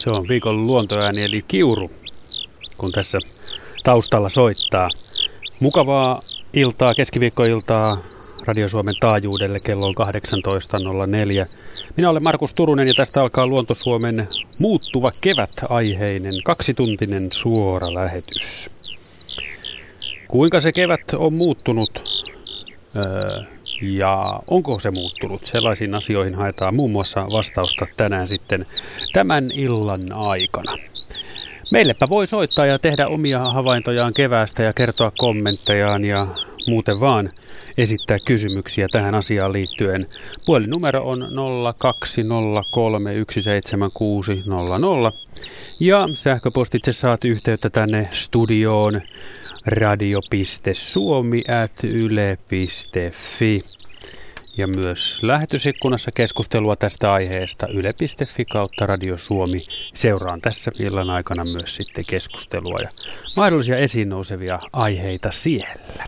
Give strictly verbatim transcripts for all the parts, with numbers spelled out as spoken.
Se on viikon luontoääni eli kiuru, kun tässä taustalla soittaa. Mukavaa iltaa, keskiviikkoiltaa Radio Suomen taajuudelle, kello on kahdeksantoista nolla neljä. Minä olen Markus Turunen ja tästä alkaa Luonto Suomen muuttuva kevät-aiheinen kaksituntinen suora lähetys. Kuinka se kevät on muuttunut öö, ja onko se muuttunut? Sellaisiin asioihin haetaan muun muassa vastausta tänään sitten tämän illan aikana. Meillepä voi soittaa ja tehdä omia havaintojaan keväästä ja kertoa kommenttejaan ja muuten vaan esittää kysymyksiä tähän asiaan liittyen. Puhelinnumero on nolla kaksi nolla kolme yksi seitsemän kuusi nolla nolla ja sähköpostitse saat yhteyttä tänne studioon radio piste suomi ät yle piste fi. Ja myös lähetysikkunassa keskustelua tästä aiheesta yle piste fi kautta Radio Suomi. Seuraan tässä illan aikana myös sitten keskustelua ja mahdollisia esiin nousevia aiheita siellä.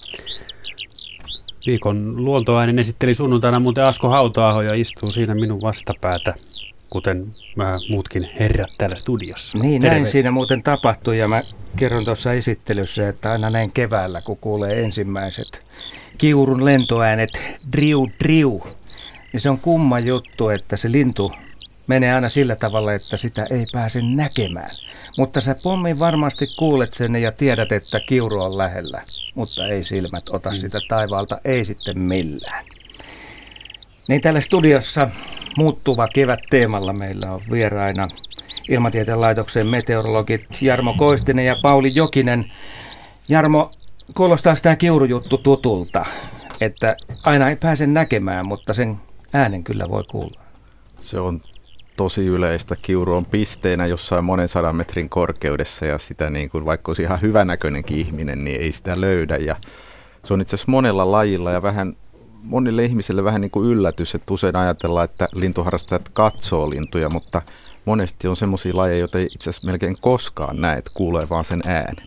Viikon luontoäänen esitteli sunnuntaina muuten Asko Hauta-aho ja istuu siinä minun vastapäätä, kuten mä muutkin herrat täällä studiossa. Niin, Terve. näin siinä muuten tapahtui ja mä kerron tuossa esittelyssä, että aina näin keväällä, kun kuulee ensimmäiset kiurun lentoäänet, driu driu, niin se on kumma juttu, että se lintu menee aina sillä tavalla, että sitä ei pääse näkemään. Mutta sä pommin varmasti kuulet sen ja tiedät, että kiuru on lähellä, mutta ei silmät ota sitä taivaalta, ei sitten millään. Niin täällä studiossa muuttuva kevät teemalla meillä on vieraina Ilmatieteen laitoksen meteorologit Jarmo Koistinen ja Pauli Jokinen. Jarmo, kuulostaa tämä kiurujuttu tutulta, että aina ei pääse näkemään, mutta sen äänen kyllä voi kuulla. Se on tosi yleistä. Kiuru on pisteenä jossain monen sadan metrin korkeudessa ja sitä niin kuin, vaikka olisi ihan hyvänäköinenkin ihminen, niin ei sitä löydä. Ja se on itse asiassa monella lajilla ja vähän, monille ihmisille vähän niin kuin yllätys, että usein ajatellaan, että lintuharrastajat katsoo lintuja, mutta monesti on semmoisia lajeja, joita ei itse asiassa melkein koskaan näe, että kuulee vaan sen äänen.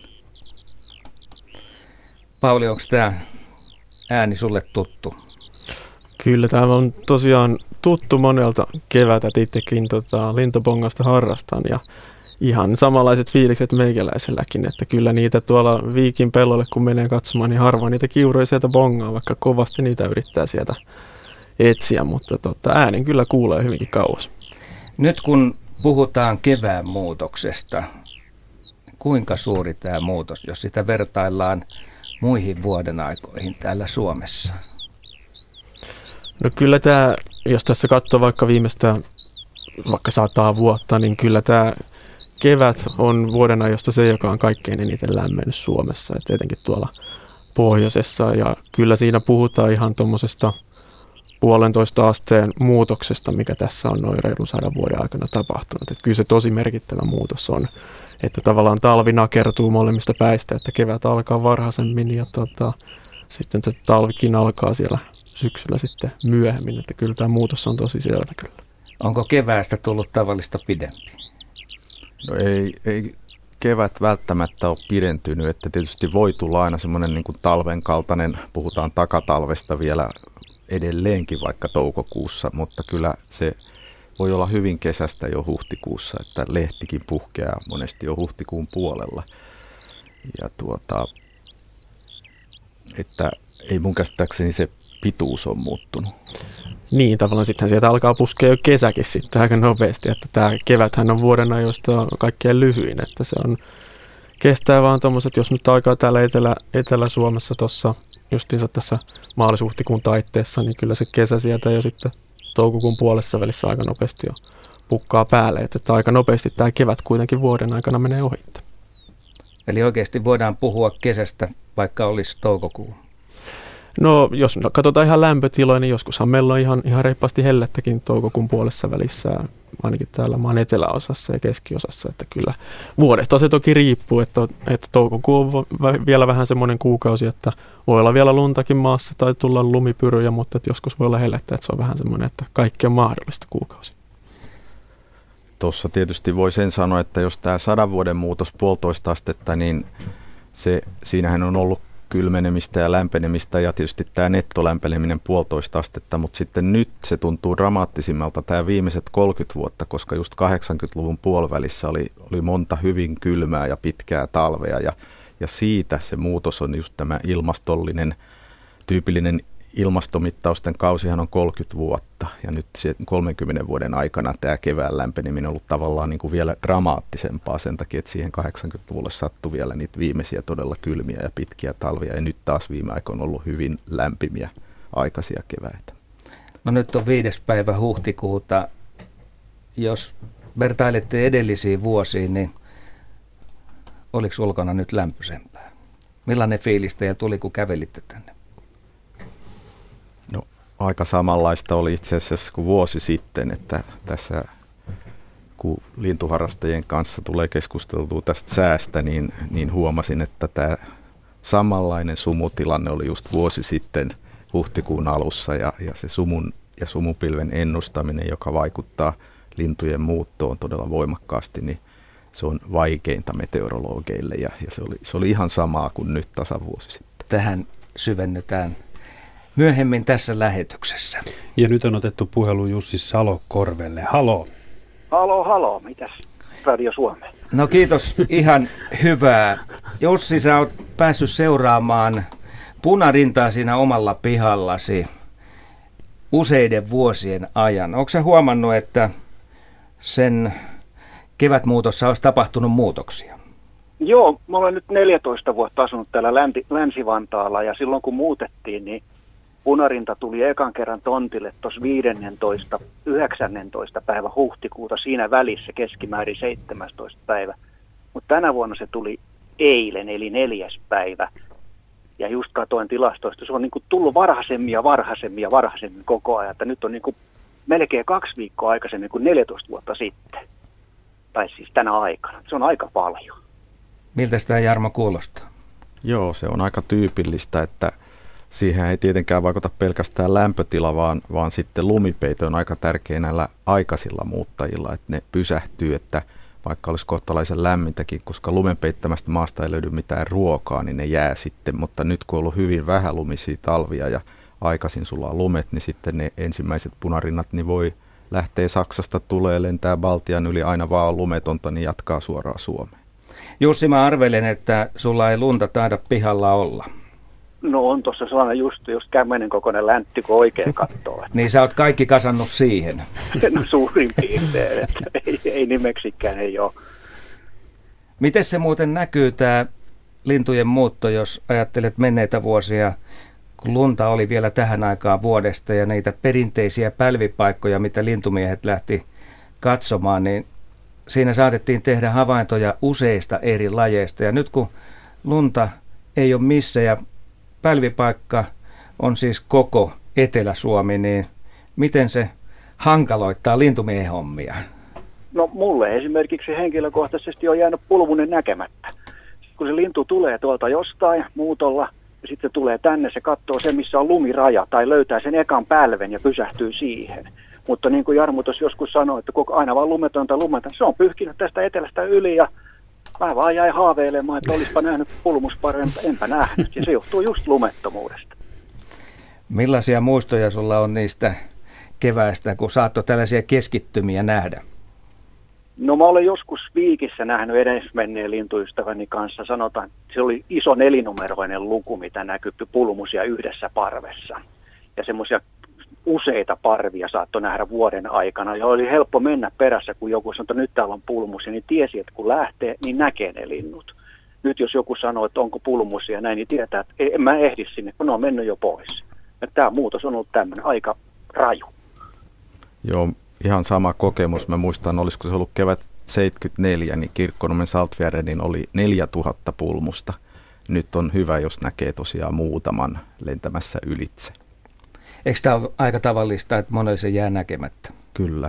Pauli, onko tämä ääni sulle tuttu? Kyllä, tämä on tosiaan tuttu monelta kevätä, että itsekin tota, lintubongasta harrastan ja ihan samanlaiset fiilikset meikäläiselläkin, että kyllä niitä tuolla Viikin pellolle kun menee katsomaan, niin harvoin niitä kiuroja sieltä bongaa, vaikka kovasti niitä yrittää sieltä etsiä, mutta tota, äänen kyllä kuulee hyvinkin kauas. Nyt kun puhutaan kevään muutoksesta, kuinka suuri tämä muutos, jos sitä vertaillaan muihin vuoden aikoihin täällä Suomessa? No kyllä tämä, jos tässä katsoo vaikka viimeistä vaikka sataa vuotta, niin kyllä tämä kevät on vuoden ajosta se, joka on kaikkein eniten lämmennyt Suomessa, et etenkin tuolla pohjoisessa. Ja kyllä siinä puhutaan ihan tuommoisesta puolentoista asteen muutoksesta, mikä tässä on noin reilun sadan vuoden aikana tapahtunut. Et kyllä se tosi merkittävä muutos on, että tavallaan talvi nakertuu molemmista päistä, että kevät alkaa varhaisemmin ja tota, sitten talvikin alkaa siellä syksyllä sitten myöhemmin, että kyllä tämä muutos on tosi selvä kyllä. Onko keväästä tullut tavallista pidempi? No ei, ei kevät välttämättä ole pidentynyt, että tietysti voi tulla aina semmoinen niin kuin talven kaltainen, puhutaan takatalvesta vielä edelleenkin vaikka toukokuussa, mutta kyllä se voi olla hyvin kesästä jo huhtikuussa, että lehtikin puhkeaa monesti jo huhtikuun puolella. Ja tuota, että ei mun käsittääkseni se pituus on muuttunut. Niin, tavallaan sittenhän sieltä alkaa puskea jo kesäkin sitten aika nopeasti, että tämä keväthän on vuoden ajoista kaikkein lyhyin, että se on, kestää vaan tuommoiset, jos nyt alkaa täällä Etelä, Etelä-Suomessa tuossa justiinsa tässä maalis-huhtikuun taitteessa, niin kyllä se kesä sieltä jo sitten toukokuun puolessa välissä aika nopeasti jo pukkaa päälle, että aika nopeasti tämä kevät kuitenkin vuoden aikana menee ohi. Eli oikeasti voidaan puhua kesästä, vaikka olisi toukokuu? No jos katsotaan ihan lämpötiloja, niin joskushan meillä on ihan, ihan reippaasti hellettäkin toukokuun puolessa välissä, ainakin täällä maan eteläosassa ja keskiosassa, että kyllä vuodesta se toki riippuu, että, että toukokuu on vielä vähän semmoinen kuukausi, että voi olla vielä luntakin maassa tai tulla lumipyryjä, mutta että joskus voi olla hellettä, että se on vähän semmoinen, että kaikki on mahdollista kuukausi. Tuossa tietysti voi sen sanoa, että jos tämä sadan vuoden muutos puolitoista astetta, niin se, siinähän on ollut kylmenemistä ja lämpenemistä ja tietysti tämä nettolämpeneminen puolitoista astetta, mutta sitten nyt se tuntuu dramaattisimmalta tämä viimeiset kolmekymmentä vuotta, koska just kahdeksankymmentäluvun puolivälissä oli, oli monta hyvin kylmää ja pitkää talvea ja, ja siitä se muutos on just tämä ilmastollinen, tyypillinen ilmastomittausten kausihan on kolmekymmentä vuotta ja nyt kolmenkymmenen vuoden aikana tämä kevään lämpeneminen on ollut tavallaan niin kuin vielä dramaattisempaa sen takia, että siihen kahdeksankymmentäluvulle sattui vielä niitä viimeisiä todella kylmiä ja pitkiä talvia ja nyt taas viime aikoina on ollut hyvin lämpimiä aikaisia keväitä. No nyt on viides päivä huhtikuuta. Jos vertailette edellisiin vuosiin, niin oliko ulkona nyt lämpöisempää? Millainen fiilis teillä tuli, kun kävelitte tänne? No, aika samanlaista oli itse asiassa kuin vuosi sitten, että tässä kun lintuharrastajien kanssa tulee keskusteltua tästä säästä, niin, niin huomasin, että tämä samanlainen sumutilanne oli just vuosi sitten huhtikuun alussa ja, ja se sumun ja sumupilven ennustaminen, joka vaikuttaa lintujen muuttoon todella voimakkaasti, niin se on vaikeinta meteorologeille ja, ja se, oli, se oli ihan samaa kuin nyt tasavuosi sitten. Tähän syvennytään myöhemmin tässä lähetyksessä. Ja nyt on otettu puhelu Jussi Salokorvelle. Halo. Halo, halo. Mitäs Radio Suomeen? No kiitos, ihan hyvää. Jussi, sä oot päässyt seuraamaan punarintaa siinä omalla pihallasi useiden vuosien ajan. Onko sä huomannut, että sen kevätmuutossa olisi tapahtunut muutoksia? Joo, mä olen nyt neljätoista vuotta asunut täällä Länti, Länsi-Vantaalla ja silloin kun muutettiin, niin punarinta tuli ekan kerran tontille tuossa viidennentoista yhdeksännentoista päivä huhtikuuta, siinä välissä keskimäärin seitsemästoista päivä. Mutta tänä vuonna se tuli eilen, eli neljäs päivä. Ja just katoin tilastoista, se on niinku tullut varhaisemmin ja varhaisemmin ja varhaisemmin koko ajan. Että nyt on niinku melkein kaksi viikkoa aikaisemmin kuin neljätoista vuotta sitten. Tai siis tänä aikana. Se on aika paljon. Miltä sitä Jarmo kuulostaa? Joo, se on aika tyypillistä, että siihen ei tietenkään vaikuta pelkästään lämpötila, vaan, vaan sitten lumipeite on aika tärkeä näillä aikaisilla muuttajilla, että ne pysähtyy, että vaikka olisi kohtalaisen lämmintäkin, koska lumenpeittämästä maasta ei löydy mitään ruokaa, niin ne jää sitten, mutta nyt kun on ollut hyvin vähän lumisia talvia ja aikaisin sulaa lumet, niin sitten ne ensimmäiset punarinnat niin voi lähteä Saksasta, tulee lentää Baltian yli, aina vaan on lumetonta, niin jatkaa suoraan Suomeen. Jussi, mä arvelen, että sulla ei lunta taida pihalla olla. No on tuossa sellainen just, just kämmenen kokoinen läntti, kun oikein katsoo. Niin sä oot kaikki kasannut siihen. No suurin piirtein, että ei, ei nimeksikään ei ole. Miten se muuten näkyy tämä lintujen muutto, jos ajattelet menneitä vuosia, kun lunta oli vielä tähän aikaan vuodesta ja niitä perinteisiä pälvipaikkoja, mitä lintumiehet lähti katsomaan, niin siinä saatettiin tehdä havaintoja useista eri lajeista. Ja nyt kun lunta ei ole missä ja pälvipaikka on siis koko Etelä-Suomi, niin miten se hankaloittaa lintumiehen hommia? No mulle esimerkiksi henkilökohtaisesti on jäänyt pulmunen näkemättä. Kun se lintu tulee tuolta jostain muutolla ja sitten se tulee tänne, se katsoo se, missä on lumiraja tai löytää sen ekan pälven ja pysähtyy siihen. Mutta niin kuin Jarmo tuossa joskus sanoi, että koko aina vaan lumetonta lumetonta, se on pyyhkinyt tästä etelästä yli ja mä vaan jäin haaveilemaan, että olispa nähnyt pulmusparen, mutta enpä nähnyt. Ja se johtuu just lumettomuudesta. Millaisia muistoja sulla on niistä keväistä, kun saattoi tällaisia keskittymiä nähdä? No mä olen joskus Viikissä nähnyt edesmenneen lintuystäväni kanssa. Sanotaan, se oli iso nelinumeroinen luku, mitä näkyi pulmusia yhdessä parvessa. Ja semmoisia useita parvia saattoi nähdä vuoden aikana. Ja oli helppo mennä perässä, kun joku sanoi, että nyt täällä on pulmusia, niin tiesi, että kun lähtee, niin näkee ne linnut. Nyt jos joku sanoo, että onko pulmusia näin, niin tietää, että en mä ehdi sinne, kun ne on mennyt jo pois. Ja tämä muutos on ollut tämmöinen aika raju. Joo, ihan sama kokemus. Mä muistan, olisiko se ollut kevät seitsemänkymmentäneljä, niin Kirkkonummen Saltfjärdenin oli neljätuhatta pulmusta. Nyt on hyvä, jos näkee tosiaan muutaman lentämässä ylitse. Eikö tämä ole aika tavallista, että monelle se jää näkemättä? Kyllä.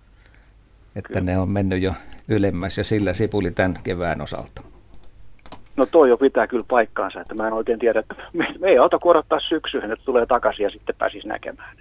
Että Kyllä. ne on mennyt jo ylemmäs ja sillä sipuli tämän kevään osalta. No toi jo pitää kyllä paikkaansa, että mä en oikein tiedä, että me, me ei auta korottaa syksyyn, että tulee takaisin ja sitten pääsisi näkemään.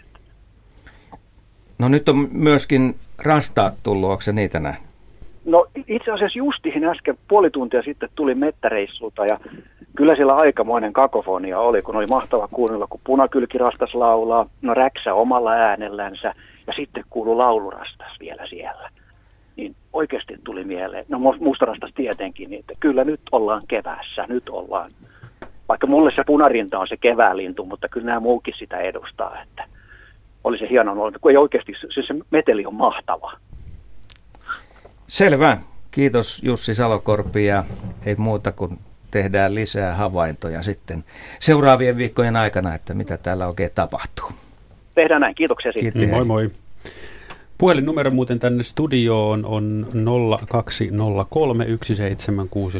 No nyt on myöskin rastaat tullut, onko se niitä nähnyt? No itse asiassa justihin äsken puoli tuntia sitten tuli mettäreissulta ja kyllä siellä aikamoinen kakofonia oli, kun oli mahtava kuunnella, kun punakylkirastas laulaa, no Räksä omalla äänellänsä ja sitten kuului laulurastas vielä siellä. Niin oikeasti tuli mieleen, no mustarastas tietenkin, niin että kyllä nyt ollaan keväässä, nyt ollaan. Vaikka mulle se punarinta on se keväälintu, mutta kyllä nämä muukin sitä edustaa, että oli se hienoa, kun ei oikeasti, se, se meteli on mahtava. Selvä. Kiitos Jussi Salokorpi ja ei muuta kuin tehdään lisää havaintoja sitten seuraavien viikkojen aikana, että mitä täällä oikein tapahtuu. Tehdään näin. Kiitoksia siitä. Kiitos. Moi moi. Puhelinnumero muuten tänne studioon on nolla kaksi nolla kolme yksi seitsemän kuusi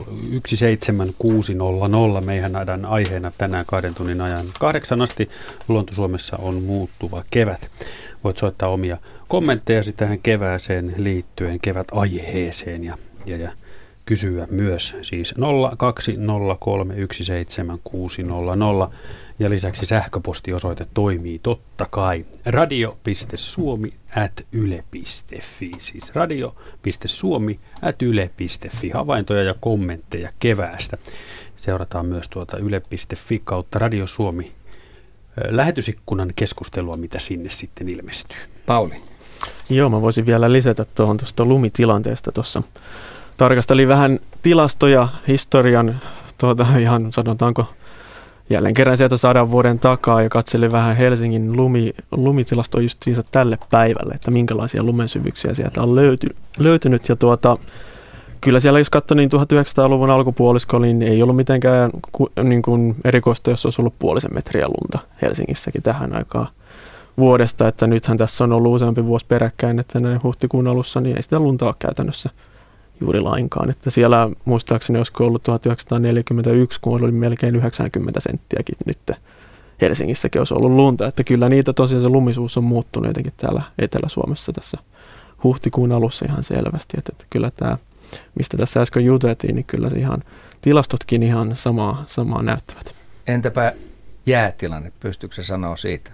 nolla nolla. Meidän aiheena tänään kahden tunnin ajan kahdeksan asti Luonto Suomessa on muuttuva kevät. Voit soittaa omia kommenttejasi tähän kevääseen liittyen, kevätaiheeseen ja, ja, ja kysyä myös. Siis nolla kaksi nolla kolme yksi seitsemän kuusi nolla nolla ja lisäksi sähköpostiosoite toimii totta kai radio piste suomi ät yle piste fi. Siis radio piste suomi ät yle piste fi. Havaintoja ja kommentteja keväästä. Seurataan myös tuota yle piste fi kautta Radio Suomi lähetysikkunan keskustelua, mitä sinne sitten ilmestyy. Pauli. Joo, mä voisin vielä lisätä tuohon tuosta lumitilanteesta tuossa. Tarkastelin vähän tilastoja, historian, tuota, ihan sanotaanko jälleen kerran sieltä sadan vuoden takaa ja katselin vähän Helsingin lumi, lumitilastoa justiinsa tälle päivälle, että minkälaisia lumensyvyyksiä sieltä on löyty, löytynyt. Ja tuota, kyllä siellä jos katsoi niin tuhatyhdeksänsataaluvun alkupuolisko, niin ei ollut mitenkään niin kuin erikoista, jos olisi ollut puolisen metriä lunta Helsingissäkin tähän aikaan vuodesta. Että nythän tässä on ollut useampi vuosi peräkkäin, että näin huhtikuun alussa niin ei sitä lunta ole käytännössä juuri lainkaan. Että siellä muistaakseni olisiko ollut tuhatyhdeksänsataaneljäkymmentäyksi, kun oli melkein yhdeksänkymmentä senttiäkin nyt Helsingissäkin olisi ollut lunta. Että kyllä niitä tosiaan se lumisuus on muuttunut jotenkin täällä Etelä-Suomessa tässä huhtikuun alussa ihan selvästi. Että, että kyllä tämä, mistä tässä äsken juteltiin, niin kyllä se ihan tilastotkin ihan samaa, samaa näyttävät. Entäpä jäätilanne, pystyykö se sanoa siitä?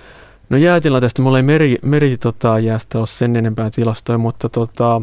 No jäätilanteesta mulla ei meri, meri tota, jäästä ole sen enempää tilastoja, mutta tota,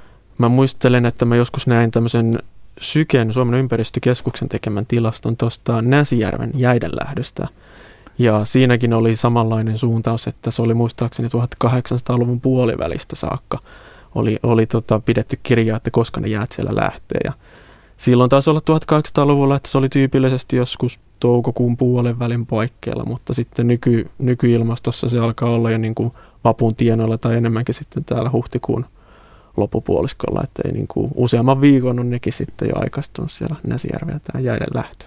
mä muistelen, että mä joskus näin tämmöisen Syken, Suomen ympäristökeskuksen tekemän tilaston tuosta Näsijärven jäiden lähdöstä. Ja siinäkin oli samanlainen suuntaus, että se oli muistaakseni tuhatkahdeksansataaluvun puolivälistä saakka. Oli, oli tota, pidetty kirjaa, että koska ne jäät siellä lähtee. Ja silloin taisi olla tuhatkahdeksansataaluvulla, että se oli tyypillisesti joskus toukokuun puolen välin paikkeilla, mutta sitten nyky, nykyilmastossa se alkaa olla jo niin kuin vapun tienoilla tai enemmänkin sitten täällä huhtikuun loppupuoliskolla, että ei niin kuin useamman viikon on nekin sitten jo aikaistunut siellä Näsijärvellä tämä jäiden lähtö.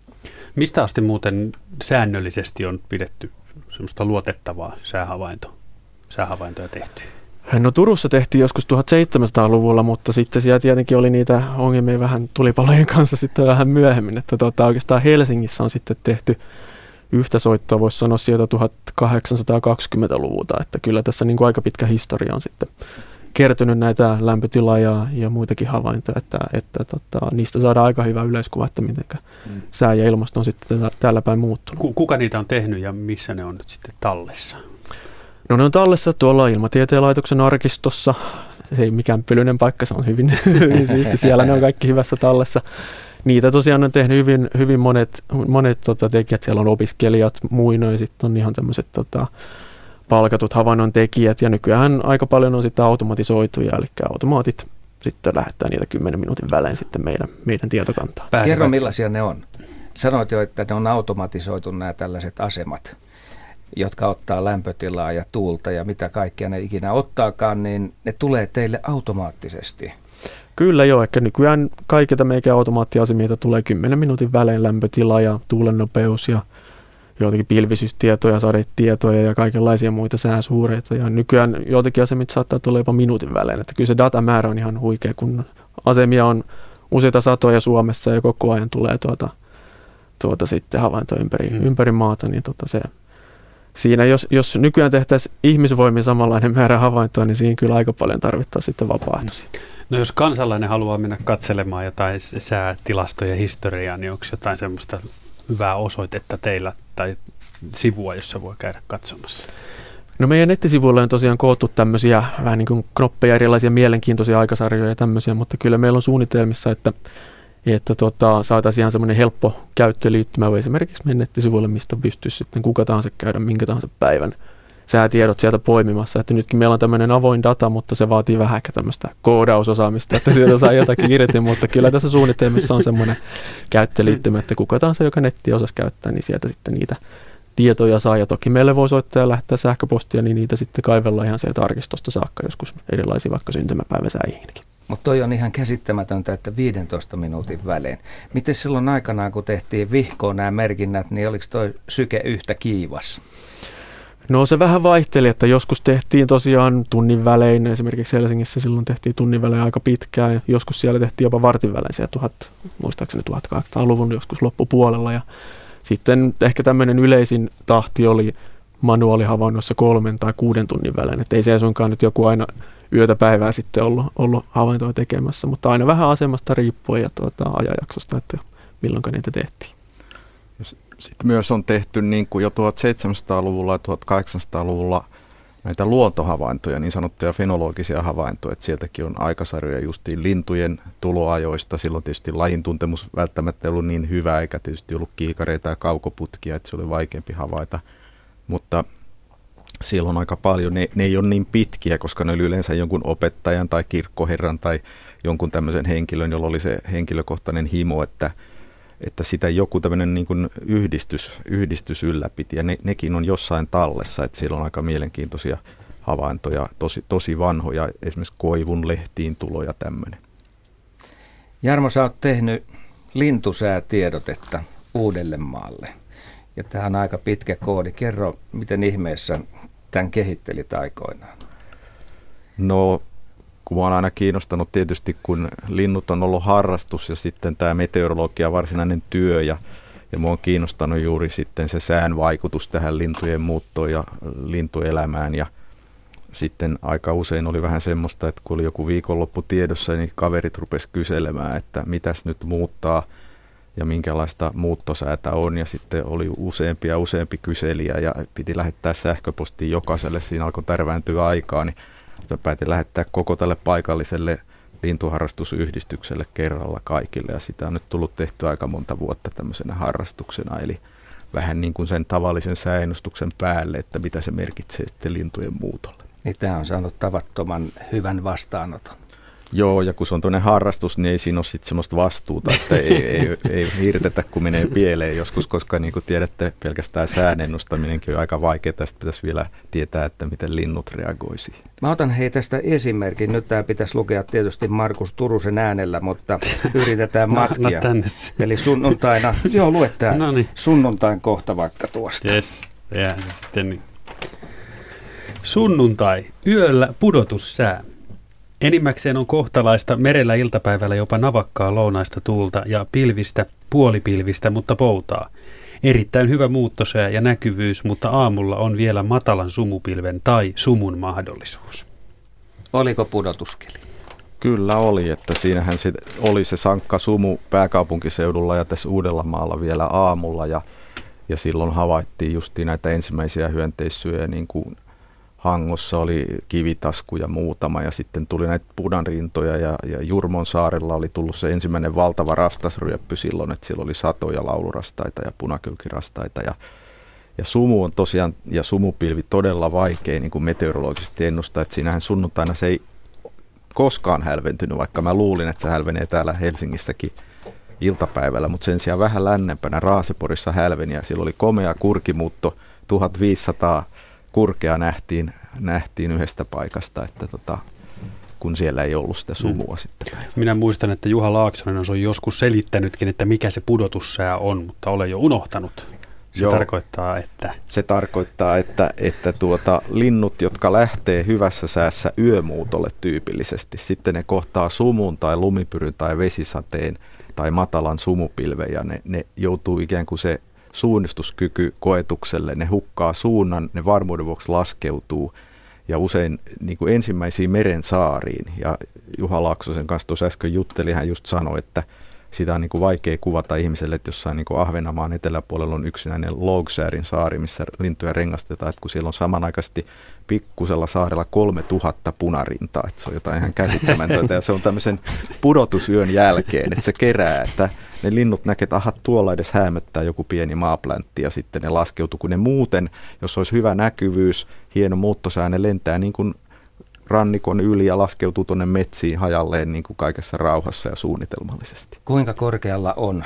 Mistä asti muuten säännöllisesti on pidetty semmoista luotettavaa säähavaintoa, säähavaintoja tehty? No Turussa tehtiin joskus tuhatseitsemänsataaluvulla, mutta sitten siellä tietenkin oli niitä ongelmia vähän tulipalojen kanssa sitten vähän myöhemmin, että tuota, oikeastaan Helsingissä on sitten tehty yhtä soittoa, voisi sanoa sieltä tuhatkahdeksansataakaksikymmentäluvulta, että kyllä tässä niin kuin aika pitkä historia on sitten kertynyt näitä lämpötilaa ja, ja muitakin havaintoja, että, että tota, niistä saadaan aika hyvä yleiskuva, että miten mm. sää ja ilmasto on sitten täällä päin muuttunut. Kuka niitä on tehnyt ja missä ne on nyt sitten tallessa? No ne on tallessa tuolla Ilmatieteen laitoksen arkistossa. Se ei mikään pölyinen paikka, se on hyvin, hyvin siisti. Siellä ne on kaikki hyvässä tallessa. Niitä tosiaan on tehnyt hyvin, hyvin monet, monet tota, tekijät. Siellä on opiskelijat, muinoin, sitten on ihan tämmöiset tota, palkatut havainnon tekijät. Ja nykyään aika paljon on sitten automatisoituja, eli automaatit sitten lähettää niitä kymmenen minuutin välein sitten meidän, meidän tietokantaan. Pääsevät. Kerro millaisia ne on. Sanoit jo, että ne on automatisoitu nämä tällaiset asemat, jotka ottaa lämpötilaa ja tuulta ja mitä kaikkea ne ikinä ottaakaan, niin ne tulee teille automaattisesti. Kyllä joo, ehkä nykyään kaikilta meikä automaattiasemilta tulee kymmenen minuutin välein lämpötila ja tuulen nopeus ja joitakin pilvisyystietoja, sadetietoja ja kaikenlaisia muita sääsuureita. Ja nykyään joitakin asemit saattaa tulla jopa minuutin välein, että kyllä se datamäärä on ihan huikea, kun asemia on useita satoja Suomessa ja koko ajan tulee tuota, tuota sitten havainto ympäri, mm. ympäri maata, niin tuota se siinä, jos, jos nykyään tehtäisiin ihmisvoimin samanlainen määrä havaintoa, niin siinä kyllä aika paljon tarvittaisiin sitten vapaaehtoisia. No jos kansalainen haluaa mennä katselemaan jotain säätilastoja ja historiaa, niin onko jotain semmoista hyvää osoitetta teillä tai sivua, jossa voi käydä katsomassa? No meidän nettisivuilla on tosiaan koottu tämmöisiä vähän niin kuin knoppeja, erilaisia mielenkiintoisia aikasarjoja ja tämmöisiä, mutta kyllä meillä on suunnitelmissa, että että tota, saataisiin ihan semmoinen helppo käyttöliittymä esimerkiksi meidän nettisivuille, mistä pystyisi sitten kuka tahansa käydä minkä tahansa päivän säätiedot sieltä poimimassa. Että nytkin meillä on tämmöinen avoin data, mutta se vaatii vähän ehkä tämmöistä koodausosaamista, että sieltä saa jotakin irti, mutta kyllä tässä suunnitelmissa on semmoinen käyttöliittymä, että kuka tahansa, joka nettiä osasi käyttää, niin sieltä sitten niitä tietoja saa. Ja toki meille voi soittaa ja lähettää sähköpostia, niin niitä sitten kaivellaan ihan sieltä arkistosta saakka joskus erilaisia vaikka syntymäpäiväsäihinkin. Mutta toi on ihan käsittämätöntä, että viidentoista minuutin välein. Miten silloin aikanaan, kun tehtiin vihkoon nämä merkinnät, niin oliko toi syke yhtä kiivas? No se vähän vaihteli, että joskus tehtiin tosiaan tunnin välein, esimerkiksi Helsingissä silloin tehtiin tunnin välein aika pitkään, ja joskus siellä tehtiin jopa vartin välein siellä tuhat, muistaakseni tuhatkahdeksansataaluvun joskus loppupuolella, ja sitten ehkä tämmöinen yleisin tahti oli manuaalihavainnoissa kolmen tai kuuden tunnin välein, että ei se suinkaan nyt joku aina yötä päivää sitten ollut, ollut havaintoa tekemässä, mutta aina vähän asemasta riippuen ja tuota, ajanjaksosta, että milloin niitä tehtiin. Sitten myös on tehty niin kuin jo tuhatseitsemänsataaluvulla ja tuhatkahdeksansataaluvulla näitä luontohavaintoja, niin sanottuja fenologisia havaintoja, että sieltäkin on aikasarjoja justiin lintujen tuloajoista. Silloin tietysti lajintuntemus välttämättä ei ollut niin hyvä, eikä tietysti ollut kiikareita ja kaukoputkia, että se oli vaikeampi havaita, mutta siellä on aika paljon. Ne, ne ei ole niin pitkiä, koska ne oli yleensä jonkun opettajan tai kirkkoherran tai jonkun tämmöisen henkilön, jolla oli se henkilökohtainen himo, että että sitä joku tämmöinen niin kuin yhdistys, yhdistys ylläpiti, ja ne, nekin on jossain tallessa, että siellä on aika mielenkiintoisia havaintoja, tosi, tosi vanhoja, esimerkiksi koivun lehtiin tuloja tämmöinen. Jarmo, sä oot tehnyt lintusäätiedotetta Uudellemaalle, ja tämä on aika pitkä koodi. Kerro, miten ihmeessä tämän kehittelit aikoinaan? No, kun mä oon aina kiinnostanut tietysti, kun linnut on ollut harrastus ja sitten tämä meteorologia varsinainen työ ja, ja mua on kiinnostanut juuri sitten se sään vaikutus tähän lintujen muuttoon ja lintuelämään ja sitten aika usein oli vähän semmoista, että kun oli joku viikonloppu tiedossa, niin kaverit rupesi kyselemään, että mitäs nyt muuttaa ja minkälaista muuttosäätä on ja sitten oli useampi ja useampi kyselijä ja piti lähettää sähköpostiin jokaiselle, siinä alkoi tärvääntyä aikaa, niin päätin lähettää koko tälle paikalliselle lintuharrastusyhdistykselle kerralla kaikille ja sitä on nyt tullut tehty aika monta vuotta tämmöisenä harrastuksena, eli vähän niin kuin sen tavallisen sääennustuksen päälle, että mitä se merkitsee sitten lintujen muutolle. Niin tämä on saanut tavattoman hyvän vastaanoton. Joo, ja kun se on tuonne harrastus, niin ei siinä ole sitten semmoista vastuuta, että ei, ei, ei hirtetä, kun menee pieleen joskus, koska niin kuin tiedätte, pelkästään säänennustaminenkin on aika vaikeaa. Tästä pitäisi vielä tietää, että miten linnut reagoisi. Mä otan hei tästä esimerkin. Nyt tämä pitäisi lukea tietysti Markus Turusen äänellä, mutta yritetään matkia. No, Eli sunnuntaina, joo lue tämä, no niin. Sunnuntain kohta vaikka tuosta. Yes, ja sitten niin. Sunnuntai, yöllä pudotussää. Enimmäkseen on kohtalaista merellä iltapäivällä jopa navakkaa lounaista tuulta ja pilvistä, puolipilvistä, mutta poutaa. Erittäin hyvä muuttosää ja näkyvyys, mutta aamulla on vielä matalan sumupilven tai sumun mahdollisuus. Oliko pudotuskeli? Kyllä oli, että siinähän se oli se sankka sumu pääkaupunkiseudulla ja tässä Uudellamaalla vielä aamulla ja, ja silloin havaittiin justiin näitä ensimmäisiä hyönteissyöjä niin kuin Hangossa oli kivitaskuja muutama ja sitten tuli näitä pudanrintoja ja, ja Jurmon saarella oli tullut se ensimmäinen valtava rastasryöppy silloin, että siellä oli satoja laulurastaita ja punakylkirastaita ja, ja sumu on tosiaan ja sumupilvi todella vaikea niin kuin meteorologisesti ennustaa, että siinähän sunnuntaina se ei koskaan hälventynyt, vaikka mä luulin, että se hälvenee täällä Helsingissäkin iltapäivällä, mutta sen sijaan vähän lännempänä Raaseporissa hälveni ja siellä oli komea kurkimuutto tuhatviisisataa kurkea nähtiin, nähtiin yhdestä paikasta, että tota, kun siellä ei ollut sitä sumua mm. sitten. Minä muistan, että Juha Laaksonen on joskus selittänytkin, että mikä se pudotussää on, mutta olen jo unohtanut. Se Joo. tarkoittaa, että... Se tarkoittaa, että, että tuota, linnut, jotka lähtee hyvässä säässä yömuutolle tyypillisesti, sitten ne kohtaa sumun tai lumipyryn tai vesisateen tai matalan sumupilven ja ne, ne joutuu ikään kuin se suunnistuskyky koetukselle, ne hukkaa suunnan, ne varmuuden vuoksi laskeutuu ja usein niin kuin ensimmäisiin meren saariin. Ja Juha Laaksosen kanssa tuossa äsken jutteli, hän just sanoi, että sitä on niin kuin vaikea kuvata ihmiselle, että jossain niin kuin Ahvenanmaan eteläpuolella on yksinäinen Logsjärin saari, missä lintuja rengastetaan, että kun siellä on samanaikaisesti pikkusella saarella kolme tuhatta punarintaa, että se on jotain ihan käsittämätöntä ja se on tämmöisen pudotusyön jälkeen, että se kerää, että ne linnut näkee, että aha, tuolla edes häämöttää joku pieni maapläntti ja sitten ne laskeutuu, kun ne muuten, jos olisi hyvä näkyvyys, hieno muuttosää, ne lentää niin kuin rannikon yli ja laskeutuu tuonne metsiin hajalleen niin kuin kaikessa rauhassa ja suunnitelmallisesti. Kuinka korkealla on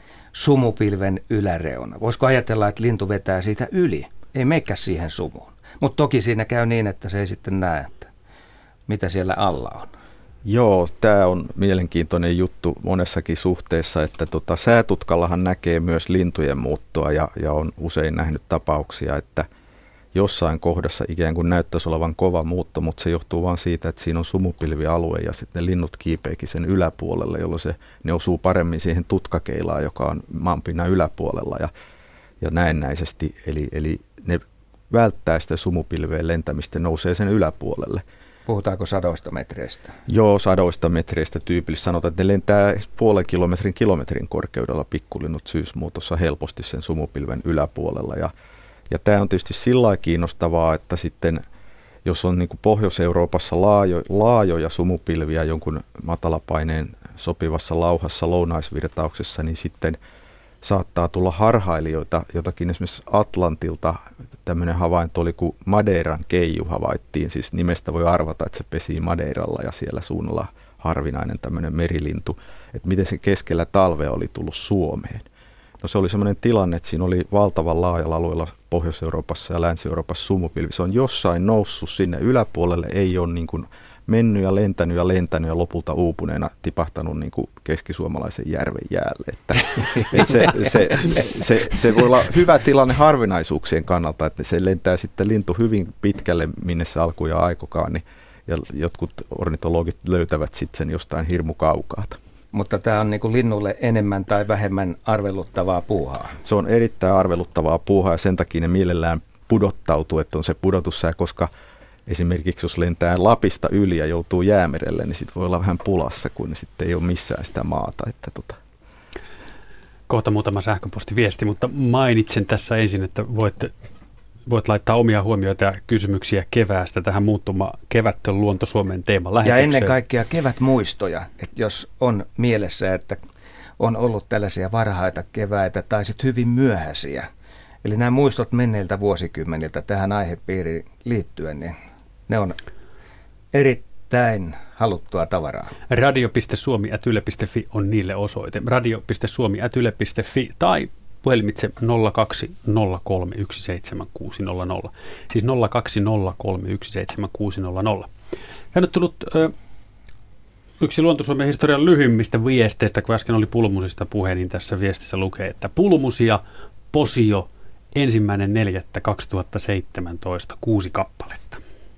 sumupilven yläreuna? Voisiko ajatella, että lintu vetää siitä yli? Ei meikään siihen sumuun. Mutta toki siinä käy niin, että se ei sitten näe, että mitä siellä alla on. Joo, tämä on mielenkiintoinen juttu monessakin suhteessa, että tota, säätutkallahan näkee myös lintujen muuttoa ja, ja on usein nähnyt tapauksia, että jossain kohdassa ikään kuin näyttäisi olevan kova muutto, mutta se johtuu vain siitä, että siinä on sumupilvialue ja sitten ne linnut kiipeekin sen yläpuolelle, jolloin se, ne osuu paremmin siihen tutkakeilaan, joka on maanpinnan yläpuolella ja, ja näennäisesti. Eli, eli ne välttää sitä sumupilveen lentämistä ja nousee sen yläpuolelle. Puhutaanko sadoista metreistä? Joo, sadoista metreistä tyypillisesti. Sanotaan, että ne lentää puolen kilometrin kilometrin korkeudella pikkulinnut syysmuutossa helposti sen sumupilven yläpuolella ja Ja tämä on tietysti sillä lailla kiinnostavaa, että sitten jos on niin kuin Pohjois-Euroopassa laajo, laajoja sumupilviä jonkun matalapaineen sopivassa lauhassa lounaisvirtauksessa, niin sitten saattaa tulla harhailijoita, jotakin esimerkiksi Atlantilta. Tämmöinen havainto oli, kun Madeiran keiju havaittiin, siis nimestä voi arvata, että se pesii Madeiralla ja siellä suunnalla harvinainen tämmöinen merilintu, että miten se keskellä talvea oli tullut Suomeen. No se oli semmoinen tilanne, että siinä oli valtavan laajalla alueella Pohjois-Euroopassa ja Länsi-Euroopassa sumupilvi. Se on jossain noussut sinne yläpuolelle, ei ole niin kuin mennyt ja lentänyt ja lentänyt ja lopulta uupuneena tipahtanut niin kuin keskisuomalaisen järven jäälle. Että, et se, se, se, se voi olla hyvä tilanne harvinaisuuksien kannalta, että se lentää sitten lintu hyvin pitkälle, minne se alkuu ja aikokaan, niin, ja jotkut ornitologit löytävät sitten sen jostain hirmu kaukaata. Mutta tämä on niin kuin linnulle enemmän tai vähemmän arveluttavaa puuhaa. Se on erittäin arveluttavaa puuhaa ja sen takia ne mielellään pudottautuu, että on se pudotussää, koska esimerkiksi jos lentää Lapista yli ja joutuu Jäämerelle, niin sitten voi olla vähän pulassa, kun sitten ei ole missään sitä maata. Että tota. Kohta muutama sähköpostiviesti, mutta mainitsen tässä ensin, että voit, voit laittaa omia huomioita ja kysymyksiä keväästä tähän muuttuma kevättön luonto Suomen teeman lähetykseen. Ja ennen kaikkea kevätmuistoja, että jos on mielessä, että on ollut tällaisia varhaita keväitä tai sitten hyvin myöhäisiä. Eli nämä muistot menneiltä vuosikymmeniltä tähän aihepiiriin liittyen, niin ne on erittäin haluttua tavaraa. radio piste suomi ät yle piste fi on niille osoite. radio piste suomi ät yle piste fi tai puhelimitse nolla kaksi nolla kolme yksi seitsemän kuusi nolla nolla. Siis nolla kaksi nolla kolme yksi seitsemän kuusi nolla nolla. Hän on tullut ö, yksi Luonto Suomen historian lyhyimmistä viesteistä, kun äsken oli pulmusista puhe, niin tässä viestissä lukee, että pulmusia, posio, ensimmäinen neljättä kaksituhattaseitsemäntoista, kuusi kappaletta.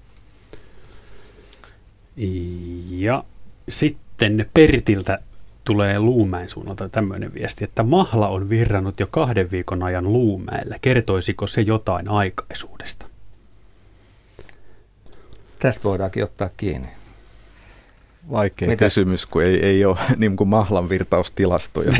Ja sitten Pertiltä tulee Luumäen suunnalta tämmöinen viesti, että mahla on virrannut jo kahden viikon ajan Luumäellä. Kertoisiko se jotain aikaisuudesta? Tästä voidaankin ottaa kiinni. Vaikea Mitä? kysymys, kun ei, ei ole niin kuin mahlan virtaustilastoja.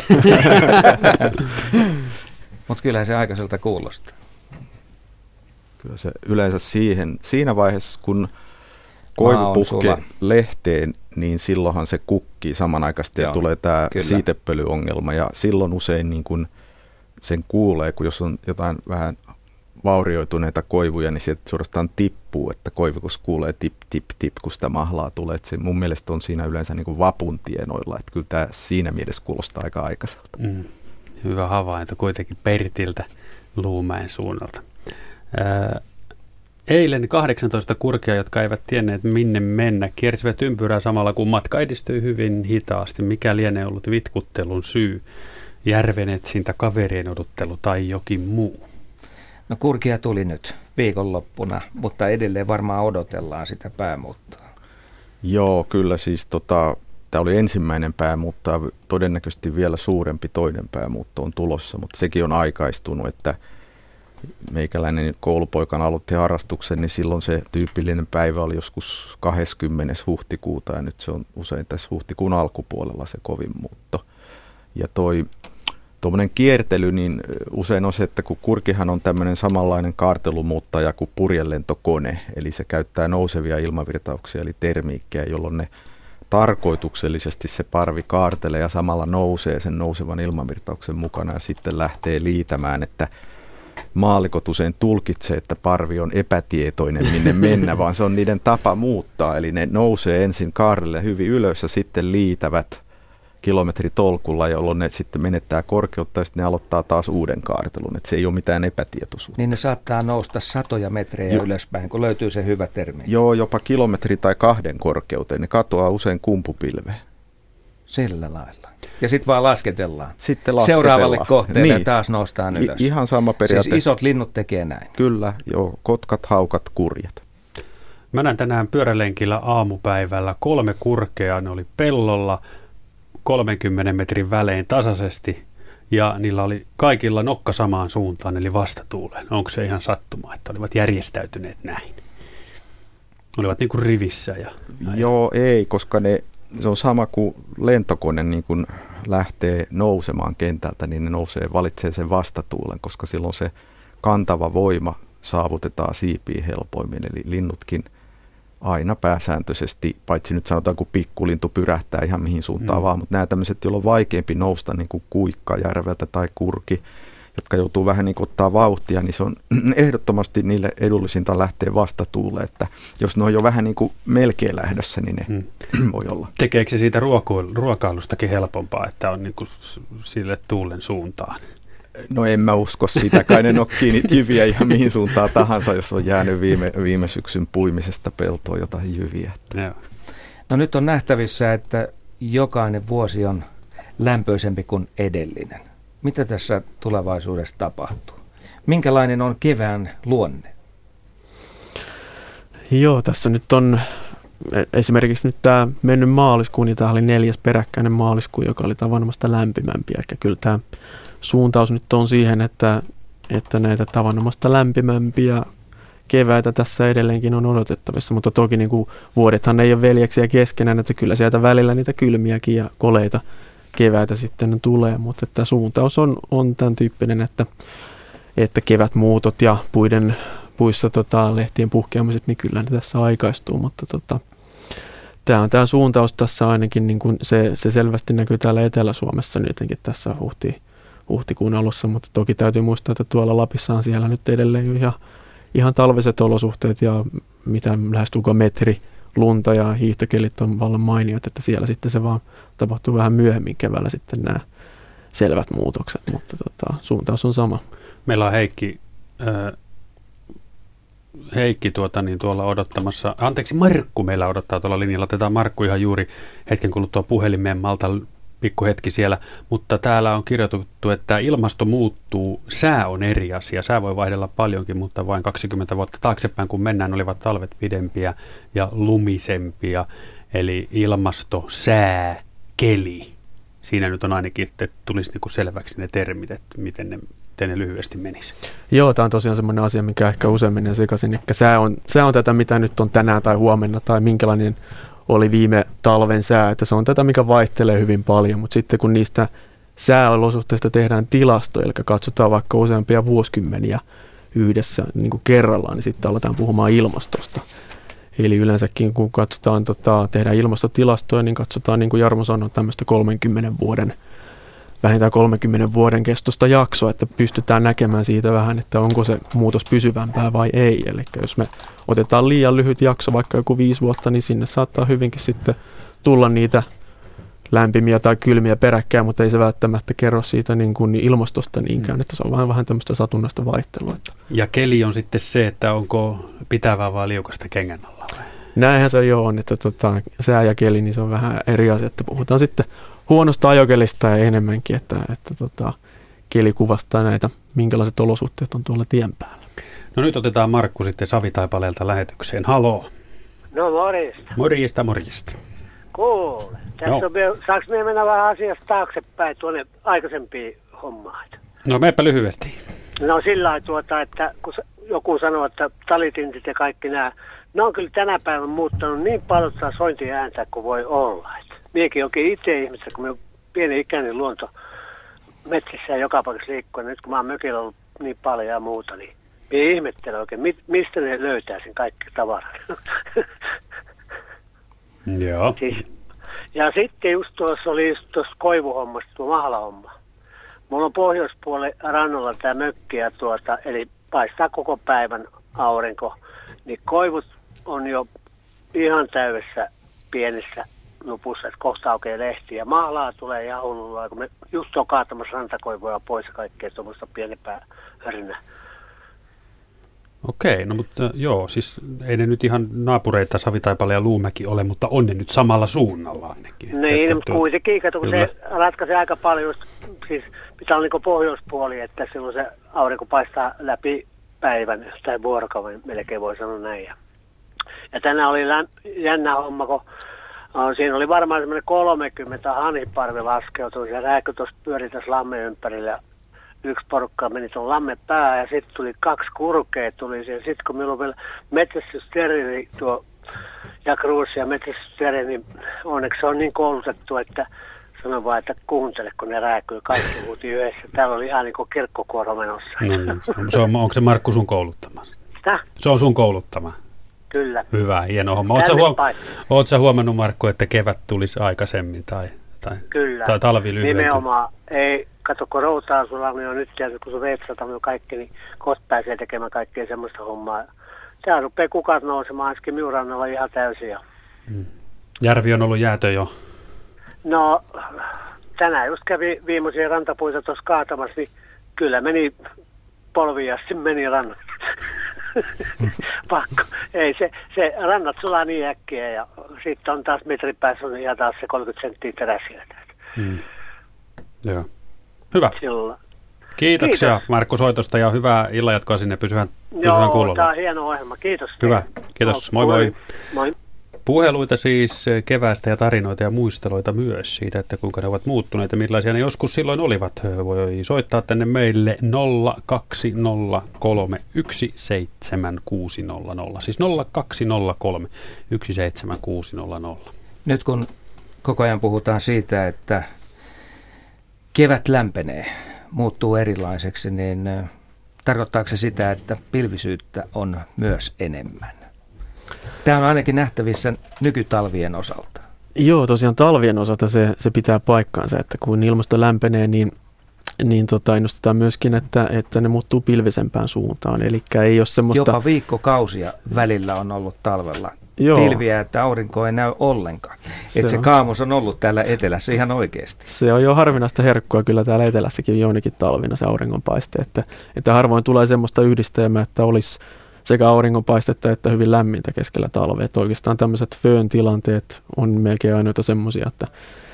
Mutta kyllähän se aikaiselta kuulostaa. Kyllä se yleensä siihen, siinä vaiheessa, kun koivu puhkee lehteen, niin silloinhan se kukkii samanaikaisesti ja tulee tämä siitepölyongelma. Ja silloin usein niin kun sen kuulee, kun jos on jotain vähän vaurioituneita koivuja, niin sieltä suorastaan tippuu, että koivukus kuulee tip, tip, tip, kun sitä mahlaa tulee. Että se mun mielestä on siinä yleensä niin kuin vapun tienoilla, että kyllä tämä siinä mielessä kuulostaa aika aikaiselta. Mm. Hyvä havainto kuitenkin Pertiltä Luumäen suunnalta. Ää, eilen kahdeksantoista kurkia, jotka eivät tienneet minne mennä, kiersivät ympyrää samalla kun matka edistyi hyvin hitaasti. Mikä lienee ollut vitkuttelun syy? Järvenetsintä, kaverien odottelu tai jokin muu? No kurkia tuli nyt viikonloppuna, mutta edelleen varmaan odotellaan sitä päämuuttoa. Joo, kyllä siis tota, tämä oli ensimmäinen päämuutto ja todennäköisesti vielä suurempi toinen päämuutto on tulossa, mutta sekin on aikaistunut, että meikäläinen koulupoikana aloitti harrastuksen, niin silloin se tyypillinen päivä oli joskus kahdeskymmenes huhtikuuta ja nyt se on usein tässä huhtikuun alkupuolella se kovin muutto. Ja toi tuommoinen kiertely, niin usein on se, että kun kurkihan on tämmöinen samanlainen kaartelumuuttaja kuin purjelentokone, eli se käyttää nousevia ilmavirtauksia, eli termiikkiä, jolloin ne tarkoituksellisesti se parvi kaartelee ja samalla nousee sen nousevan ilmavirtauksen mukana ja sitten lähtee liitämään, että maallikot usein tulkitsee, että parvi on epätietoinen minne mennä, vaan se on niiden tapa muuttaa, eli ne nousee ensin kaarelle hyvin ylös ja sitten liitävät kilometritolkulla, jolloin ne sitten menettää korkeutta ja sitten ne aloittaa taas uuden kaartelun. Että se ei ole mitään epätietoisuutta. Niin ne saattaa nousta satoja metrejä jo ylöspäin, kun löytyy se hyvä termi. Joo, jopa kilometri tai kahden korkeuteen. Ne katoaa usein kumpupilveen. Sillä lailla. Ja sitten vaan lasketellaan. Sitten lasketellaan. Seuraavalle kohteelle niin. Ja taas noustaan ylös. I- ihan sama periaate. Siis isot linnut tekee näin. Kyllä, joo. Kotkat, haukat, kurjat. Mä näin tänään pyörälenkillä aamupäivällä kolme kurkea. Ne oli pellolla kolmenkymmenen metrin välein tasaisesti ja niillä oli kaikilla nokka samaan suuntaan, eli vastatuuleen. Onko se ihan sattuma, että olivat järjestäytyneet näin? Olivat niin kuin rivissä. Ja Joo, ei, koska ne, se on sama kuin lentokone niin kuin lähtee nousemaan kentältä, niin ne nousee, valitsee sen vastatuulen, koska silloin se kantava voima saavutetaan siipiin helpoimmin, eli linnutkin aina pääsääntöisesti, paitsi nyt sanotaan, kun pikkulintu pyrähtää ihan mihin suuntaan mm. vaan, mutta nämä tämmöiset, joilla on vaikeampi nousta, niin kuin kuikka järveltä tai kurki, jotka joutuu vähän niin kuin ottaa vauhtia, niin se on ehdottomasti niille edullisinta lähteä vastatuuleen, että jos ne on jo vähän niin kuin melkein lähdössä, niin ne mm. voi olla. Tekeekö se siitä ruokailustakin helpompaa, että on niin kuin sille tuulen suuntaan? No en mä usko sitä, kai ne nokkii niitä jyviä ihan mihin suuntaan tahansa, jos on jäänyt viime, viime syksyn puimisesta peltoon jotain jyviä. Joo. No nyt on nähtävissä, että jokainen vuosi on lämpöisempi kuin edellinen. Mitä tässä tulevaisuudessa tapahtuu? Minkälainen on kevään luonne? Joo, tässä nyt on esimerkiksi nyt tämä mennyt maaliskuu, niin tämä oli neljäs peräkkäinen maaliskuu, joka oli tavanomaista lämpimämpiä. Eli kyllä tämä suuntaus nyt on siihen, että, että näitä tavanomaista lämpimämpiä keväitä tässä edelleenkin on odotettavissa, mutta toki niin kuin vuodethan ei ole veljeksiä keskenään, että kyllä sieltä välillä niitä kylmiäkin ja koleita keväitä sitten tulee, mutta että suuntaus on, on tämän tyyppinen, että, että kevätmuutot ja puiden, puissa tota, lehtien puhkeamiset, niin kyllä ne tässä aikaistuu, mutta tota, tämä on tämä suuntaus tässä ainakin, niin kuin se, se selvästi näkyy täällä Etelä-Suomessa nyt jotenkin tässä huhti, huhtikuun alussa, mutta toki täytyy muistaa, että tuolla Lapissa on siellä nyt edelleen ihan, ihan talviset olosuhteet ja mitä lähestulkoon metri lunta ja hiihtokelit on vallan mainiot, että siellä sitten se vaan tapahtuu vähän myöhemmin keväällä sitten nämä selvät muutokset, mutta tota, suuntaus on sama. Meillä on Heikki, äh, Heikki tuota, niin tuolla odottamassa, anteeksi Markku meillä odottaa tuolla linjalla, otetaan Markku ihan juuri hetken kuluttua puhelimeen Malta pikku hetki siellä, mutta täällä on kirjoitettu, että ilmasto muuttuu, sää on eri asia, sää voi vaihdella paljonkin, mutta vain kaksikymmentä vuotta taaksepäin, kun mennään, olivat talvet pidempiä ja lumisempia, eli ilmasto, sää, keli. Siinä nyt on ainakin, että tulisi niinku selväksi ne termit, että miten ne, miten ne lyhyesti menisi. Joo, tämä on tosiaan semmoinen asia, mikä ehkä usein menee sekaisin, että sää on, sää on tätä, mitä nyt on tänään tai huomenna, tai minkälainen oli viime talven sää, että se on tätä, mikä vaihtelee hyvin paljon, mutta sitten kun niistä sääolosuhteista tehdään tilastoja, eli katsotaan vaikka useampia vuosikymmeniä yhdessä niin kuin kerrallaan, niin sitten aletaan puhumaan ilmastosta. Eli yleensäkin kun katsotaan, tota, tehdään ilmastotilastoja, niin katsotaan, niin kuin Jarmo sanoi, tämmöistä kolmenkymmenen vuoden, vähintään kolmenkymmenen vuoden kestosta jaksoa, että pystytään näkemään siitä vähän, että onko se muutos pysyvämpää vai ei. Eli jos me otetaan liian lyhyt jakso, vaikka joku viisi vuotta, niin sinne saattaa hyvinkin sitten tulla niitä lämpimiä tai kylmiä peräkkäin, mutta ei se välttämättä kerro siitä niin kuin ilmastosta niinkään, että se on vähän, vähän tämmöistä satunnaista vaihtelua. Ja keli on sitten se, että onko pitävää vai liukasta kengän alla? Näinhän se jo on, että tota, sää ja keli, niin se on vähän eri asia, että puhutaan sitten huonosta ajokelista ja enemmänkin, että, että tota, keli kuvastaa näitä, minkälaiset olosuhteet on tuolla tien päällä. No nyt otetaan Markku sitten Savitaipaleelta lähetykseen. Haloo. No morjesta. Morjesta, morjesta. Kuule. Tässä on, saanko me mennä vähän asiasta taaksepäin tuonne aikaisempiin hommaan? No meepä lyhyesti. No sillä lailla tuota, että kun joku sanoo, että talitintit ja kaikki nämä, ne on kyllä tänä päivänä muuttanut niin paljon sointiääntä kuin voi olla. Miekin oikein itse ihmistä, kun me pieni ikäinen luonto metsissä ja joka paikassa liikkuu. Nyt kun mä oon mökillä ollut niin paljon ja muuta, niin minä ihmettelen oikein, mistä ne löytää sen kaikki tavaran. Joo. Siis, ja sitten just tuossa oli just tuossa koivuhommassa tuo mahlahomma. Mulla on pohjoispuolen rannalla tämä mökki ja tuota, eli paistaa koko päivän aurinko. Niin koivut on jo ihan täydessä pienissä nupussa, että kohta aukeaa lehtiä. Ja mahlaa tulee ihan hullulla, kun me just on kaatamassa rantakoivuja pois ja kaikkea tuommoista pienempää hörinää. Okei, no mutta joo, siis ei ne nyt ihan naapureita Savitaipale ja Luumäki ole, mutta on ne nyt samalla suunnalla ainakin. Niin, että, mutta kuitenkin, kato, kun se ratkaisee aika paljon, just, siis pitää olla niin pohjoispuoli, että silloin se aurinko paistaa läpi päivän tai vuorokauden, melkein voi sanoa näin. Ja, ja tänään oli lä- jännä homma, kun uh, siinä oli varmaan semmoinen kolmekymmentä hanhiparvi laskeutunut ja rääkky tuossa pyöri tässä lammen ympärillä. Yksi porukka meni tuon lammen päähän ja sitten tuli kaksi kurkea tuli siihen. Sitten kun meillä on vielä metsästysterri tuo ja kruusi ja metsästysterri, niin onneksi se on niin koulutettu, että sanon vaan, että kuuntele, kun ne rääkyy kaikki huuti yhdessä. Täällä oli ihan niin kuin kirkkokuoro menossa. No, se on, onko se Markku sun kouluttama? Sitä? Se on sun kouluttama. Kyllä. Hyvä, hieno homma. Oletko huom- oot sä huomannut, Markku, että kevät tulisi aikaisemmin tai, tai, Kyllä. tai talvi lyhyempi? Nimenomaan. Ei, kato, kun routaa sulla on jo nyt, ja kun sun veetsata on kaikki, niin kohta pääsee tekemään kaikkea semmoista hommaa. Tää rupeaa kukat nousemaan, ainakin minun rannalla ihan täysin. Ja... Hmm. Järvi on ollut jäätö jo. No, tänään just kävi viimeisiä rantapuita tuossa kaatamassa, niin kyllä meni polviasti, meni rannat. Pakko. Ei, se, se rannat sulaa niin äkkiä ja sitten on taas metrin päässä on ihan taas se kolmekymmentä senttiä teräsiä. Hmm. Joo. Hyvä. Sillä. Kiitoksia Kiitos. Markku soitosta ja hyvää illanjatkoa sinne pysyvän, pysyvän kuulolla. Joo, tämä on hieno ohjelma. Kiitos. Hyvä. Kiitos. Moi moi. Moi. Puheluita siis keväästä ja tarinoita ja muisteloita myös siitä, että kuinka ne ovat muuttuneet ja millaisia ne joskus silloin olivat. Voi soittaa tänne meille nolla kaksi nolla kolme yksi seitsemän kuusi nolla nolla, siis nolla kaksi nolla kolme yksi seitsemän kuusi nolla nolla. Nyt kun koko ajan puhutaan siitä, että kevät lämpenee, muuttuu erilaiseksi, niin tarkoittaako se sitä, että pilvisyyttä on myös enemmän? Tämä on ainakin nähtävissä nykytalvien osalta. Joo, tosiaan talvien osalta se, se pitää paikkaansa, että kun ilmasto lämpenee, niin, niin tota, ennustetaan myöskin, että, että ne muuttuu pilvisempään suuntaan. Eli ei ole semmoista... Jopa viikkokausia välillä on ollut talvella Joo. pilviä, että aurinko ei näy ollenkaan. Se että se on. Kaamos on ollut täällä etelässä ihan oikeasti. Se on jo harvinaista herkkua kyllä täällä etelässäkin joinakin talvina se auringonpaiste, että, että harvoin tulee semmoista yhdistelmää, että olisi sekä auringonpaistetta että hyvin lämmintä keskellä talvea. Että oikeastaan tämmöiset föön-tilanteet on melkein ainoita semmoisia, että,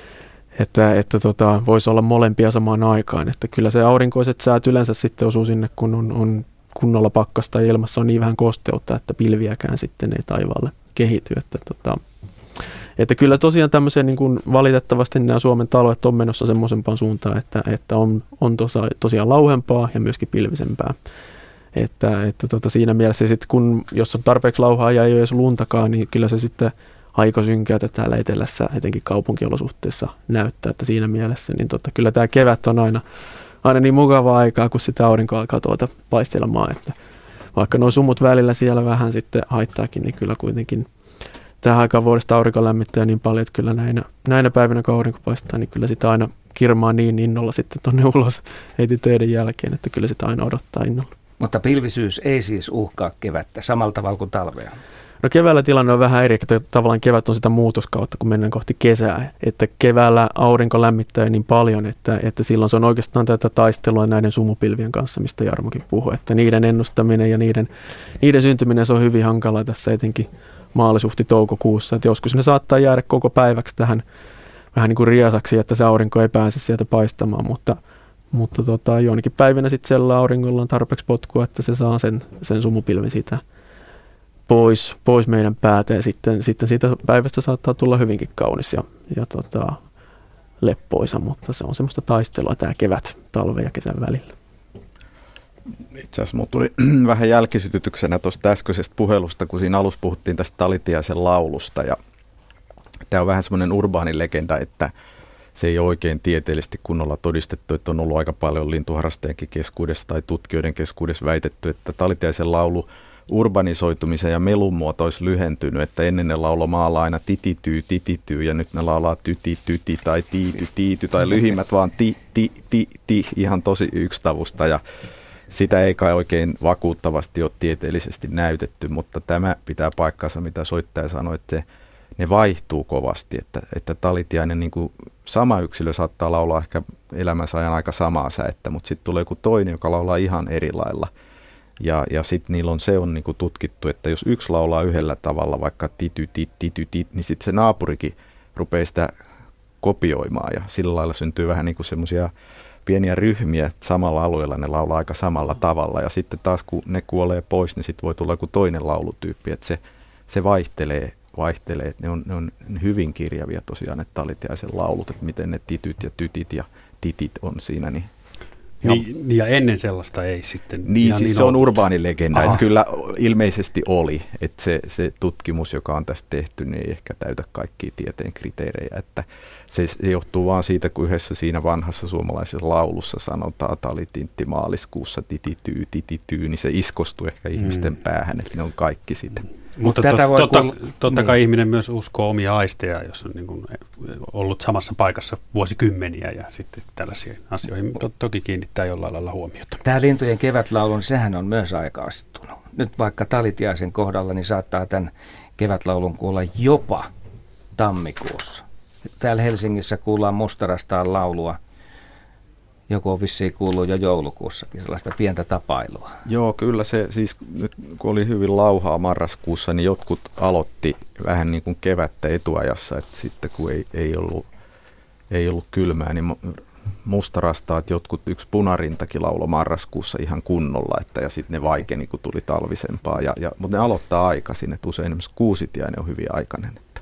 että, että tota, voisi olla molempia samaan aikaan. Että kyllä se aurinkoiset säät yleensä sitten osuu sinne, kun on, on kunnolla pakkasta ja ilmassa on niin vähän kosteutta, että pilviäkään sitten ei taivaalle kehity. Että, tota, että kyllä tosiaan tämmöisen niin kuin valitettavasti nämä Suomen talvet on menossa semmoisempaan suuntaan, että, että on, on tosa, tosiaan lauhempaa ja myöskin pilvisempää. Että, että tota siinä mielessä sitten kun, jos on tarpeeksi lauhaa ja ei ole edes luntakaan, niin kyllä se sitten aika synkäytä täällä etelässä, etenkin kaupunkiolosuhteissa näyttää, että siinä mielessä, niin tota, kyllä tämä kevät on aina, aina niin mukavaa aikaa, kun sitä aurinko alkaa tuota paistelemaan, että vaikka nuo sumut välillä siellä vähän sitten haittaakin, niin kyllä kuitenkin tähän aikaan vuodesta aurinko lämmittää niin paljon, että kyllä näinä, näinä päivinä, kun aurinko paistaa, niin kyllä sitä aina kirmaa niin innolla sitten tuonne ulos heti töiden jälkeen, että kyllä sitä aina odottaa innolla. Mutta pilvisyys ei siis uhkaa kevättä samalla tavalla kuin talvea. No keväällä tilanne on vähän eri, että tavallaan kevät on sitä muutoskautta, kun mennään kohti kesää. Että keväällä aurinko lämmittää niin paljon, että, että silloin se on oikeastaan tätä taistelua näiden sumupilvien kanssa, mistä Jarmokin puhui. Että niiden ennustaminen ja niiden, niiden syntyminen se on hyvin hankalaa tässä etenkin maalis-huhti-toukokuussa. Että joskus ne saattaa jäädä koko päiväksi tähän vähän niin kuin riesaksi, että se aurinko ei pääse sieltä paistamaan, mutta Mutta tota, joinakin päivinä sitten siellä auringolla on tarpeeksi potkua, että se saa sen, sen sumupilven siitä pois, pois meidän päätä. Ja sitten, sitten siitä päivästä saattaa tulla hyvinkin kaunis ja, ja tota, leppoisa, mutta se on semmoista taistelua tämä kevät, talven ja kesän välillä. Itse asiassa minulla tuli vähän jälkisytytyksenä tuosta äskeisestä puhelusta, kun siinä alussa puhuttiin tästä Talitiaisen laulusta. Ja tämä on vähän semmoinen urbaani legenda, että se ei ole oikein tieteellisesti kunnolla todistettu, että on ollut aika paljon lintuharrastajienkin keskuudessa tai tutkijoiden keskuudessa väitetty, että talitiaisen laulu urbanisoitumisen ja melun muoto olisi lyhentynyt, että ennen ne lauloi maalla aina titityy, titityy ja nyt ne laulaa tyti, tyti tai tiity, tiity tai lyhimmät vaan ti, ti, ti, ti, ihan tosi yksitavusta ja sitä ei kai oikein vakuuttavasti ole tieteellisesti näytetty, mutta tämä pitää paikkansa, mitä soittaja sanoi, että ne vaihtuu kovasti, että, että talitiainen niin kuin sama yksilö saattaa laulaa ehkä elämänsä ajan aika samaa säettä, mutta sitten tulee joku toinen, joka laulaa ihan eri lailla. Ja, ja sitten niillä on, se on niin kuin tutkittu, että jos yksi laulaa yhdellä tavalla, vaikka tity, tit, tity, tit, niin sitten se naapurikin rupeaa sitä kopioimaan ja sillä lailla syntyy vähän niin kuin semmoisia pieniä ryhmiä, että samalla alueella ne laulaa aika samalla tavalla ja sitten taas kun ne kuolee pois, niin sitten voi tulla joku toinen laulutyyppi, että se, se vaihtelee, vaihtelee. Ne on, ne on hyvin kirjavia tosiaan ne talitiaisen laulut, että miten ne tityt ja tytit ja titit on siinä, niin Niin, ja ennen sellaista ei sitten. Niin, siis niin se on urbaani legenda, että kyllä ilmeisesti oli, että se, se tutkimus, joka on tästä tehty, niin ei ehkä täytä kaikkia tieteen kriteerejä, että se, se johtuu vaan siitä, kun yhdessä siinä vanhassa suomalaisessa laulussa sanotaan talitintti maaliskuussa titityy, titityy, niin se iskostuu ehkä ihmisten mm. päähän, että ne on kaikki sitä. Mutta Tätä tot, voi totta, kuulla, totta niin. kai ihminen myös uskoo omia aisteja, jos on niin kuin ollut samassa paikassa vuosikymmeniä ja sitten tällaisiin asioihin to, toki kiinnittää jollain lailla huomiota. Tämä lintujen kevätlaulu, niin sehän on myös aikaistunut. Nyt vaikka talitiaisen kohdalla, niin saattaa tämän kevätlaulun kuulla jopa tammikuussa. Täällä Helsingissä kuullaan Mustarastaan laulua. Joku on vissiin kuullut jo joulukuussakin, sellaista pientä tapailua. Joo, kyllä se siis, nyt kun oli hyvin lauhaa marraskuussa, niin jotkut aloitti vähän niin kuin kevättä etuajassa, että sitten kun ei, ei, ollut, ei ollut kylmää, niin Mustarastaat jotkut, yksi punarintakin lauloi marraskuussa ihan kunnolla, että, ja sitten ne vaikeni, kun tuli talvisempaa, ja, ja, mutta ne aloittaa aikaisin, että usein esimerkiksi kuusitiainen on hyvin aikainen. Että.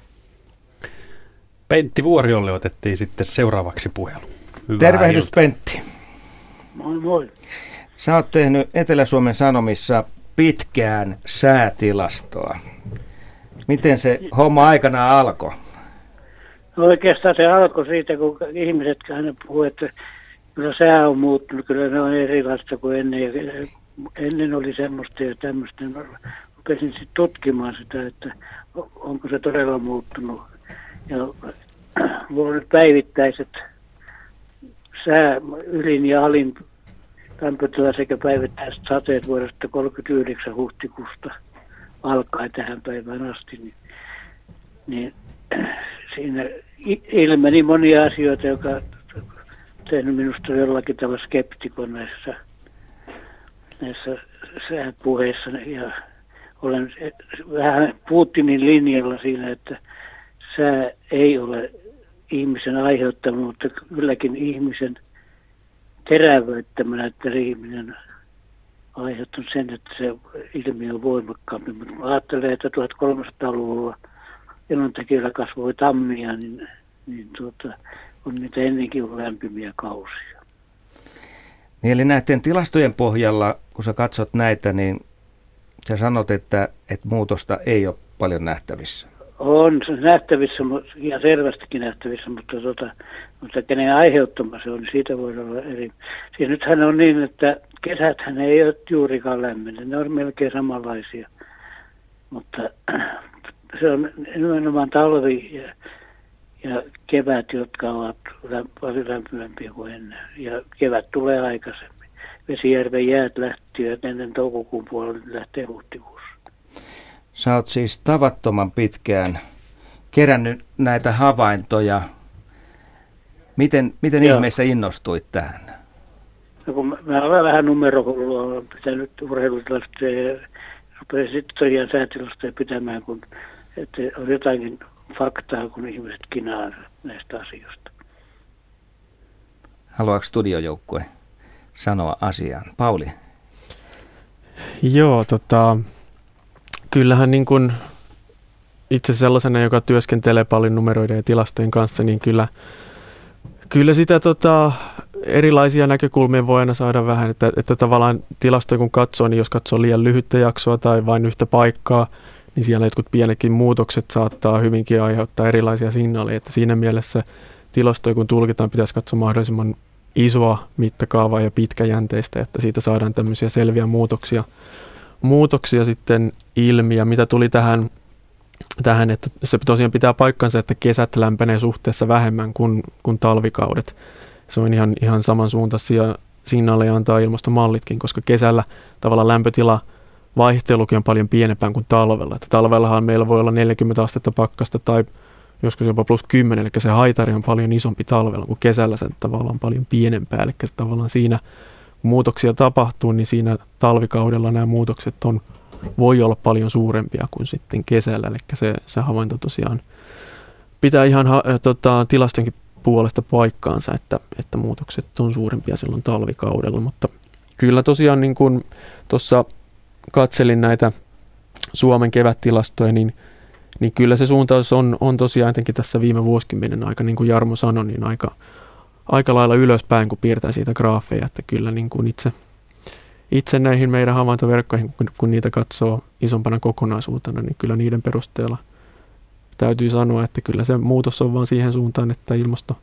Pentti Vuoriolle otettiin sitten seuraavaksi puhelu. Hyvää Tervehdys ilta. Pentti. Moi moi. Sä oot tehnyt Etelä-Suomen Sanomissa pitkään säätilastoa. Miten se homma aikanaan alkoi? No oikeastaan se alkoi siitä, kun ihmiset aina puhuu, että kyllä sää on muuttunut, kyllä ne on erilaista kuin ennen. Ennen oli semmoista ja tämmöistä. Rupesin sitten tutkimaan sitä, että onko se todella muuttunut. Ja mulla on nyt päivittäiset sää, ylin ja alin lämpötila sekä päivittäiset sateet vuodesta kolmekymmentäyhdeksän huhtikuusta alkaen tähän päivään asti, niin, niin siinä ilmeni monia asioita, joka on tehnyt minusta jollakin tavalla skeptikon näissä, näissä sääpuheissa. Ja olen vähän Putinin linjalla siinä, että sää ei ole ihmisen aiheuttama, mutta kylläkin ihmisen terävöittämänä, että ihminen on aiheuttanut sen, että se ilmiö on voimakkaampi. Mutta kun ajattelee, että tuhatkolmesataaluvulla enontekiöllä kasvoi tammia, niin, niin tuota, on niitä ennenkin ollut lämpimiä kausia. Niin eli näiden tilastojen pohjalla, kun sä katsot näitä, niin sä sanot, että, että muutosta ei ole paljon nähtävissä. On se nähtävissä ja selvästikin nähtävissä, mutta, tota, mutta kenen aiheuttama se on, niin siitä voi olla eri. Siis nythän on niin, että kesäthän ei ole juurikaan lämminnyt, ne on melkein samanlaisia, mutta se on nimenomaan talvi ja, ja kevät, jotka ovat paljon lämpimämpiä kuin ennen. Ja kevät tulee aikaisemmin. Vesijärven jäät lähtivät ennen toukokuun puolella, lähtee huhtikuussa. Sä oot siis tavattoman pitkään kerännyt näitä havaintoja. Miten, miten ihmeessä innostuit tähän? No kun mä, mä olen vähän numerokoulua, olen pitänyt urheilutilastoja ja rupesin sitten tosiaan säätilastoja pitämään, kun, että on jotakin faktaa, kun ihmiset kinaa näistä asioista. Haluaako studiojoukkue sanoa asiaan? Pauli? Joo, tota... Kyllähän niin kuin itse sellaisena, joka työskentelee paljon numeroiden ja tilastojen kanssa, niin kyllä, kyllä sitä tota, erilaisia näkökulmia voi aina saada vähän, että, että tavallaan tilastoja kun katsoo, niin jos katsoo liian lyhyttä jaksoa tai vain yhtä paikkaa, niin siellä jotkut pienetkin muutokset saattaa hyvinkin aiheuttaa erilaisia signaaleja, että siinä mielessä tilastoja kun tulkitaan, pitäisi katsoa mahdollisimman isoa mittakaavaa ja pitkäjänteistä, että siitä saadaan tämmöisiä selviä muutoksia, muutoksia sitten ilmi. Ja mitä tuli tähän, tähän, että se tosiaan pitää paikkansa, että kesät lämpenee suhteessa vähemmän kuin, kuin talvikaudet. Se on ihan, ihan samansuuntaisia signaaleja antaa ilmastomallitkin, koska kesällä tavallaan lämpötila vaihtelukin on paljon pienempään kuin talvella. Että talvellahan meillä voi olla neljäkymmentä astetta pakkasta tai joskus jopa plus kymmenen, eli se haitari on paljon isompi talvella, kuin kesällä se tavallaan on paljon pienempää. Eli se tavallaan siinä, kun muutoksia tapahtuu, niin siinä talvikaudella nämä muutokset on, voi olla paljon suurempia kuin sitten kesällä. Eli se, se havainto tosiaan pitää ihan ha, tota, tilastonkin puolesta paikkaansa, että, että muutokset on suurempia silloin talvikaudella. Mutta kyllä tosiaan niin kuin tuossa katselin näitä Suomen kevättilastoja, niin Niin kyllä se suuntaus on, on tosiaan jotenkin tässä viime vuosikymmenen aika, niin kuin Jarmo sanoi, niin aika, aika lailla ylöspäin, kun piirtää siitä graafeja, että kyllä niin kuin itse, itse näihin meidän havaintoverkkoihin, kun, kun niitä katsoo isompana kokonaisuutena, niin kyllä niiden perusteella täytyy sanoa, että kyllä se muutos on vaan siihen suuntaan, että ilmasto,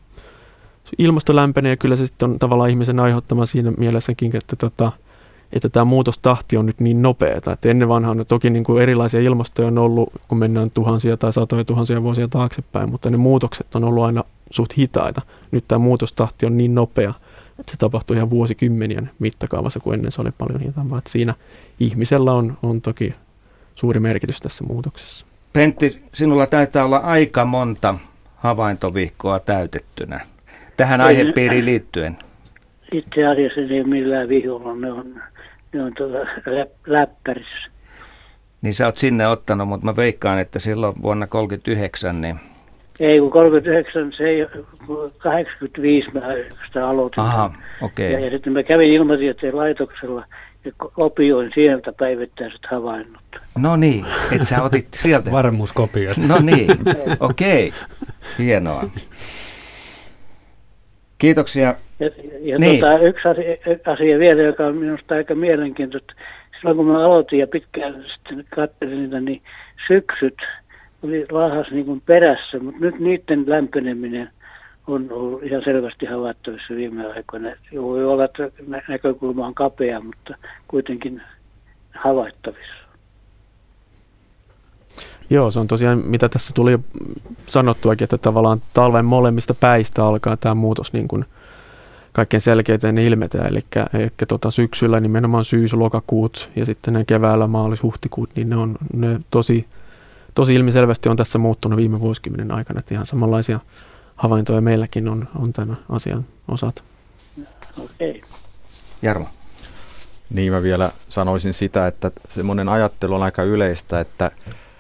ilmasto lämpenee ja kyllä se sitten on tavallaan ihmisen aiheuttama siinä mielessäkin, että tota, että tämä muutostahti on nyt niin nopeata, että ennen vanhaan toki niin kuin erilaisia ilmastoja on ollut, kun mennään tuhansia tai satoja tuhansia vuosia taaksepäin, mutta ne muutokset on ollut aina suht hitaita. Nyt tämä muutostahti on niin nopea, että se tapahtuu ihan vuosikymmenien mittakaavassa, kun ennen se oli paljon hitaampaa. Että siinä ihmisellä on, on toki suuri merkitys tässä muutoksessa. Pentti, sinulla taitaa olla aika monta havaintovihkoa täytettynä tähän aihepiiriin liittyen. Itse asiassa ei ole millään viholla, ne on, ne on tuota läppärissä. Niin sä oot sinne ottanut, mutta mä veikkaan, että silloin vuonna kolmekymmentäyhdeksän, niin... Ei, kun kolmekymmentäyhdeksän, se ei, kahdeksankymmentäviisi mä sitä aloitin. Aha, okei. Okay. Ja, ja sitten mä kävin ilmatieteen laitoksella ja kopioin sieltä päivittäiset havainnot. No niin, että sä otit sieltä. Varmuuskopiosta. No niin, okei, okay. Hienoa. Kiitoksia. Ja, ja niin. tota, yksi asia, asia vielä, joka on minusta aika mielenkiintoista. Silloin kun mä aloitin ja pitkään sitten katselin niitä, niin syksyt oli laahas niin kuin perässä, mutta nyt niiden lämpeneminen on ollut ihan selvästi havaittavissa viime aikoina. Voi olla, että näkökulma on kapea, mutta kuitenkin havaittavissa. Joo, se on tosiaan, mitä tässä tuli sanottuakin, että tavallaan talven molemmista päistä alkaa tämä muutos niin kuin kaikkein selkeiten ilmetä. Eli, eli tota, syksyllä nimenomaan syys-lokakuut ja sitten ne keväällä maalis-huhtikuut, niin ne on ne tosi, tosi ilmiselvästi on tässä muuttunut viime vuosikymmenen aikana. Että ihan samanlaisia havaintoja meilläkin on, on tämän asian osalta. Okei. Okay. Jarmo. Niin mä vielä sanoisin sitä, että semmoinen ajattelu on aika yleistä, että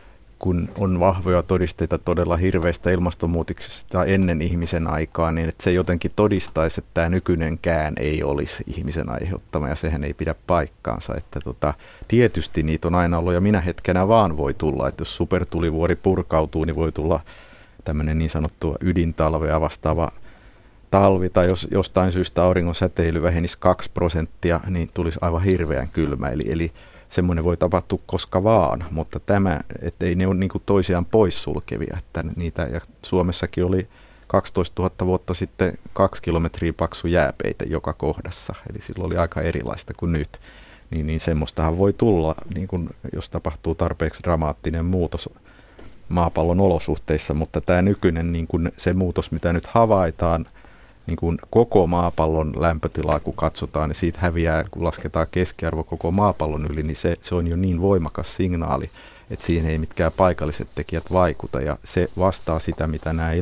kun on vahvoja todisteita todella hirveistä ilmastonmuutoksesta ennen ihmisen aikaa, niin että se jotenkin todistaisi, että tämä nykyinenkään ei olisi ihmisen aiheuttama, ja sehän ei pidä paikkaansa. Että tota, tietysti niitä on aina ollut, ja minä hetkenä vaan voi tulla, että jos supertulivuori purkautuu, niin voi tulla tämmöinen niin sanottu ydintalvea vastaava talvi, tai jos jostain syystä auringon säteily vähenisi kaksi prosenttia, niin tulisi aivan hirveän kylmä. Eli, eli semmoinen voi tapahtua koska vaan, mutta tämä, ettei ne ole niin kuin toisiaan poissulkevia. Että niitä, ja Suomessakin oli kaksitoistatuhatta vuotta sitten kaksi kilometriä paksu jääpeite joka kohdassa, eli silloin oli aika erilaista kuin nyt. Niin, niin semmoistahan voi tulla, niin kuin, jos tapahtuu tarpeeksi dramaattinen muutos maapallon olosuhteissa, mutta tämä nykyinen niin kuin se muutos, mitä nyt havaitaan, niin kuin koko maapallon lämpötilaa, kun katsotaan, niin siitä häviää, kun lasketaan keskiarvo koko maapallon yli, niin se, se on jo niin voimakas signaali, että siihen ei mitkään paikalliset tekijät vaikuta, ja se vastaa sitä, mitä nämä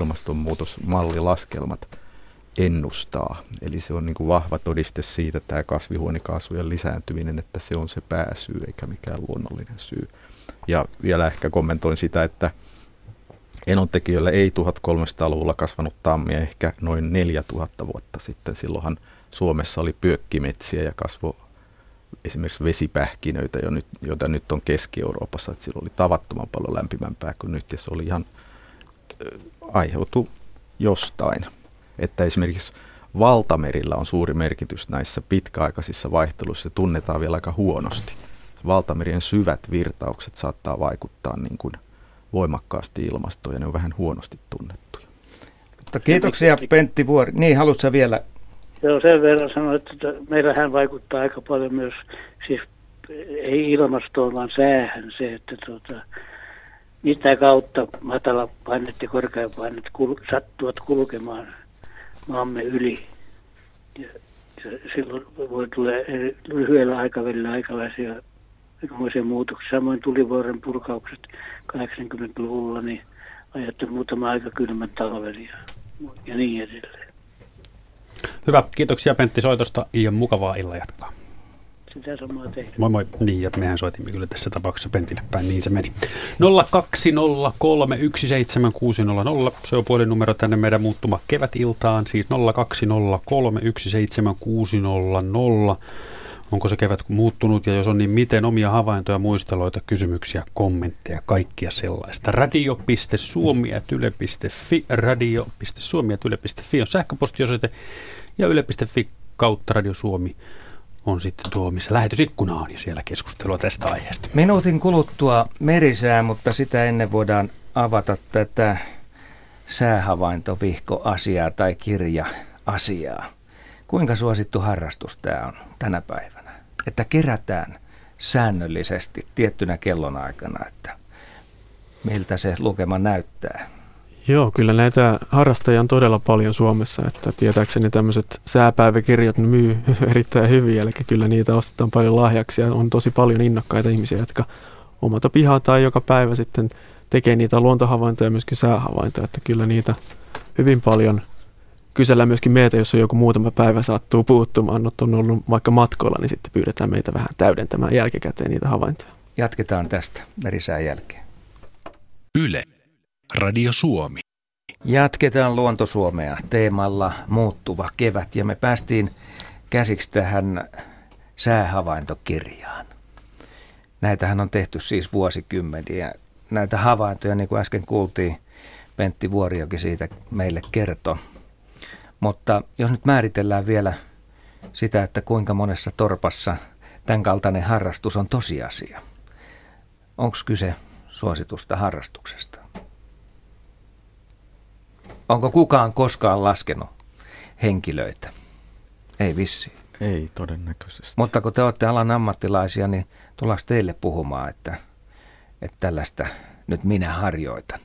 ilmastonmuutosmallilaskelmat ennustaa. Eli se on niin kuin vahva todiste siitä, tämä kasvihuonekaasujen lisääntyminen, että se on se pääsyy eikä mikään luonnollinen syy. Ja vielä ehkä kommentoin sitä, että enontekijöillä ei tuhatkolmesataaluvulla kasvanut tammia, ehkä noin neljätuhatta vuotta sitten. Silloinhan Suomessa oli pyökkimetsiä ja kasvoi esimerkiksi vesipähkinöitä, joita nyt on Keski-Euroopassa. Että silloin oli tavattoman paljon lämpimämpää kuin nyt, ja se oli ihan äh, aiheutu jostain. Että esimerkiksi valtamerillä on suuri merkitys näissä pitkäaikaisissa vaihteluissa, se tunnetaan vielä aika huonosti. Valtamerien syvät virtaukset saattaa vaikuttaa niin kuin voimakkaasti ilmastoon, ja ne on vähän huonosti tunnettuja. Kiitoksia Pentti Vuori. Niin, haluatko sä vielä? Joo, sen verran sanoa, että meillähän vaikuttaa aika paljon myös, siis ei ilmastoon, vaan säähän se, että tuota, mitä kautta matala painet ja korkea painet kul, sattuvat kulkemaan maamme yli. Ja, ja silloin voi tulla lyhyellä aikavälillä aikalaisia aikamoisia muutoksia. Samoin tulivuoren purkaukset kahdeksankymmentäluvulla, niin ajattelin muutama aika kylmän talven ja, ja niin edelleen. Hyvä, kiitoksia Pentti soitosta ja mukavaa illan jatkaa. Sitä samaa tehdä. Moi moi. Niin, ja mehän soitimme kyllä tässä tapauksessa Pentille päin, niin se meni. nolla kaksi nolla kolme yksi seitsemän kuusi nolla nolla, se on puhelinnumero tänne meidän muuttuma kevätiltaan, siis nolla kaksi nolla kolme yksi seitsemän kuusi nolla nolla. Onko se kevät muuttunut ja jos on, niin miten? Omia havaintoja, muisteloita, kysymyksiä, kommentteja, kaikkia sellaista. radio piste suomi ät yle piste fi, radio piste suomi ät yle piste fi on sähköpostiosoite ja yle piste fi kautta Radio Suomi on sitten tuo, missä lähetysikkuna on ja siellä keskustelua tästä aiheesta. Minuutin kuluttua merisää, mutta sitä ennen voidaan avata tätä säähavaintovihko-asiaa tai kirja-asiaa. Kuinka suosittu harrastus tämä on tänä päivänä? Että kerätään säännöllisesti tiettynä kellonaikana, että miltä se lukema näyttää. Joo, kyllä näitä harrastajia on todella paljon Suomessa, että tietääkseni tämmöiset sääpäiväkirjat myy erittäin hyvin, eli kyllä niitä ostetaan paljon lahjaksi ja on tosi paljon innokkaita ihmisiä, jotka omata pihaa tai joka päivä sitten tekee niitä luontohavaintoja ja myöskin säähavaintoja, että kyllä niitä hyvin paljon kysellään myöskin meitä, jos on joku muutama päivä sattuu puuttumaan, no, on ollut vaikka matkoilla, niin sitten pyydetään meitä vähän täydentämään jälkikäteen niitä havaintoja. Jatketaan tästä merisään jälkeen. Yle. Radio Suomi. Jatketaan Luontosuomea teemalla muuttuva kevät ja me päästiin käsiksi tähän säähavaintokirjaan. Näitähän on tehty siis vuosikymmeniä. Näitä havaintoja, niin kuin äsken kuultiin, Pentti Vuorijoki siitä meille kertoi. Mutta jos nyt määritellään vielä sitä, että kuinka monessa torpassa tämän kaltainen harrastus on tosiasia. Onko kyse suositusta harrastuksesta? Onko kukaan koskaan laskenut henkilöitä? Ei vissiin. Ei todennäköisesti. Mutta kun te olette alan ammattilaisia, niin tullaanko teille puhumaan, että, että tällaista nyt minä harjoitan?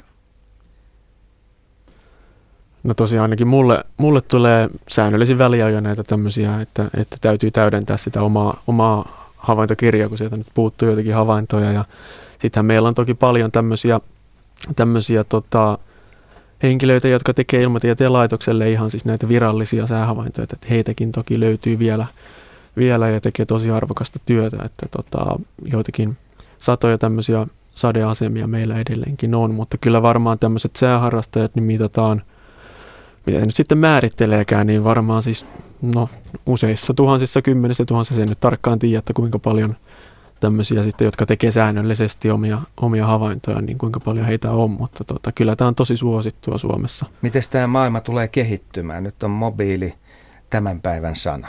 No tosiaan ainakin mulle, mulle tulee säännöllisin väliajoin näitä tämmöisiä, että, että täytyy täydentää sitä omaa, omaa havaintokirjaa, kun sieltä nyt puuttuu jotakin havaintoja. Ja sittenhän meillä on toki paljon tämmöisiä, tämmöisiä tota, henkilöitä, jotka tekee Ilmatieteen laitokselle ihan siis näitä virallisia säähavaintoja, että heitäkin toki löytyy vielä, vielä ja tekee tosi arvokasta työtä, että tota, joitakin satoja tämmöisiä sadeasemia meillä edelleenkin on, mutta kyllä varmaan tämmöiset sääharrastajat niin mitataan, mitä se nyt sitten määritteleekään, niin varmaan siis no, useissa tuhansissa, kymmenessä tuhansissa, en nyt tarkkaan tiedä, että kuinka paljon tämmöisiä sitten, jotka tekee säännöllisesti omia, omia havaintoja, niin kuinka paljon heitä on, mutta tota, kyllä tämä on tosi suosittua Suomessa. Miten tämä maailma tulee kehittymään? Nyt on mobiili tämän päivän sana.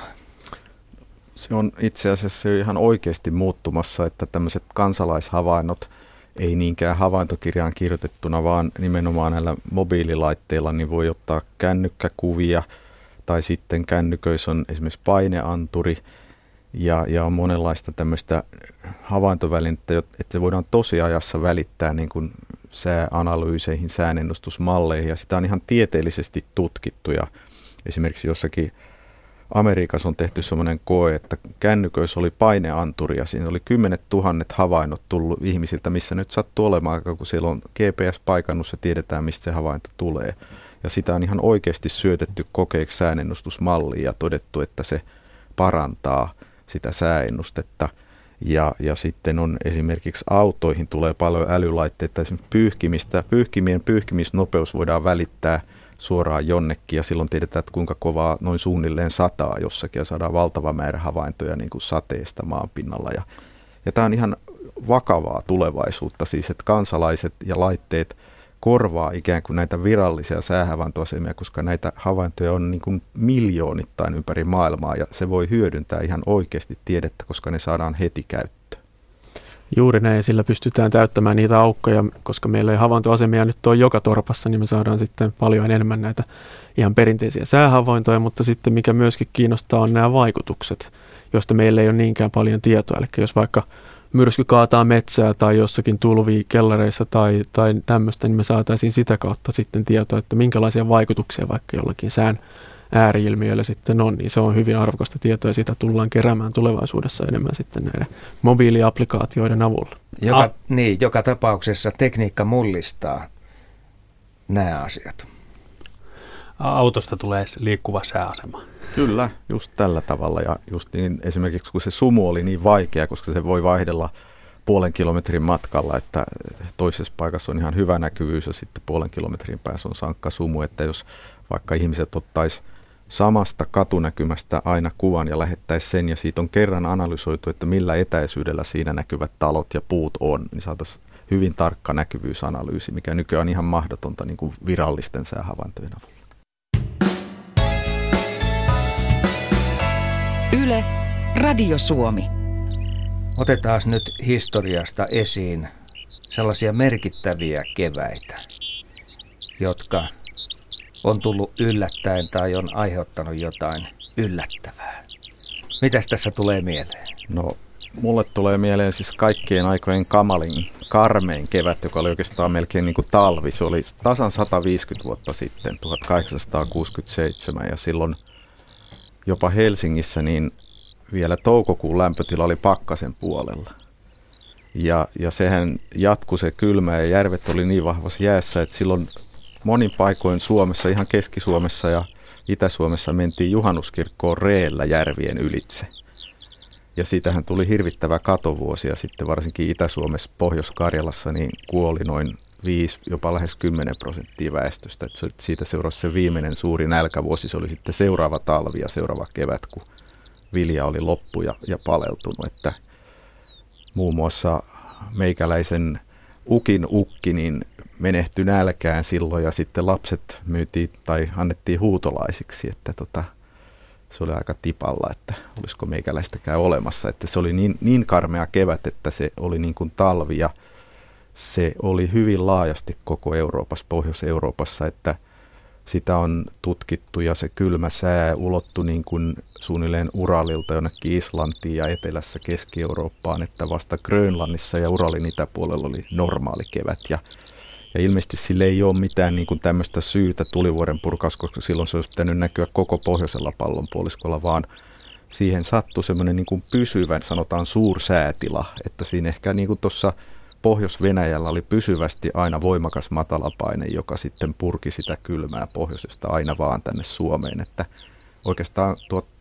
Se on itse asiassa jo ihan oikeasti muuttumassa, että tämmöiset kansalaishavainnot ei niinkään havaintokirjaan kirjoitettuna, vaan nimenomaan näillä mobiililaitteilla niin voi ottaa kännykkäkuvia tai sitten kännyköissä on esimerkiksi paineanturi ja, ja on monenlaista tämmöistä havaintovälinettä, että se voidaan tosiajassa välittää niin kuin sääanalyyseihin, säänennustusmalleihin ja sitä on ihan tieteellisesti tutkittu ja esimerkiksi jossakin Amerikassa on tehty semmoinen koe, että kännyköissä oli paineanturi ja siinä oli kymmenet tuhannet havainnot tullut ihmisiltä, missä nyt sattuu olemaan, kun siellä on G P S-paikannus ja tiedetään, mistä se havainto tulee. Ja sitä on ihan oikeasti syötetty kokeeksi säänennustusmalliin ja todettu, että se parantaa sitä sääennustetta. Ja, ja sitten on esimerkiksi autoihin tulee paljon älylaitteita, esimerkiksi pyyhkimistä. Pyyhkimien pyyhkimisnopeus voidaan välittää suoraan jonnekin ja silloin tiedetään, että kuinka kovaa noin suunnilleen sataa jossakin ja saadaan valtava määrä havaintoja niin kuin sateesta maanpinnalla. Ja, ja tämä on ihan vakavaa tulevaisuutta siis, että kansalaiset ja laitteet korvaa ikään kuin näitä virallisia säähavaintoasemia, koska näitä havaintoja on niin kuin miljoonittain ympäri maailmaa ja se voi hyödyntää ihan oikeasti tiedettä, koska ne saadaan heti käyttöön. Juuri näin, ja sillä pystytään täyttämään niitä aukkoja, koska meillä ei havaintoasemia nyt ole joka torpassa, niin me saadaan sitten paljon enemmän näitä ihan perinteisiä säähavaintoja, mutta sitten mikä myöskin kiinnostaa on nämä vaikutukset, joista meillä ei ole niinkään paljon tietoa. Eli jos vaikka myrsky kaataa metsää tai jossakin tulvii kellareissa tai, tai tämmöistä, niin me saataisiin sitä kautta sitten tietoa, että minkälaisia vaikutuksia vaikka jollakin sään ääriilmiöillä sitten on, niin se on hyvin arvokasta tietoa ja sitä tullaan keräämään tulevaisuudessa enemmän sitten näiden mobiiliaplikaatioiden avulla. Joka, Ah. niin, joka tapauksessa tekniikka mullistaa nämä asiat. Autosta tulee liikkuva sääasema. Kyllä, just tällä tavalla. Ja just niin, esimerkiksi kun se sumu oli niin vaikea, koska se voi vaihdella puolen kilometrin matkalla, että toisessa paikassa on ihan hyvä näkyvyys ja sitten puolen kilometrin päässä on sankka sumu, että jos vaikka ihmiset ottaisi samasta katunäkymästä aina kuvan ja lähettäisi sen ja siitä on kerran analysoitu, että millä etäisyydellä siinä näkyvät talot ja puut on, niin saataisiin hyvin tarkka näkyvyysanalyysi, mikä nykyään on ihan mahdotonta niin kuin virallisten säähavaintojen avulla. Yle, Radio Suomi. Otetaan nyt historiasta esiin sellaisia merkittäviä keväitä, jotka on tullut yllättäen tai on aiheuttanut jotain yllättävää. Mitäs tässä tulee mieleen? No, mulle tulee mieleen siis kaikkien aikojen kamalin, karmein kevät, joka oli oikeastaan melkein niin kuin talvi. Se oli tasan sata viisikymmentä vuotta sitten, tuhatkahdeksansataakuusikymmentäseitsemän, ja silloin jopa Helsingissä niin vielä toukokuun lämpötila oli pakkasen puolella. Ja, ja sehän jatkui se kylmä ja järvet oli niin vahvassa jäässä, että silloin monin paikoin Suomessa, ihan Keski-Suomessa ja Itä-Suomessa mentiin juhannuskirkkoon reellä järvien ylitse. Ja siitähän tuli hirvittävä katovuosi ja sitten varsinkin Itä-Suomessa, Pohjois-Karjalassa niin kuoli noin viisi, jopa lähes kymmenen prosenttia väestöstä. Että siitä seurasi se viimeinen suuri nälkävuosi, se oli sitten seuraava talvi ja seuraava kevät, kun vilja oli loppu ja, ja paleltunut. Että muun muassa meikäläisen ukin ukki niin menehtyi nälkään silloin ja sitten lapset myytiin tai annettiin huutolaisiksi, että tota, se oli aika tipalla, että olisiko meikäläistäkään olemassa. Että se oli niin, niin karmea kevät, että se oli niin kuin talvi ja se oli hyvin laajasti koko Euroopassa, Pohjois-Euroopassa, että sitä on tutkittu ja se kylmä sää ulottui niin kuin suunnilleen Uralilta jonnekin Islantiin ja etelässä Keski-Eurooppaan, että vasta Grönlannissa ja Uralin itäpuolella oli normaali kevät. Ja, ja ilmeisesti sille ei ole mitään niin kuin tämmöistä syytä tulivuoren purkaus, koska silloin se olisi pitänyt näkyä koko pohjoisella pallonpuoliskolla, vaan siihen sattui semmoinen niin kuin pysyvän, sanotaan suursäätila, että siinä ehkä niin kuin tuossa Pohjois-Venäjällä oli pysyvästi aina voimakas matalapaine, joka sitten purki sitä kylmää pohjoisesta aina vaan tänne Suomeen. Että oikeastaan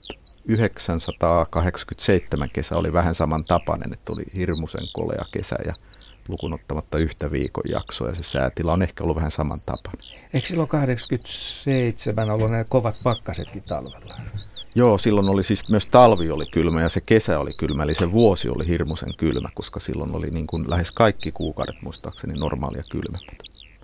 tuhatyhdeksänsataakahdeksankymmentäseitsemän kesä oli vähän saman tapainen, että oli hirmuisen kolea kesä ja lukunottamatta yhtä viikon jaksoa ja se säätila on ehkä ollut vähän saman tapainen. Eikö silloin kahdeksankymmentäseitsemän ollut ne kovat pakkasetkin talvella? Joo, silloin oli siis myös talvi oli kylmä ja se kesä oli kylmä, eli se vuosi oli hirmuisen kylmä, koska silloin oli niin kuin lähes kaikki kuukaudet muistaakseni normaalia kylmempää.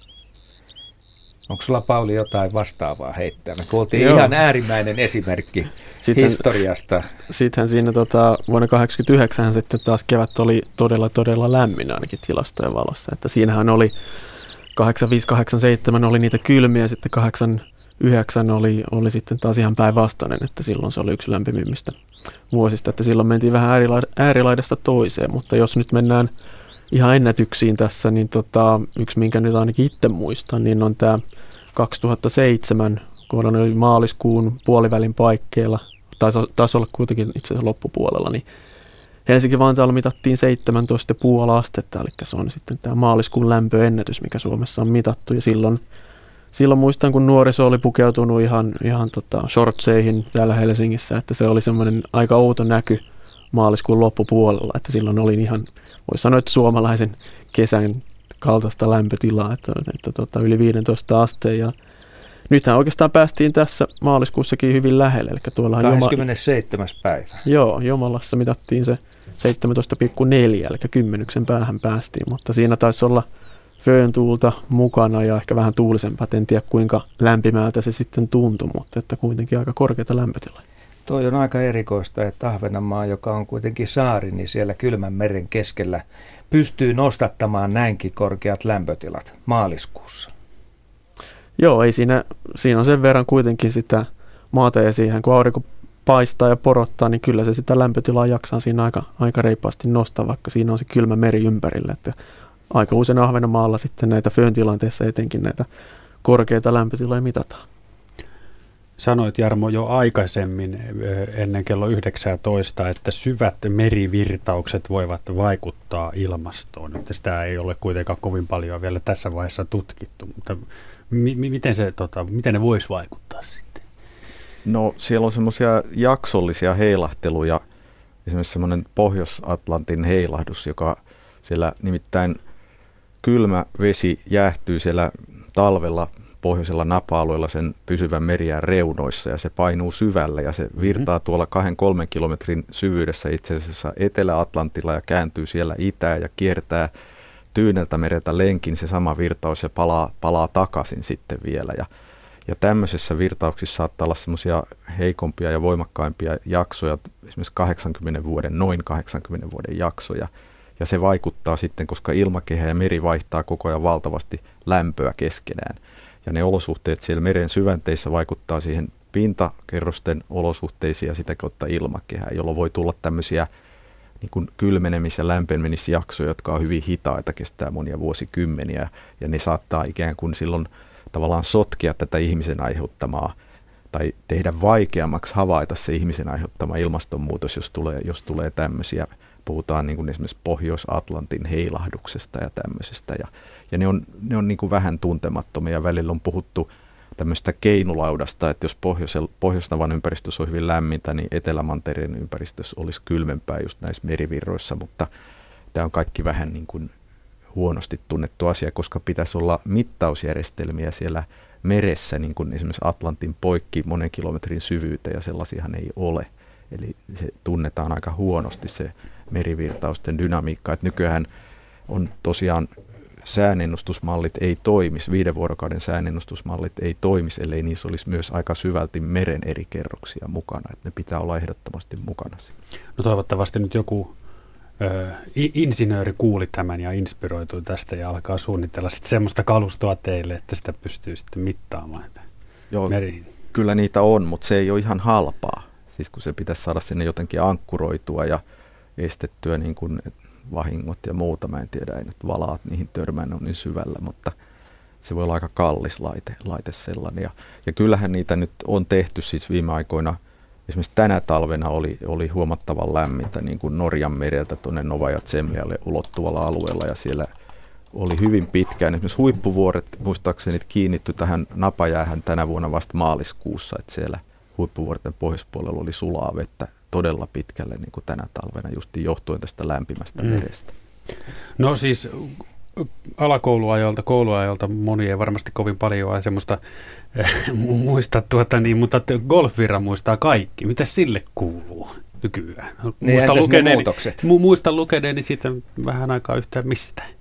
Onko sulla, Pauli, jotain vastaavaa heittää? Me kuultiin Joo. ihan äärimmäinen esimerkki Sitten- historiasta. Sittenhän siinä tota, vuonna tuhatyhdeksänsataakahdeksankymmentäyhdeksän sitten taas kevät oli todella todella lämmin ainakin tilastojen valossa. Että siinähän oli kahdeksankymmentäviisi kahdeksankymmentäseitsemän oli niitä kylmiä, sitten kahdeksankymmentäyhdeksän oli, oli sitten taas ihan päinvastainen, että silloin se oli yksi lämpimimmistä vuosista. Että silloin mentiin vähän äärilaid- äärilaidasta toiseen, mutta jos nyt mennään ihan ennätyksiin tässä, niin tota, yksi minkä nyt ainakin itse muistan, niin on tämä kaksituhattaseitsemän, kun oli maaliskuun puolivälin paikkeilla, taisi, taisi olla kuitenkin itse asiassa loppupuolella, niin Helsinki-Vantaalla mitattiin seitsemäntoista pilkku viisi astetta, eli se on sitten tämä maaliskuun lämpöennätys, mikä Suomessa on mitattu, ja silloin, silloin muistan, kun nuoriso oli pukeutunut ihan, ihan tota shortseihin täällä Helsingissä, että se oli semmoinen aika outo näky maaliskuun loppupuolella, että silloin oli ihan, voisi sanoa, että suomalaisen kesän kaltaista lämpötilaa, että, että tota, yli viisitoista asteen, ja nythän oikeastaan päästiin tässä maaliskuussakin hyvin lähelle, eli tuolla kahdeskymmenesseitsemäs päivä. Joo, Jomalassa mitattiin se seitsemäntoista pilkku neljä, eli kymmenyksen päähän päästiin, mutta siinä taisi olla fööntuulta mukana ja ehkä vähän tuulisempaa, en tiedä kuinka lämpimältä se sitten tuntui, mutta että kuitenkin aika korkeata lämpötilaa. Toi on aika erikoista, että Ahvenanmaa, joka on kuitenkin saari, niin siellä kylmän meren keskellä pystyy nostattamaan näinkin korkeat lämpötilat maaliskuussa. Joo, ei siinä, siinä on sen verran kuitenkin sitä maata ja siihen, kun aurinko paistaa ja porottaa, niin kyllä se sitä lämpötilaa jaksaa siinä aika, aika reippaasti nostaa, vaikka siinä on se kylmä meri ympärillä. Että aika usein Ahvenanmaalla sitten näitä fööntilanteissa etenkin näitä korkeita lämpötiloja mitataan. Sanoit Jarmo jo aikaisemmin ennen kello yhdeksäntoista, että syvät merivirtaukset voivat vaikuttaa ilmastoon. Että sitä ei ole kuitenkaan kovin paljon vielä tässä vaiheessa tutkittu, mutta mi- miten, se, tota, miten ne voisi vaikuttaa sitten? No siellä on semmoisia jaksollisia heilahteluja, esimerkiksi semmoinen Pohjois-Atlantin heilahdus, joka siellä nimittäin kylmä vesi jäähtyy siellä talvella pohjoisella napa-alueella sen pysyvän meriään reunoissa ja se painuu syvälle ja se virtaa tuolla kahden kolmen kilometrin syvyydessä itse asiassa Etelä-Atlantilla ja kääntyy siellä itään ja kiertää Tyyneltä mereltä lenkin se sama virtaus ja palaa, palaa takaisin sitten vielä. Ja, ja tämmöisessä virtauksissa saattaa olla semmoisia heikompia ja voimakkaimpia jaksoja, esimerkiksi kahdeksankymmenen vuoden, noin kahdeksankymmenen vuoden jaksoja. Ja se vaikuttaa sitten, koska ilmakehä ja meri vaihtaa koko ajan valtavasti lämpöä keskenään. Ja ne olosuhteet siellä meren syvänteissä vaikuttaa siihen pintakerrosten olosuhteisiin ja sitä kautta ilmakehään, jolloin voi tulla tämmöisiä niin kuin kylmenemis- ja lämpenemisjaksoja, jotka on hyvin hitaita, kestää monia vuosikymmeniä. Ja ne saattaa ikään kuin silloin tavallaan sotkea tätä ihmisen aiheuttamaa tai tehdä vaikeammaksi havaita se ihmisen aiheuttama ilmastonmuutos, jos tulee, jos tulee tämmöisiä. Puhutaan niin kuin esimerkiksi Pohjois-Atlantin heilahduksesta ja tämmöisestä. Ja, ja ne on, ne on niin kuin vähän tuntemattomia. Välillä on puhuttu tämmöistä keinulaudasta, että jos Pohjois-Navan ympäristössä on hyvin lämmintä, niin Etelämantereen ympäristössä olisi kylmempää just näissä merivirroissa. Mutta tämä on kaikki vähän niin kuin huonosti tunnettu asia, koska pitäisi olla mittausjärjestelmiä siellä meressä, niin kuin esimerkiksi Atlantin poikki monen kilometrin syvyyteen, ja sellaisiahan ei ole. Eli se tunnetaan aika huonosti se merivirtausten dynamiikka. Että nykyään on tosiaan säänennustusmallit ei toimisi, viiden vuorokauden säänennustusmallit ei toimisi, ellei niissä olisi myös aika syvälti meren eri kerroksia mukana. Että ne pitää olla ehdottomasti mukana. No toivottavasti nyt joku ö, insinööri kuuli tämän ja inspiroitui tästä ja alkaa suunnitella sitten semmoista kalustoa teille, että sitä pystyy sitten mittaamaan Joo, meriin. Kyllä niitä on, mutta se ei ole ihan halpaa. Siis kun se pitäisi saada sinne jotenkin ankkuroitua ja estettyä niin kuin vahingot ja muuta. Mä en tiedä, ei nyt valaat niihin törmään on niin syvällä, mutta se voi olla aika kallis laite, laite sellainen. Ja, ja kyllähän niitä nyt on tehty siis viime aikoina. Esimerkiksi tänä talvena oli, oli huomattavan lämmintä niin kuin Norjan mereltä tuonne Novaja Zemljalle ulottuvalla alueella ja siellä oli hyvin pitkään. Esimerkiksi huippuvuoret muistaakseni kiinnittyi tähän napajäähän tänä vuonna vasta maaliskuussa, että siellä huippuvuorten pohjoispuolella oli sulaa vettä todella pitkälle niin kuin tänä talvena, just johtuen tästä lämpimästä mm. merestä. No siis alakouluajoilta, kouluajoilta moni ei varmasti kovin paljon semmoista äh, muista, tuota, niin, mutta golfvirra muistaa kaikki. Mitä sille kuuluu nykyään? Niin muista lukeneeni, mu- muistan lukeneeni siitä vähän aikaa yhtään mistään.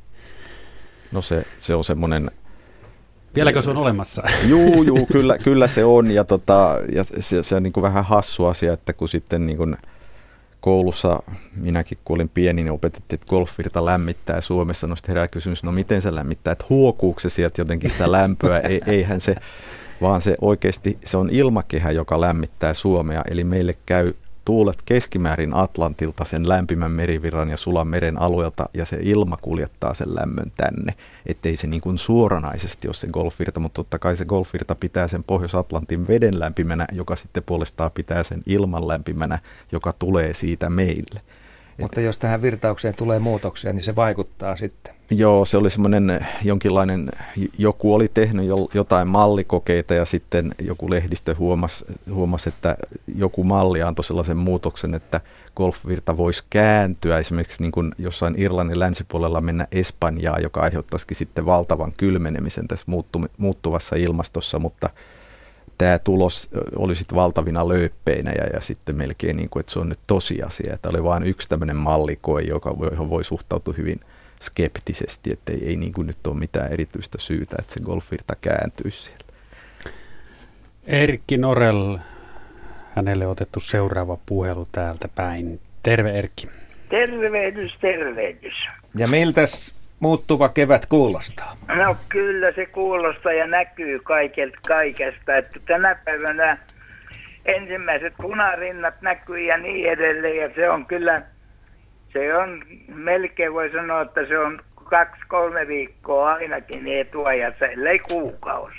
No se, se on semmoinen... Vieläkö se on olemassa? Juu, juu kyllä, kyllä se on ja, tota, ja se, se on niin kuin vähän hassu asia, että kun sitten niin kuin koulussa, minäkin kun olin pieni, niin opetettiin, että golfvirta lämmittää Suomessa. No sitten herää kysymys, no miten se lämmittää, että huokuuko se sieltä jotenkin sitä lämpöä? Ei, eihän se, vaan se oikeasti, se on ilmakehä, joka lämmittää Suomea, eli meille käy tuulet keskimäärin Atlantilta sen lämpimän merivirran ja sulan meren alueelta ja se ilma kuljettaa sen lämmön tänne. Ettei se niin kuin suoranaisesti ole se golfvirta, mutta totta kai se golfvirta pitää sen Pohjois-Atlantin veden lämpimänä, joka sitten puolestaan pitää sen ilman lämpimänä, joka tulee siitä meille. Mutta jos tähän virtaukseen tulee muutoksia, niin se vaikuttaa sitten. Joo, se oli semmoinen jonkinlainen, joku oli tehnyt jotain mallikokeita ja sitten joku lehdistö huomasi, huomasi, että joku malli antoi sellaisen muutoksen, että golfvirta voisi kääntyä esimerkiksi niin kuin jossain Irlannin länsipuolella mennä Espanjaan, joka aiheuttaisikin sitten valtavan kylmenemisen tässä muuttuvassa ilmastossa, mutta tämä tulos oli sitten valtavina lööppeinä ja, ja sitten melkein niin kuin, että se on nyt tosiasia, että oli vain yksi tämmöinen mallikoe, joka voi, johon voi suhtautua hyvin skeptisesti, että ei, ei niin kuin nyt ole mitään erityistä syytä, että se golfvirta kääntyisi sieltä. Erkki Norell, hänelle otettu seuraava puhelu täältä päin. Terve Erkki. Tervehdys, tervehdys. Ja miltäs muuttuva kevät kuulostaa? No kyllä se kuulostaa ja näkyy kaikelta kaikesta, että tänä päivänä ensimmäiset punarinnat näkyy ja niin edelleen ja se on kyllä, se on melkein voi sanoa, että se on kaksi, kolme viikkoa ainakin etuajassa, ellei kuukausi.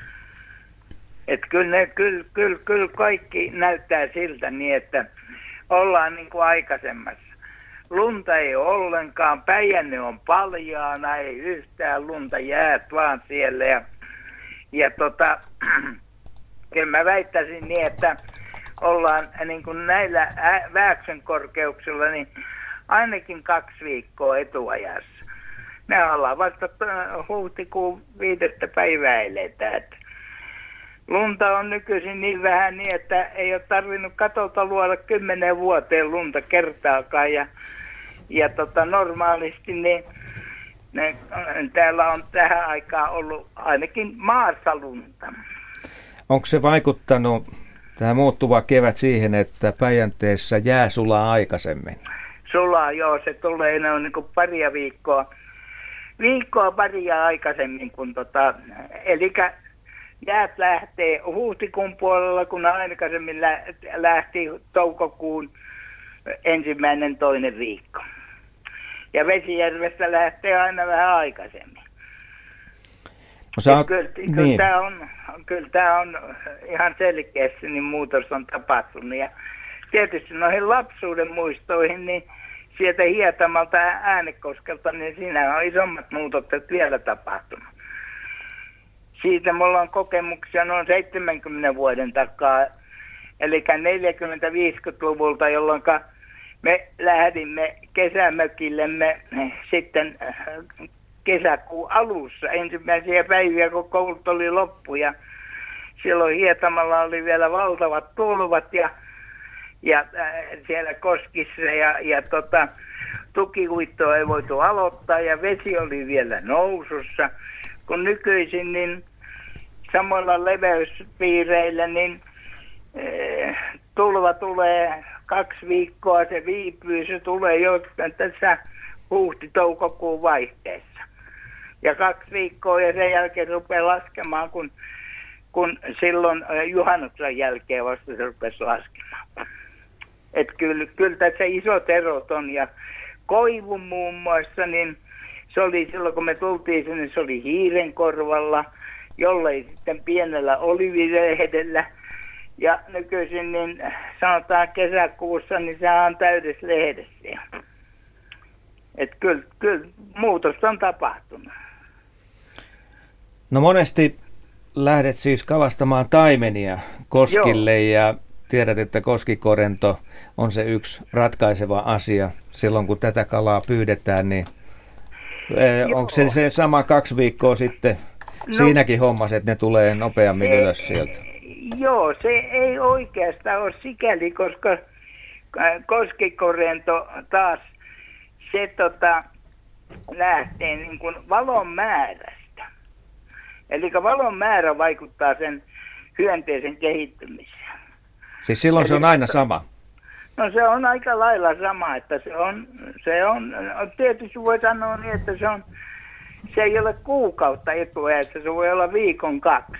Että kyllä, ne, kyllä, kyllä, kyllä kaikki näyttää siltä niin, että ollaan niin kuin aikaisemmassa. Lunta ei ole ollenkaan, Päijänne on paljaana, ei yhtään lunta, jäät vaan siellä. Ja, ja tota, kyllä mä väittäisin niin, että ollaan niin kuin näillä Vääksön korkeuksilla niin ainakin kaksi viikkoa etuajassa. Me ollaan vasta huhtikuun viidettä päivää eletään. Lunta on nykyisin niin vähän niin, että ei ole tarvinnut katolta luoda kymmenen vuoteen lunta kertaakaan. Ja, ja tota, normaalisti niin, ne, täällä on tähän aikaan ollut ainakin maassa lunta. Onko se vaikuttanut, tämä muuttuva kevät, siihen, että Päijänteessä jää sulaa aikaisemmin? Sulaa, joo, se tulee ne on niin kuin paria viikkoa. Viikkoa paria aikaisemmin, kun tota, eli jäät lähtee huhtikuun puolella, kun aikaisemmin lähti toukokuun ensimmäinen toinen viikko. Ja Vesijärvestä lähtee aina vähän aikaisemmin. Oot, kyllä niin. kyllä tämä on, kyllä tämä on ihan selkeästi, niin muutos on tapahtunut. Ja tietysti noihin lapsuuden muistoihin, niin sieltä Hietamalta Äänekoskelta, niin siinä on isommat muutokset vielä tapahtunut. Siitä mulla on kokemuksia noin seitsemänkymmenen vuoden takaa, eli neljäkymmentä-viisikymmentäluvulta, jolloin me lähdimme kesämökillemme sitten kesäkuun alussa, ensimmäisiä päiviä, kun koulut oli loppu, ja silloin Hietamalla oli vielä valtavat tulvat, ja, ja äh, siellä Koskissa, ja, ja tota, tukihuittoa ei voitu aloittaa, ja vesi oli vielä nousussa, kun nykyisin niin samoilla leveyspiireillä, niin e, tulva tulee kaksi viikkoa, se viipyy, se tulee jo tässä huhti-toukokuun vaihteessa. Ja kaksi viikkoa ja sen jälkeen rupeaa laskemaan, kun, kun silloin juhannuksen jälkeen vasta se rupesi laskemaan. Että kyllä, kyllä tässä isot erot on ja koivu muun muassa, niin se oli silloin, kun me tultiin sinne, se oli hiirenkorvalla, jollei sitten pienellä olivilehdellä. Ja nykyisin, niin sanotaan kesäkuussa, niin se on täydessä lehdessä. Että kyllä, kyllä muutosta on tapahtunut. No monesti lähdet siis kalastamaan taimenia koskille. Joo. Ja tiedät, että koskikorento on se yksi ratkaiseva asia silloin, kun tätä kalaa pyydetään, niin Joo. onko se se sama kaksi viikkoa sitten no, siinäkin hommassa, että ne tulee nopeammin ei, ylös sieltä? Joo, se ei oikeastaan ole sikäli, koska koskikorento taas se tota, lähtee niin kuin valon määrästä. Eli valon määrä vaikuttaa sen hyönteisen kehittymiseen. Siis silloin Eli, se on aina sama? No se on aika lailla sama, että se on, se on, tietysti voi sanoa niin, että se on, se ei ole kuukautta etuajassa, se voi olla viikon kaksi.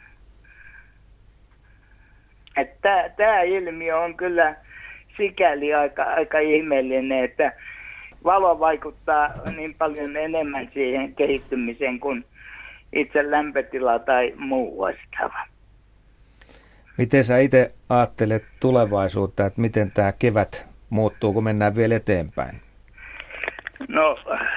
Että tämä ilmiö on kyllä sikäli aika, aika ihmeellinen, että valo vaikuttaa niin paljon enemmän siihen kehittymiseen kuin itse lämpötila tai muu vastaava. Miten sä itse ajattelet tulevaisuutta, että miten tämä kevät muuttuu, kun mennään vielä eteenpäin? No,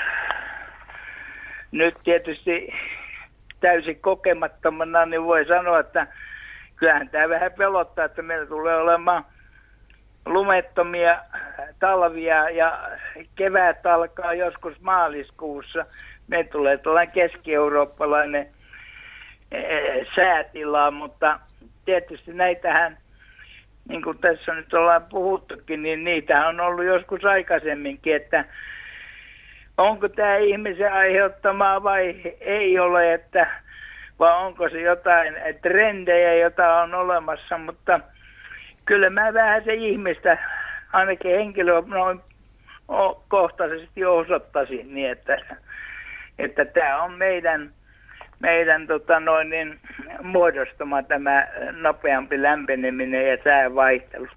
nyt tietysti täysin kokemattomana niin voi sanoa, että kyllähän tämä vähän pelottaa, että meillä tulee olemaan lumettomia talvia ja kevät alkaa joskus maaliskuussa. Meillä tulee tällainen keski-eurooppalainen säätila, mutta tietysti näitähän, niin kuin tässä nyt ollaan puhuttukin, niin niitä on ollut joskus aikaisemminkin, että onko tämä ihmisen aiheuttamaa vai ei ole, että vai onko se jotain trendejä, jota on olemassa, mutta kyllä mä vähän se ihmistä, ainakin henkilö noin kohtaisesti osoittaisin niin, että että tämä on meidän, meidän tota noin, niin, muodostama tämä nopeampi lämpeneminen ja säävaihtelut.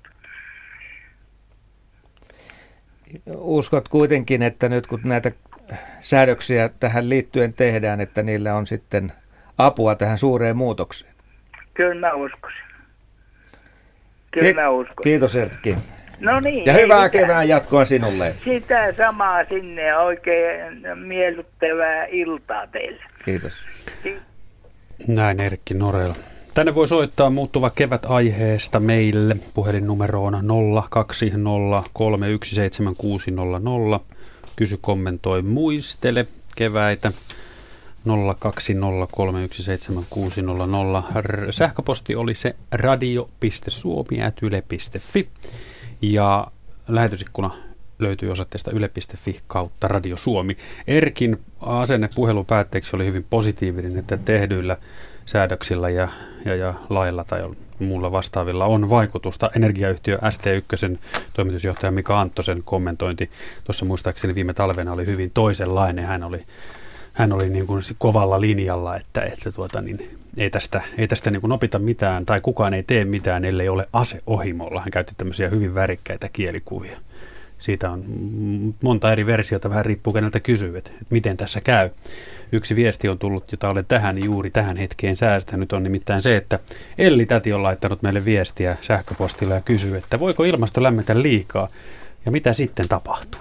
Uskot kuitenkin, että nyt kun näitä säädöksiä tähän liittyen tehdään, että niillä on sitten apua tähän suureen muutokseen? Kyllä mä uskoisin. Kyllä Ki- mä uskoisin. Kiitos Erkki. No niin. Ja hyvää mitään. kevään jatkoa sinulle. Sitä samaa sinne, oikein miellyttävää iltaa teille. Kiitos. Näin Erkki Norela. Tänne voi soittaa muuttuva kevät aiheesta meille. Puhelinnumero on nolla kaksi nolla kolme yksi seitsemän kuusi nolla nolla. Kysy, kommentoi, muistele keväitä. nolla kaksi nolla kolme yksi seitsemän kuusi nolla nolla. Sähköposti oli se radio piste suomi ät yle piste fi. Ja lähetysikkuna löytyy osoitteesta yle piste fi kautta Radio Suomi. Erkin asenne puhelun päätteeksi oli hyvin positiivinen, että tehdyillä säädöksillä ja, ja, ja lailla tai muulla vastaavilla on vaikutusta. Energiayhtiö S T yksi toimitusjohtaja Mika Anttosen kommentointi tuossa muistaakseni viime talvena oli hyvin toisenlainen. Hän oli, hän oli niin kuin kovalla linjalla, että, että tuota niin, ei tästä, ei tästä niin kuin opita mitään tai kukaan ei tee mitään, ellei ole ase ohimolla. Hän käytti tämmöisiä hyvin värikkäitä kielikuvia. Siitä on monta eri versiota, vähän riippuu keneltä kysyy, että miten tässä käy. Yksi viesti on tullut, jota olen tähän juuri tähän hetkeen säästänyt, on nimittäin se, että Elli täti on laittanut meille viestiä sähköpostilla ja kysyy, että voiko ilmasto lämmetä liikaa ja mitä sitten tapahtuu?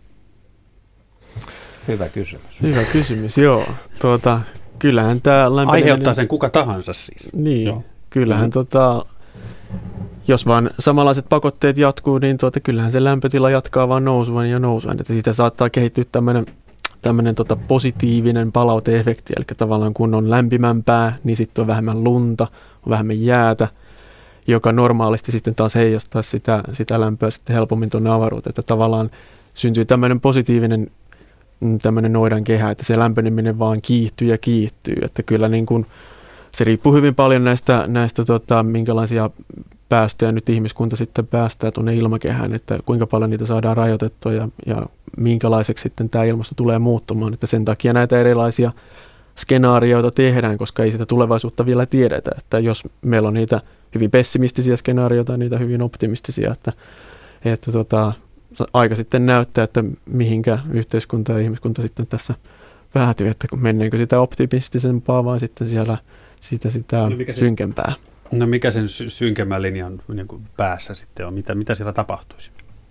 Hyvä kysymys. Hyvä kysymys, joo. Tuota, kyllähän tämä lämpeneminen... Aiheuttaa sen kuka tahansa siis. Niin, joo. Kyllähän mm-hmm. tota... Jos vaan samanlaiset pakotteet jatkuu, niin tuota, kyllähän se lämpötila jatkaa vaan nousuvan ja nousuvan. Että siitä saattaa kehittyä tämmöinen, tämmöinen tota positiivinen palauteefekti. Eli tavallaan kun on lämpimämpää, niin sitten on vähemmän lunta, on vähemmän jäätä, joka normaalisti sitten taas heijastaa sitä, sitä lämpöä sitten helpommin tuonne avaruuteen. Että tavallaan syntyy tämmöinen positiivinen tämmöinen noidan kehä, että se lämpeneminen vaan kiihtyy ja kiihtyy. Että kyllä niin kuin, se riippuu hyvin paljon näistä, näistä tota, minkälaisia päästöjä nyt ihmiskunta sitten päästää tuonne ilmakehään, että kuinka paljon niitä saadaan rajoitettua ja, ja minkälaiseksi sitten tämä ilmasto tulee muuttumaan. Että sen takia näitä erilaisia skenaarioita tehdään, koska ei sitä tulevaisuutta vielä tiedetä. Että jos meillä on niitä hyvin pessimistisiä skenaarioita ja niitä hyvin optimistisia, että, että tota, aika sitten näyttää, että mihinkä yhteiskunta ja ihmiskunta sitten tässä päätyy, että menneekö sitä optimistisempaa vai sitten siellä sitä, sitä no synkempää. No mikä sen sy- synkemmän linjan niin kuin päässä sitten on? Mitä, mitä siellä tapahtuisi?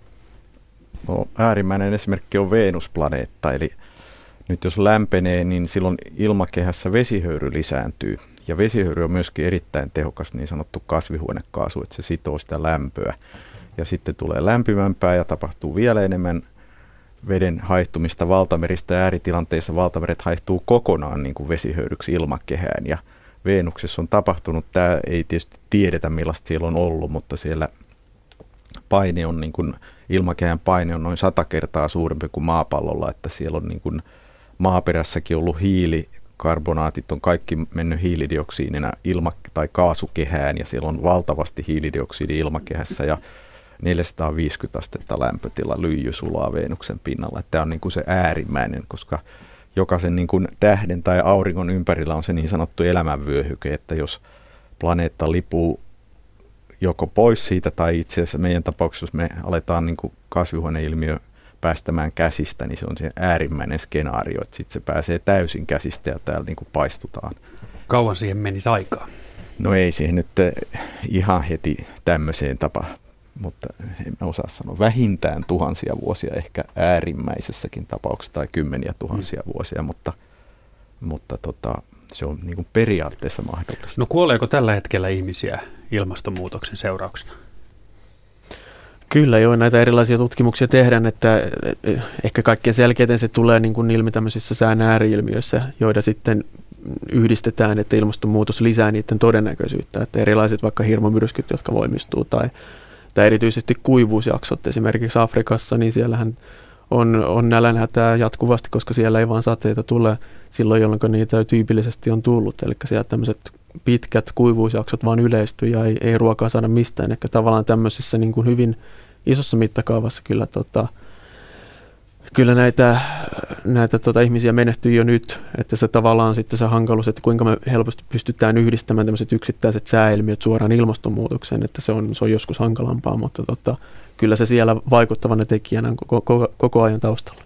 No, äärimmäinen esimerkki on Venus-planeetta. Eli nyt jos lämpenee, niin silloin ilmakehässä vesihöyry lisääntyy. Ja vesihöyry on myöskin erittäin tehokas niin sanottu kasvihuonekaasu, että se sitoo sitä lämpöä. Ja sitten tulee lämpimämpää ja tapahtuu vielä enemmän veden haihtumista valtameristä. Ja ääritilanteissa valtameret haihtuu kokonaan niin kuin vesihöyryksi ilmakehään. Ja Venuksessa on tapahtunut, tämä ei tietysti tiedetä millaista siellä on ollut, mutta siellä paine on niin kuin, ilmakehän paine on noin sata kertaa suurempi kuin maapallolla, että siellä on niin kuin maaperässäkin ollut hiilikarbonaatit, on kaikki mennyt hiilidioksiinina ilma- tai kaasukehään ja siellä on valtavasti hiilidioksidi ilmakehässä ja neljäsataaviisikymmentä astetta lämpötila lyijy sulaa Venuksen pinnalla. Tämä on niin kuin se äärimmäinen, koska jokaisen niin kuin tähden tai auringon ympärillä on se niin sanottu elämänvyöhyke, että jos planeetta lipuu joko pois siitä tai itse asiassa meidän tapauksessa, jos me aletaan niin kuin kasvihuoneilmiö päästämään käsistä, niin se on se äärimmäinen skenaario, että sitten se pääsee täysin käsistä ja täällä niin kuin paistutaan. Kauan siihen menisi aikaa? No ei siihen nyt ihan heti tämmöiseen tapa, mutta en osaa sanoa. Vähintään tuhansia vuosia, ehkä äärimmäisessäkin tapauksessa tai kymmeniä tuhansia mm. vuosia, mutta, mutta tota, se on niin kuin periaatteessa mahdollista. No kuoleeko tällä hetkellä ihmisiä ilmastonmuutoksen seurauksena? Kyllä joo, näitä erilaisia tutkimuksia tehdään, että ehkä kaikkein selkeiten se tulee niin kuin ilmi tämmöisissä sään ääri-ilmiöissä, joita sitten yhdistetään, että ilmastonmuutos lisää niiden todennäköisyyttä, että erilaiset vaikka hirmumyrskyt, jotka voimistuu tai, tai erityisesti kuivuusjaksot esimerkiksi Afrikassa, niin siellähän on, on nälänhätää jatkuvasti, koska siellä ei vaan sateita tule silloin, jolloin niitä tyypillisesti on tullut, eli siellä tämmöiset pitkät kuivuusjaksot vaan yleistyy ja ei, ei ruokaa saada mistään. Ehkä tavallaan tämmöisessä niin kuin hyvin isossa mittakaavassa kyllä, tota, kyllä näitä, näitä tota, ihmisiä menehtyy jo nyt, että se tavallaan sitten se hankaluus, että kuinka me helposti pystytään yhdistämään tämmöiset yksittäiset sääilmiöt suoraan ilmastonmuutokseen, että se on, se on joskus hankalampaa, mutta tota, kyllä se siellä vaikuttavana tekijänä on koko, koko, koko ajan taustalla.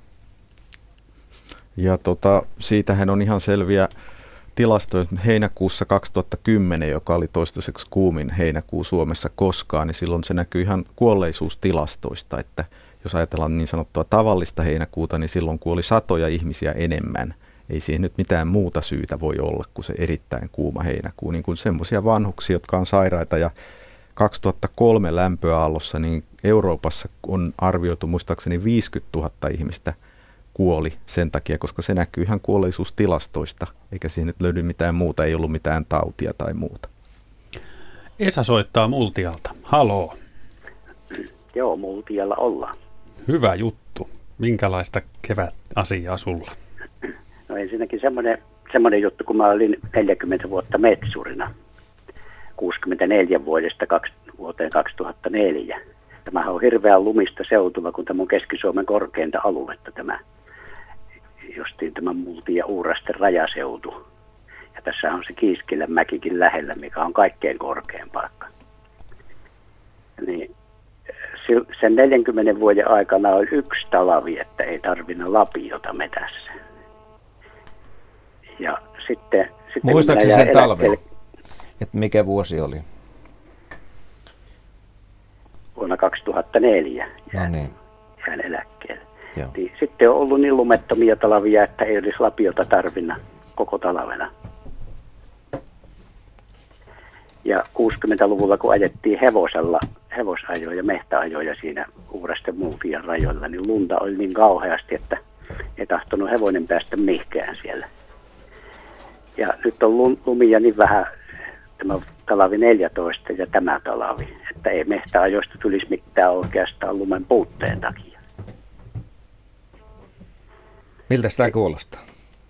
Ja tota, siitähän on ihan selviä tilastoja. Heinäkuussa kaksituhattakymmenen, joka oli toistaiseksi kuumin heinäkuu Suomessa koskaan, niin silloin se näkyy ihan kuolleisuustilastoista, että jos ajatellaan niin sanottua tavallista heinäkuuta, niin silloin kuoli satoja ihmisiä enemmän. Ei siihen nyt mitään muuta syytä voi olla kuin se erittäin kuuma heinäkuu. Niin kuin semmoisia vanhuksia, jotka on sairaita. Ja kaksituhattakolme lämpöaallossa niin Euroopassa on arvioitu muistaakseni viisikymmentätuhatta ihmistä kuoli sen takia, koska se näkyy ihan kuolleisuustilastoista, eikä siihen nyt löydy mitään muuta, ei ollut mitään tautia tai muuta. Esa soittaa Multialta. Haloo. Joo, Multialla ollaan. Hyvä juttu. Minkälaista kevätasiaa sulla? No ensinnäkin semmoinen, semmoinen juttu, kun mä olin neljäkymmentä vuotta metsurina, kuusikymmentäneljä vuodesta kaksi, vuoteen kaksituhattaneljä. Tämähän on hirveän lumista seutua, kun tämä on Keski-Suomen korkeinta aluetta, tämä justiin tämä Multin ja Uurasten rajaseutu. Ja tässä on se Kiiskilän mäkikin lähellä, mikä on kaikkein korkein paikka. Niin sen neljänkymmenen vuoden aikana oli yksi talvi, että ei tarvinnut lapiota metässä. Ja sitten, sitten muistatko sen talven, että mikä vuosi oli? Vuonna kaksituhattaneljä jään, no niin. jään eläkkeelle. Niin, sitten on ollut niin lumettomia talvia, että ei olisi lapiota tarvinnut koko talvena. Ja kuusikymmentäluvulla, kun ajettiin hevosella, hevosajoja, mehtäajoja siinä Uurasten Multian rajoilla, niin lunta oli niin kauheasti, että ei tahtonut hevonen päästä mihinkään siellä. Ja nyt on lumia niin vähän, tämä talvi neljätoista ja tämä talvi, että ei mehtäajoista tulisi mitään oikeastaan lumen puutteen takia. Miltä sitä kuulostaa?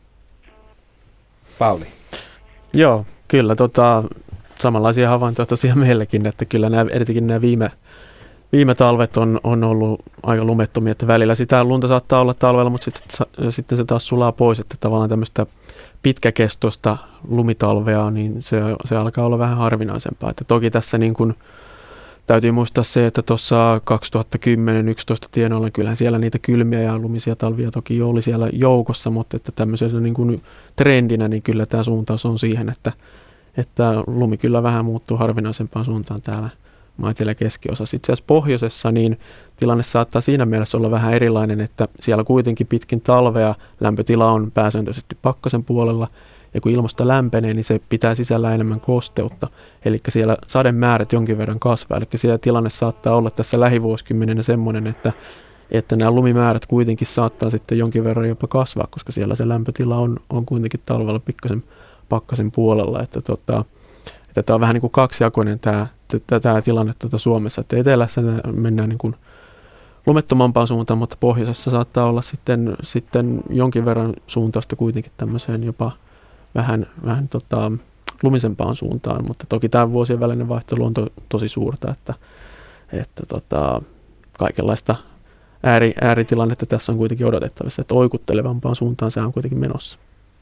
Pauli. Joo, kyllä tota, samanlaisia havaintoja tosiaan meilläkin, että kyllä nämä, erityisesti nämä viime, viime talvet on, on ollut aika lumettomia, että välillä sitä lunta saattaa olla talvella, mutta sitten, sitten se taas sulaa pois, että tavallaan tämmöistä pitkäkestoista lumitalvea, niin se, se alkaa olla vähän harvinaisempaa. Että toki tässä niin kuin täytyy muistaa se, että tuossa kaksituhattakymmenen yksitoista tienoilla kyllähän siellä niitä kylmiä ja lumisia talvia toki oli siellä joukossa, mutta että tämmöisenä niin kuin trendinä niin kyllä tämä suuntaus on siihen, että, että lumi kyllä vähän muuttuu harvinaisempaan suuntaan täällä maantieteen keskiosassa. Itse asiassa pohjoisessa niin tilanne saattaa siinä mielessä olla vähän erilainen, että siellä kuitenkin pitkin talvea lämpötila on pääsääntöisesti pakkasen puolella, ja kun ilmasto lämpenee, niin se pitää sisällä enemmän kosteutta, eli siellä sademäärät jonkin verran kasvaa, eli siellä tilanne saattaa olla tässä lähivuosikymmenenä semmoinen, että, että nämä lumimäärät kuitenkin saattaa sitten jonkin verran jopa kasvaa, koska siellä se lämpötila on, on kuitenkin talvella pikkasen pakkasen puolella, että tota, että tämä on vähän niin kuin kaksijakoinen tämä, tämä tilanne tuota Suomessa, että etelässä mennään niin kuin lumettomampaan suuntaan, mutta pohjoisessa saattaa olla sitten, sitten jonkin verran suuntausta kuitenkin tämmöiseen jopa vähän, vähän tota, lumisempaan suuntaan, mutta toki tämä vuosien välinen vaihtelu on to, tosi suurta, että, että tota, kaikenlaista ääri, ääritilannetta tässä on kuitenkin odotettavissa, että oikuttelevampaan suuntaan se on kuitenkin menossa.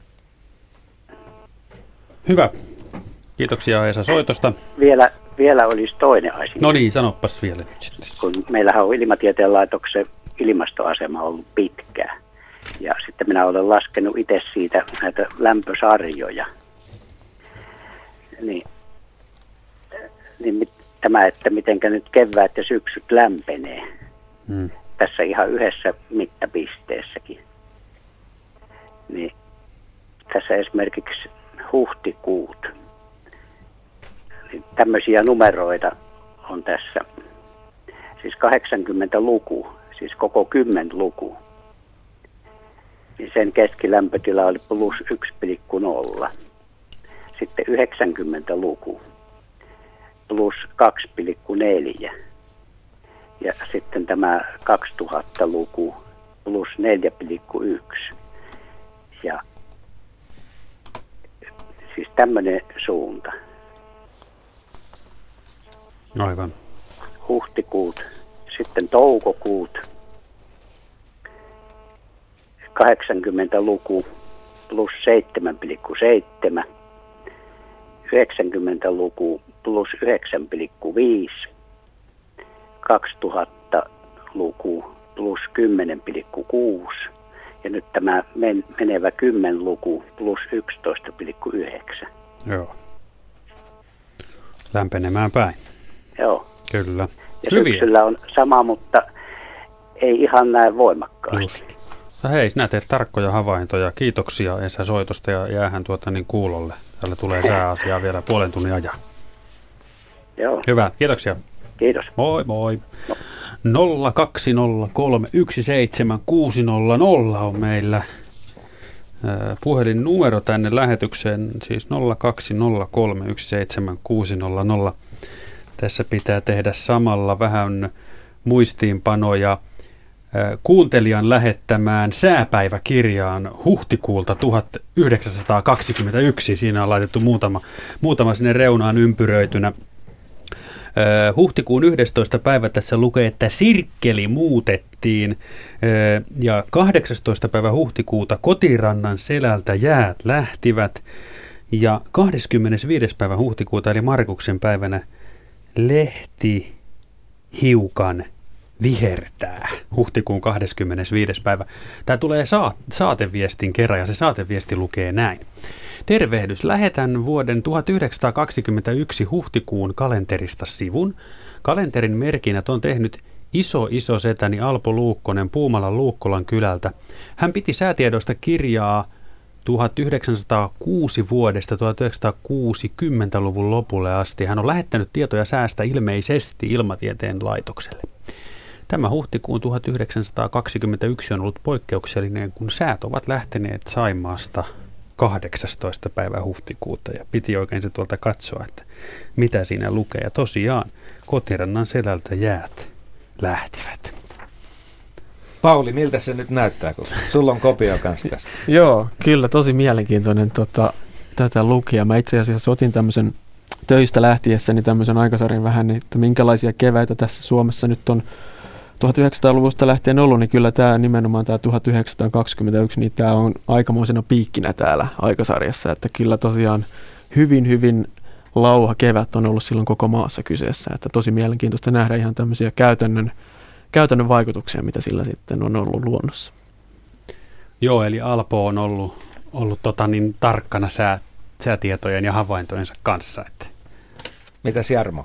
Hyvä. Kiitoksia Esa soitosta. Vielä, vielä olisi toinen asia. No niin, sanoppas vielä nyt sitten. Kun meillähän on Ilmatieteen laitoksen ilmastoasema ollut pitkään. Ja sitten minä olen laskenut itse siitä näitä lämpösarjoja. Niin, niin tämä, että mitenkä nyt keväät ja syksyt lämpenee. Hmm. Tässä ihan yhdessä mittapisteessäkin. Niin tässä esimerkiksi huhtikuut. Niin tämmöisiä numeroita on tässä. Siis kahdeksankymmentä luku, siis koko kymmen luku. Niin sen keskilämpötila oli plus yksi pilkku nolla. Sitten yhdeksänkymmentä luku, plus kaksi pilkku neljä. Ja sitten tämä kaksituhatta luku, plus neljä pilkku yksi. Ja Siis tämmöinen suunta. Aivan. Huhtikuut, sitten toukokuut, kahdeksankymmentäluku plus seitsemän pilkku seitsemän, yhdeksänkymmentäluku plus yhdeksän pilkku viisi, kaksituhattaluku plus kymmenen pilkku kuusi ja nyt tämä men- menevä kymmenluku plus yksitoista pilkku yhdeksän. Joo. Lämpenemään päin. Joo. Kyllä. Ja syksyllä on sama, mutta ei ihan näin voimakkaasti. Just. Hei, sinä teet tarkkoja havaintoja. Kiitoksia Esa soitosta ja jäähän tuota niin kuulolle. Täällä tulee sääasiaa vielä puolen tunnin ajan. Joo. Hyvä, kiitoksia. Kiitos. Moi moi. No. nolla kaksi nolla kolme yksi seitsemän kuusi nolla nolla on meillä puhelinnumero tänne lähetykseen, siis nolla kaksi nolla kolme yksi seitsemän kuusi nolla nolla. Tässä pitää tehdä samalla vähän muistiinpanoja kuuntelijan lähettämään sääpäiväkirjaan huhtikuulta tuhatyhdeksänsataakaksikymmentäyksi. Siinä on laitettu muutama, muutama sinne reunaan ympyröitynä. Huhtikuun yhdestoista päivä tässä lukee, että sirkkeli muutettiin ja kahdeksastoista päivä huhtikuuta kotirannan selältä jäät lähtivät ja kahdeskymmenesviides päivä huhtikuuta eli Markuksen päivänä lehti hiukan vihertää. Huhtikuun kahdeskymmenesviides päivä. Tämä tulee saat, saateviestin kerran ja se saateviesti lukee näin. Tervehdys. Lähetän vuoden tuhatyhdeksänsataakaksikymmentäyksi huhtikuun kalenterista sivun. Kalenterin merkinnät on tehnyt iso iso setäni Alpo Luukkonen Puumalan Luukkolan kylältä. Hän piti säätiedoista kirjaa tuhatyhdeksänsataakuusi vuodesta tuhatyhdeksänsataakuusikymmentäluvun lopulle asti. Hän on lähettänyt tietoja säästä ilmeisesti Ilmatieteen laitokselle. Tämä huhtikuun tuhatyhdeksänsataakaksikymmentäyksi on ollut poikkeuksellinen, kun säät ovat lähteneet Saimaasta kahdeksastoista päivä huhtikuuta ja piti oikein se tuolta katsoa, että mitä siinä lukee. Ja tosiaan kotirannan selältä jäät lähtivät. Pauli, miltä se nyt näyttää, kun sulla on kopio kanssa tästä? Joo, kyllä tosi mielenkiintoinen tota, tätä lukia. Mä itse asiassa otin tämmöisen töistä lähtiessäni tämmöisen aikasarjan vähän, että minkälaisia keväitä tässä Suomessa nyt on tuhatyhdeksänsataaluvusta lähtien ollut, niin kyllä tämä nimenomaan tämä tuhatyhdeksänsataakaksikymmentäyksi, niin tämä on aikamoisena piikkinä täällä aikasarjassa, että kyllä tosiaan hyvin, hyvin lauha kevät on ollut silloin koko maassa kyseessä, että tosi mielenkiintoista nähdä ihan tämmöisiä käytännön, käytännön vaikutuksia, mitä sillä sitten on ollut luonnossa. Joo, eli Alpo on ollut, ollut tota niin tarkkana sää, säätietojen ja havaintojensa kanssa. Että. Mitäs Jarmo?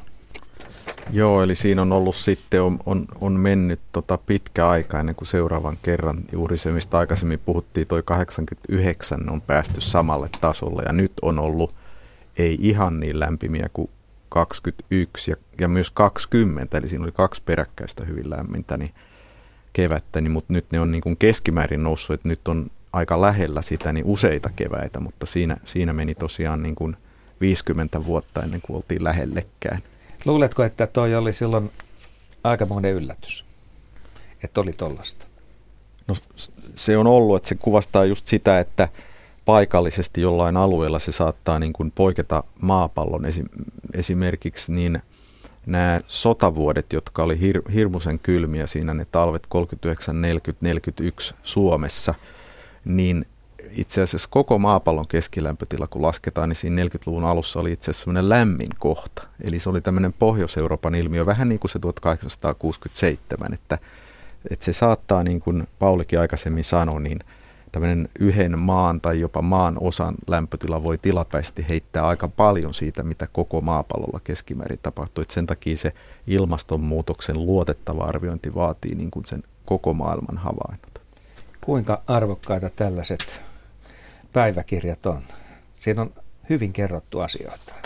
Joo, eli siinä on ollut sitten, on, on, on mennyt tota pitkä aika ennen kuin seuraavan kerran, juuri se mistä aikaisemmin puhuttiin, toi kahdeksankymmentäyhdeksän on päästy samalle tasolle ja nyt on ollut ei ihan niin lämpimiä kuin kaksikymmentäyksi ja, ja myös kaksikymmentä, eli siinä oli kaksi peräkkäistä hyvin lämmintä niin kevättä, niin, mutta nyt ne on niin kuin keskimäärin noussut, että nyt on aika lähellä sitä niin useita keväitä, mutta siinä, siinä meni tosiaan niin kuin viisikymmentä vuotta ennen kuin oltiin lähellekään. Luuletko, että toi oli silloin aikamoinen yllätys, että oli tollasta? No se on ollut, että se kuvastaa just sitä, että paikallisesti jollain alueella se saattaa niin kuin poiketa maapallon. Esimerkiksi niin nämä sotavuodet, jotka oli hir- hirmuisen kylmiä siinä ne talvet kolmekymmentäyhdeksän, neljäkymmentä, neljäkymmentäyksi Suomessa, niin itse asiassa koko maapallon keskilämpötila, kun lasketaan, niin siinä neljäkymmentäluvun alussa oli itse asiassa sellainen lämmin kohta. Eli se oli tämmöinen Pohjois-Euroopan ilmiö, vähän niin kuin se tuhatkahdeksansataakuusikymmentäseitsemän, että, että se saattaa, niin kuin Paulikin aikaisemmin sanoi, niin tämmöinen yhden maan tai jopa maan osan lämpötila voi tilapäisesti heittää aika paljon siitä, mitä koko maapallolla keskimäärin tapahtuu. Että sen takia se ilmastonmuutoksen luotettava arviointi vaatii niin kuin sen koko maailman havainnot. Kuinka arvokkaita tällaiset päiväkirjat on? Siinä on hyvin kerrottu asioita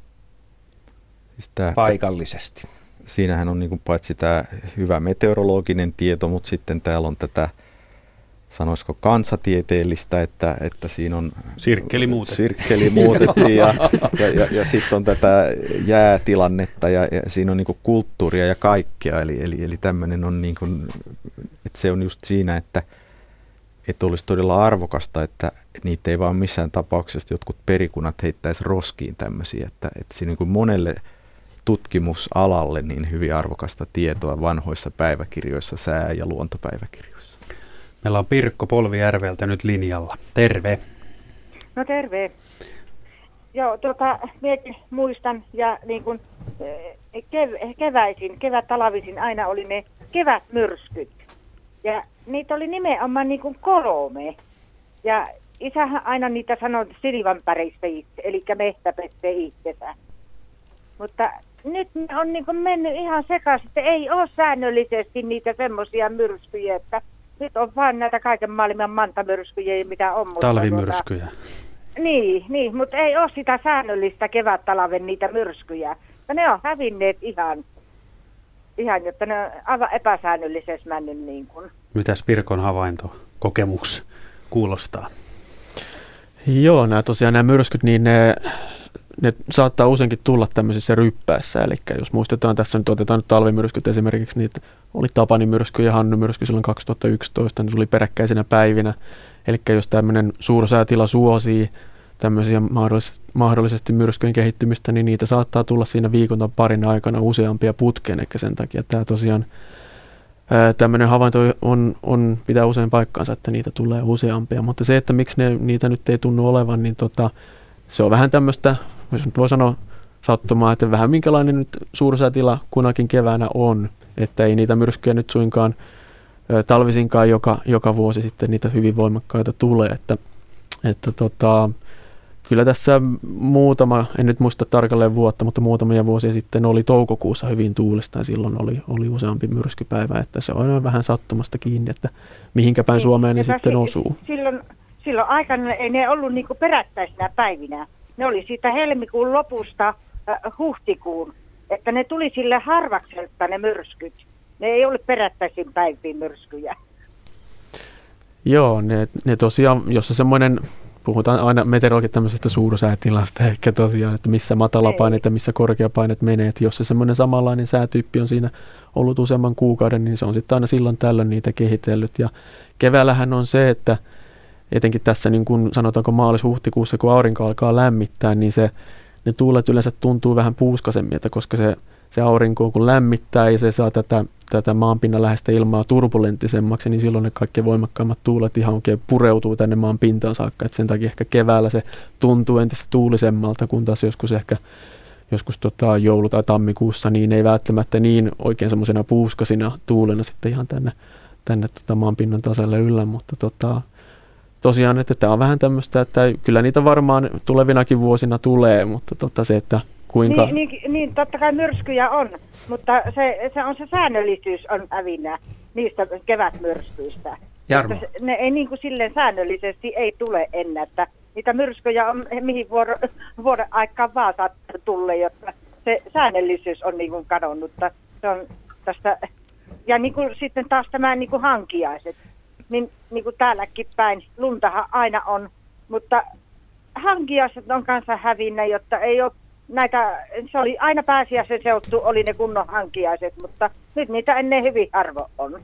siis tämä, paikallisesti. Siinähän on niin kuin paitsi tämä hyvä meteorologinen tieto, mutta sitten täällä on tätä, sanoisiko kansatieteellistä, että, että siinä on sirkkeli muutettiin, sirkkeli muutettiin ja, ja, ja, ja sitten on tätä jäätilannetta ja, ja siinä on niin kuin kulttuuria ja kaikkea. Eli, eli, eli tämmöinen on, niin kuin, että se on just siinä, että että olisi todella arvokasta, että niitä ei vaan missään tapauksessa jotkut perikunnat heittäisi roskiin tämmöisiä, että, että siinä niin kuin monelle tutkimusalalle niin hyvin arvokasta tietoa vanhoissa päiväkirjoissa, sää- ja luontopäiväkirjoissa. Meillä on Pirkko Polvijärveltä nyt linjalla. Terve. No terve. Joo, tuota, minäkin muistan ja niin kuin kev- keväisin, kevät-talvisin aina oli ne kevätmyrskyt. Ja niitä oli nimenomaan niin kuin kolme. Ja isähän aina niitä sanoi silvanpäristä itse, eli mehtä pestee itsensä. Mutta nyt ne on niin kuin mennyt ihan sekaisin, että ei ole säännöllisesti niitä semmoisia myrskyjä, että nyt on vaan näitä kaiken maailman mantamyrskyjä, mitä on. Talvimyrskyjä. Tuota, niin, niin, mutta ei ole sitä säännöllistä kevät-talven niitä myrskyjä. Ja ne on hävinneet ihan, ihan jotta ne on aivan epäsäännöllisesti mennyt niin kuin. Mitäs Pirkon havainto, kokemus kuulostaa? Joo, nämä tosiaan nämä myrskyt, niin ne, ne saattaa useinkin tulla tämmöisissä ryppäissä. Eli jos muistetaan, tässä nyt otetaan nyt talvimyrskyt esimerkiksi, niin oli Tapani myrsky ja Hannu myrsky silloin kaksituhattayksitoista, niin se oli peräkkäisenä päivinä. Eli jos tämmöinen suursäätila suosii tämmöisiä mahdollisesti, mahdollisesti myrskyjen kehittymistä, niin niitä saattaa tulla siinä viikon tai parin aikana useampia putkeen. Eli sen takia tämä tosiaan ää, tämmöinen havainto on, on, pitää usein paikkaansa, että niitä tulee useampia. Mutta se, että miksi ne, niitä nyt ei tunnu olevan, niin tota, se on vähän tämmöistä, jos nyt voi sanoa sattumaa, että vähän minkälainen nyt suursäätila kunakin keväänä on. Että ei niitä myrskyjä nyt suinkaan talvisinkaan joka, joka vuosi sitten niitä hyvin voimakkaita tulee, että, että tota, kyllä tässä muutama, en nyt muista tarkalleen vuotta, mutta muutamia vuosia sitten oli toukokuussa hyvin tuulista ja silloin oli, oli useampi myrskypäivä, että se on vähän sattumasta kiinni, että mihinkä päin Suomeen ne sitten osuu. Silloin, silloin aikana ei ne ollut niinku perättäisinä päivinä, ne oli siitä helmikuun lopusta äh, huhtikuun, että ne tuli sille harvakselta ne myrskyt. Ne ei ole perättäisin päiviin myrskyjä. Joo, ne, ne tosiaan, jos se semmoinen, puhutaan aina meteorologit tämmöisestä suursäätilasta, ehkä tosiaan, että missä matalapainet ja missä korkeapainet menee. Että jos se semmoinen samanlainen säätyyppi on siinä ollut useamman kuukauden, niin se on sitten aina silloin tällöin niitä kehitellyt. Ja keväällähän on se, että etenkin tässä niin kuin sanotaanko maalis-huhtikuussa, kun aurinko alkaa lämmittää, niin se, ne tuulet yleensä tuntuu vähän puuskasemmilta, koska se Se aurinko kun lämmittää ja se saa tätä, tätä maanpinnan läheistä ilmaa turbulenttisemmaksi, niin silloin ne kaikkein voimakkaimmat tuulet ihan oikein pureutuu tänne maan pintaan saakka. Et sen takia ehkä keväällä se tuntuu entistä tuulisemmalta, kun taas joskus ehkä joskus tota joulu- tai tammikuussa, niin ei välttämättä niin oikein semmoisena puuskasina tuulena sitten ihan tänne, tänne tota maanpinnan tasalle yllä. Mutta tota, tosiaan, että tämä on vähän tämmöistä, että kyllä niitä varmaan tulevinakin vuosina tulee, mutta tota se, että kuinka? Niin, niin, niin, totta kai myrskyjä on, mutta se, se on se säännöllisyys on hävinä niistä kevätmyrskyistä. Jarmo. Se, ne ei niin kuin silleen säännöllisesti ei tule enää, että niitä myrskyjä on mihin vuoro, vuoden aikaan vaan saattaa tulla, jotta se säännöllisyys on niin kuin kadonnut. Se on tästä, ja niin kuin sitten taas tämä niin kuin hankiaiset, niin, niin kuin täälläkin päin, luntahan aina on, mutta hankiaiset on kanssa hävinnä, jotta ei ole näitä, se oli aina pääsiäisen seuttu, oli ne kunnon hankiaiset, mutta nyt niitä ennen hyvin harvo on.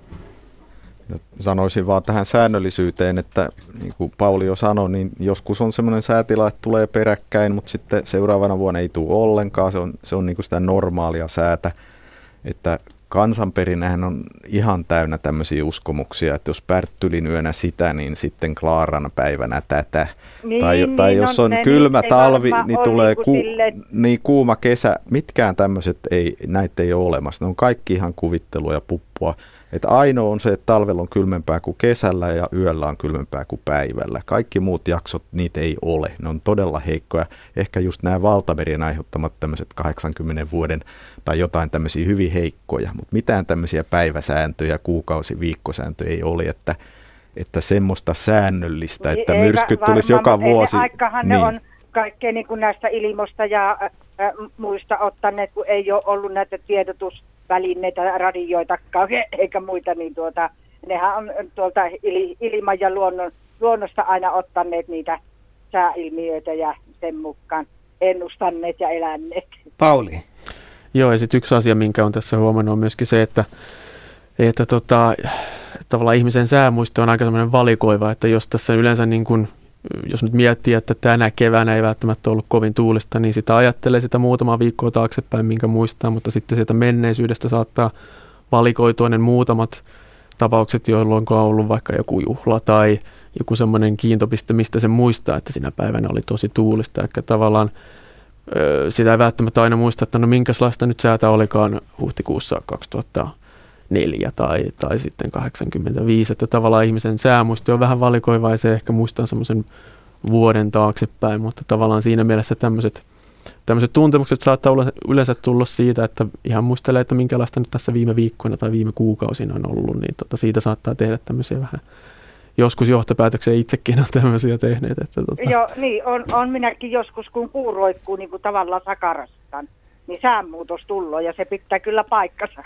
Sanoisin vaan tähän säännöllisyyteen, että niin kuin Pauli jo sanoi, niin joskus on semmoinen säätila, että tulee peräkkäin, mutta sitten seuraavana vuonna ei tule ollenkaan. Se on, se on niin kuin sitä normaalia säätä, että kansanperinnähän on ihan täynnä tämmöisiä uskomuksia, että jos Pärttylin yönä sitä, niin sitten Klaaran päivänä tätä. Niin, tai, niin, tai jos on ne, kylmä talvi, niin tulee niin ku, silleen. niin kuuma kesä. Mitkään tämmöiset, ei, näitä ei ole olemassa. Ne on kaikki ihan kuvittelua ja puppua. Että ainoa on se, että talvella on kylmempää kuin kesällä ja yöllä on kylmempää kuin päivällä. Kaikki muut jaksot, niitä ei ole. Ne on todella heikkoja. Ehkä just nämä valtamerien aiheuttamat tämmöiset kahdeksankymmenen vuoden tai jotain tämmöisiä hyvin heikkoja. Mutta mitään tämmöisiä päiväsääntöjä, kuukausi, viikkosääntöjä ei ole, että, että semmoista säännöllistä, että Eikä myrskyt varmaan, tulisi joka vuosi. Aikahan niin. ne on kaikkea niin kuin näistä ilmoista ja äh, muista ottaneet, kun ei ole ollut näitä tiedotusvälineitä, radioitakaan eikä muita, niin tuota, nehän on tuolta il, ilman ja luonnon, luonnosta aina ottaneet niitä sääilmiöitä ja sen mukaan ennustaneet ja eläneet. Pauli. Joo, ja sitten yksi asia, minkä on tässä huomannut, on myöskin se, että, että tota, tavallaan ihmisen säämuisto on aika semmoinen valikoiva, että jos tässä yleensä niin kuin, jos nyt miettii, että tänä keväänä ei välttämättä ollut kovin tuulista, niin sitä ajattelee sitä muutama viikkoa taaksepäin, minkä muistaa, mutta sitten sieltä menneisyydestä saattaa valikoitua ne muutamat tapaukset, jolloin on ollut vaikka joku juhla tai joku semmoinen kiintopiste, mistä se muistaa, että sinä päivänä oli tosi tuulista. Eli tavallaan sitä ei välttämättä aina muista, että no minkälaista nyt säätä olikaan huhtikuussa kaksituhattaneljä tai, tai sitten kahdeksankymmentäviisi, että tavallaan ihmisen säämuisti on vähän valikoiva ja se ehkä muistaa semmoisen vuoden taaksepäin, mutta tavallaan siinä mielessä tämmöiset, tämmöiset tuntemukset saattaa yleensä tulla siitä, että ihan muistelee, että minkälaista nyt tässä viime viikkoina tai viime kuukausina on ollut, niin tota, siitä saattaa tehdä tämmöisiä vähän joskus johtopäätöksiä itsekin on tämmöisiä tehneet. Että tota. Joo, niin on, on minäkin joskus, kun kuu roikkuu niin kuin tavallaan sakarastaan, niin säänmuutos tullut ja se pitää kyllä paikkansa.